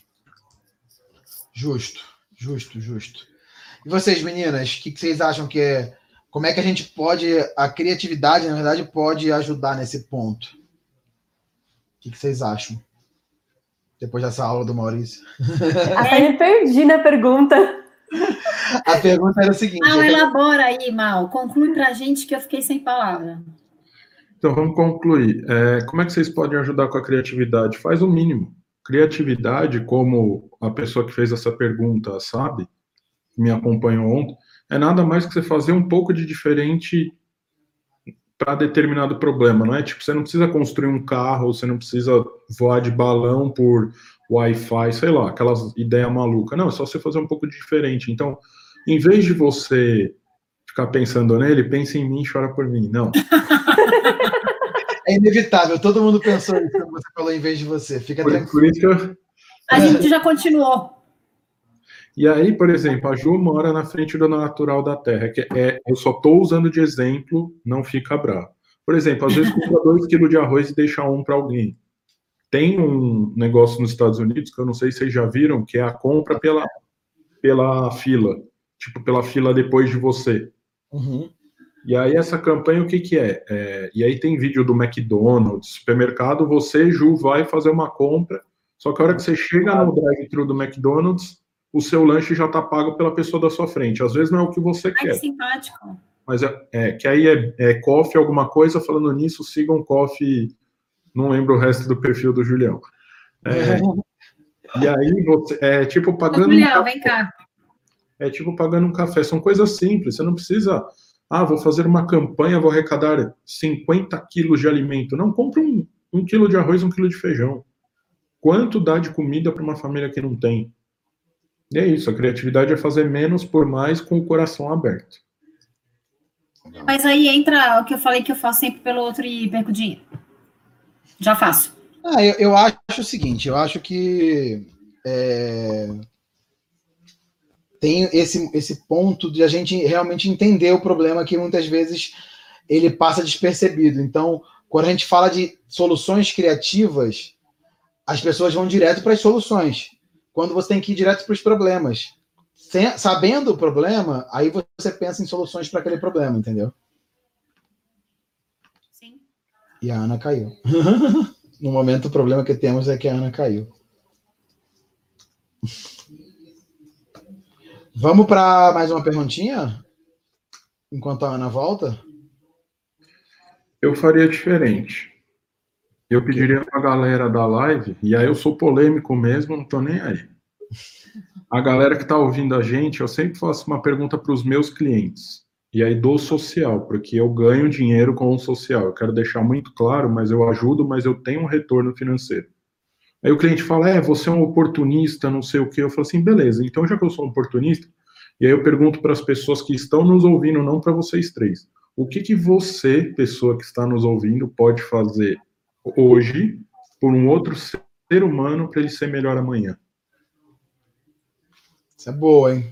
Justo, justo, justo. E vocês, meninas, o que, que vocês acham que é... Como é que a gente pode... A criatividade, na verdade, pode ajudar nesse ponto? O que, que vocês acham? Depois dessa aula do Maurício. Até me perdi na pergunta. A pergunta era o seguinte... Mal, elabora aí, Mal. Conclui pra gente que eu fiquei sem palavra. Então, vamos concluir. É, como é que vocês podem ajudar com a criatividade? Faz o mínimo. Criatividade, como a pessoa que fez essa pergunta sabe, me acompanhou ontem, é nada mais que você fazer um pouco de diferente para determinado problema, não é? Tipo, você não precisa construir um carro, você não precisa voar de balão por Wi-Fi, sei lá, aquelas ideias malucas. Não, é só você fazer um pouco de diferente. Então, em vez de você ficar pensando nele, pense em mim e chora por mim. Não. É inevitável, todo mundo pensou isso quando você falou em vez de você. Fica por, tranquilo. Por isso que eu... A gente já continuou. E aí, por exemplo, a Ju mora na frente do natural da terra, que é, eu só estou usando de exemplo, não fica bravo. Por exemplo, às vezes compra dois quilos de arroz e deixa um para alguém. Tem um negócio nos Estados Unidos, que eu não sei se vocês já viram, que é a compra pela, pela fila. Tipo, pela fila depois de você. Uhum. E aí essa campanha, o que que é? é? E aí tem vídeo do McDonald's, supermercado, você, Ju, vai fazer uma compra, só que a hora que você chega no drive-thru do McDonald's, o seu lanche já está pago pela pessoa da sua frente. Às vezes não é o que você Ai, quer. que simpático. Mas é, é que aí é, é coffee alguma coisa, falando nisso, sigam coffee, não lembro o resto do perfil do Julião. É, e aí você, é tipo pagando... Ô, Julião, um vem cá. É tipo pagando um café, são coisas simples, você não precisa... Ah, vou fazer uma campanha, vou arrecadar cinquenta quilos de alimento. Não, compra um, um quilo de arroz, um quilo de feijão. Quanto dá de comida para uma família que não tem? E é isso, a criatividade é fazer menos por mais com o coração aberto. Mas aí entra o que eu falei que eu faço sempre pelo outro e perco dinheiro. Já faço. Ah, eu, eu acho o seguinte, eu acho que é, tem esse, esse ponto de a gente realmente entender o problema que muitas vezes ele passa despercebido. Então, quando a gente fala de soluções criativas, as pessoas vão direto para as soluções. Quando você tem que ir direto para os problemas. Sem, sabendo o problema, aí você pensa em soluções para aquele problema, entendeu? Sim. E a Ana caiu. No momento, o problema que temos é que a Ana caiu. Vamos para mais uma perguntinha? Enquanto a Ana volta? Eu faria diferente. Eu pediria para a galera da live, e aí eu sou polêmico mesmo, não estou nem aí. A galera que está ouvindo a gente, eu sempre faço uma pergunta para os meus clientes. E aí dou social, porque eu ganho dinheiro com o social. Eu quero deixar muito claro, mas eu ajudo, mas eu tenho um retorno financeiro. Aí o cliente fala, é, você é um oportunista, não sei o quê. Eu falo assim, beleza, então já que eu sou um oportunista, e aí eu pergunto para as pessoas que estão nos ouvindo, não para vocês três. O que que você, pessoa que está nos ouvindo, pode fazer hoje por um outro ser humano para ele ser melhor amanhã? Isso é boa, hein?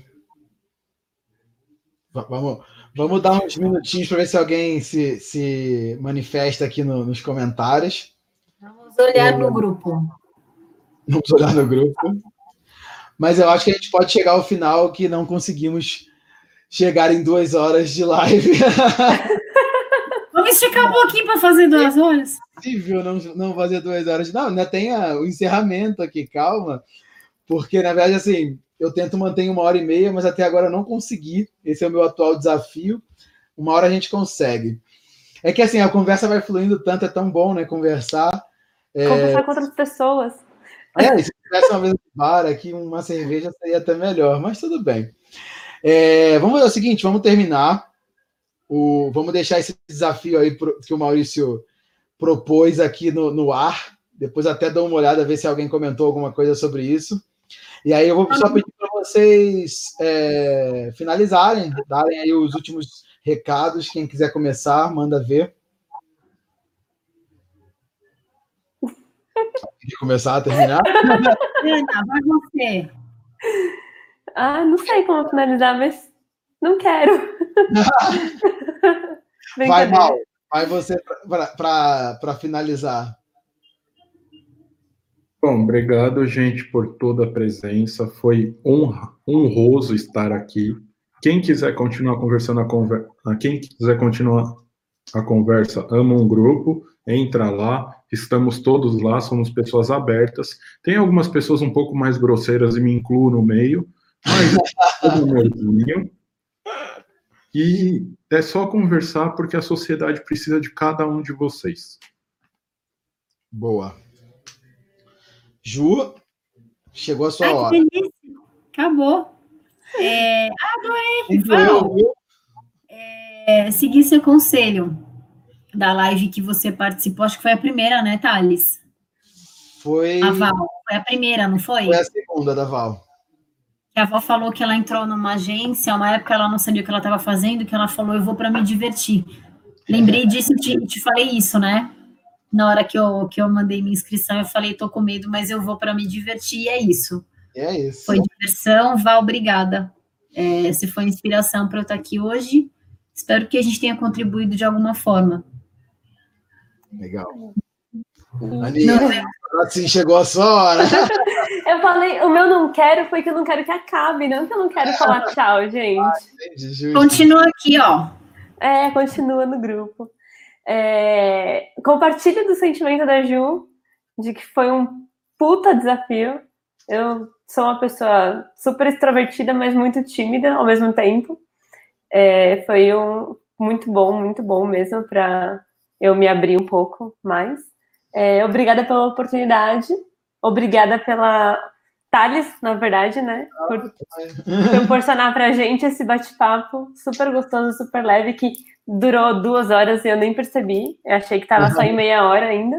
V- Vamos, vamos dar uns minutinhos para ver se alguém se, se manifesta aqui no- nos comentários. Vamos olhar no grupo. Vamos olhar no grupo. Mas eu acho que a gente pode chegar ao final que não conseguimos chegar em duas horas de live. Vamos esticar um pouquinho para fazer duas horas. É possível não, não fazer duas horas. Não, ainda tem a- o encerramento aqui, calma. Porque, na verdade, assim, eu tento manter uma hora e meia, mas até agora eu não consegui. Esse é o meu atual desafio. Uma hora a gente consegue. É que, assim, a conversa vai fluindo tanto, é tão bom, né, conversar. É, Conversar com outras pessoas. é, se tivesse uma mesa de bar aqui, uma cerveja seria até melhor, mas tudo bem. É, vamos fazer o seguinte, vamos terminar. O, vamos deixar esse desafio aí pro, que o Maurício propôs aqui no, no ar. Depois até dou uma olhada, ver se alguém comentou alguma coisa sobre isso. E aí eu vou só pedir para vocês é, finalizarem, darem aí os últimos recados. Quem quiser começar, manda ver. Quer começar a terminar? Ana, vai você. Ah, não sei como finalizar, mas não quero. Vai, Brincadeira. Mal. Vai você para finalizar. Bom, obrigado, gente, por toda a presença. Foi honra, honroso estar aqui. Quem quiser continuar conversando, a conver... quem quiser continuar a conversa, ama um grupo, entra lá. Estamos todos lá, somos pessoas abertas. Tem algumas pessoas um pouco mais grosseiras e me incluo no meio, mas todo amorzinho. E é só conversar porque a sociedade precisa de cada um de vocês. Boa. Ju, chegou a sua Ai, hora. que delícia. Acabou. É, adorei, Incluiu, Val. viu? É, segui seu conselho da live que você participou. Acho que foi a primeira, né, Thales? Foi, A Val. Foi a primeira, não foi? foi a segunda da Val. Que a avó falou que ela entrou numa agência, uma época ela não sabia o que ela estava fazendo, que ela falou, eu vou para me divertir. Lembrei disso e te, te falei isso, né? Na hora que eu, que eu mandei minha inscrição, eu falei, tô com medo, mas eu vou para me divertir, e é isso. É isso. Foi diversão, Val, obrigada. É, se foi inspiração para eu estar aqui hoje, espero que a gente tenha contribuído de alguma forma. Legal. Aninha, assim chegou a sua hora. Eu falei, o meu não quero foi que eu não quero que acabe, não que eu não quero falar tchau, gente. Entendi, justo. Continua aqui, ó. É, continua no grupo. É, compartilhe do sentimento da Ju, de que foi um puta desafio. Eu sou uma pessoa super extrovertida, mas muito tímida ao mesmo tempo. É, foi um, muito bom, muito bom mesmo para eu me abrir um pouco mais. É, obrigada pela oportunidade, obrigada pela Thales, na verdade, né, por proporcionar pra gente esse bate-papo super gostoso, super leve, que durou duas horas e eu nem percebi, eu achei que tava só em meia hora ainda.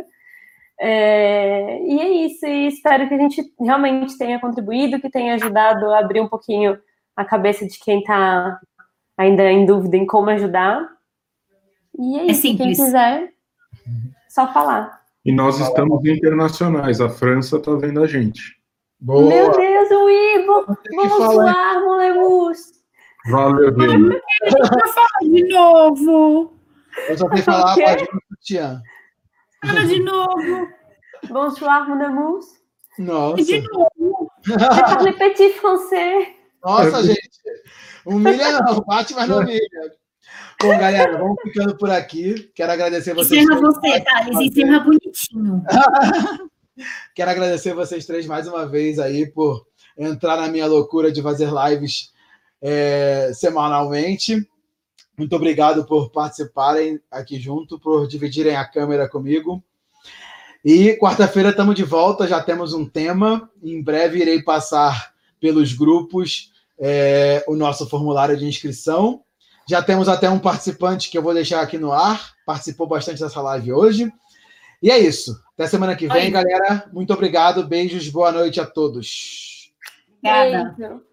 É, e é isso, e espero que a gente realmente tenha contribuído, que tenha ajudado a abrir um pouquinho a cabeça de quem tá ainda em dúvida em como ajudar. E é isso, quem simples. quiser, só falar. E nós estamos internacionais, a França está vendo a gente. Boa. Meu Deus, o Ivo! que Vamos falar. lá, molemus! Valeu, gente. Vou falar de novo. Eu só tenho que falar O quê? a Ju Tian. Fala de novo. Bonsoir, mon amour. Nossa. De novo. Je parle petit français. Nossa, gente. Humilha não, bate, mas não humilha. Bom, galera, vamos ficando por aqui. Quero agradecer vocês. Encerra você, Thales, encerra bonitinho. Quero agradecer vocês três mais uma vez aí por entrar na minha loucura de fazer lives é, semanalmente. Muito obrigado por participarem aqui junto, por dividirem a câmera comigo. E quarta-feira estamos de volta, já temos um tema. Em breve irei passar pelos grupos é, o nosso formulário de inscrição. Já temos até um participante que eu vou deixar aqui no ar. Participou bastante dessa live hoje. E é isso. Até semana que vem, Oi. galera. Muito obrigado. Beijos. Boa noite a todos. Obrigada. Beijo.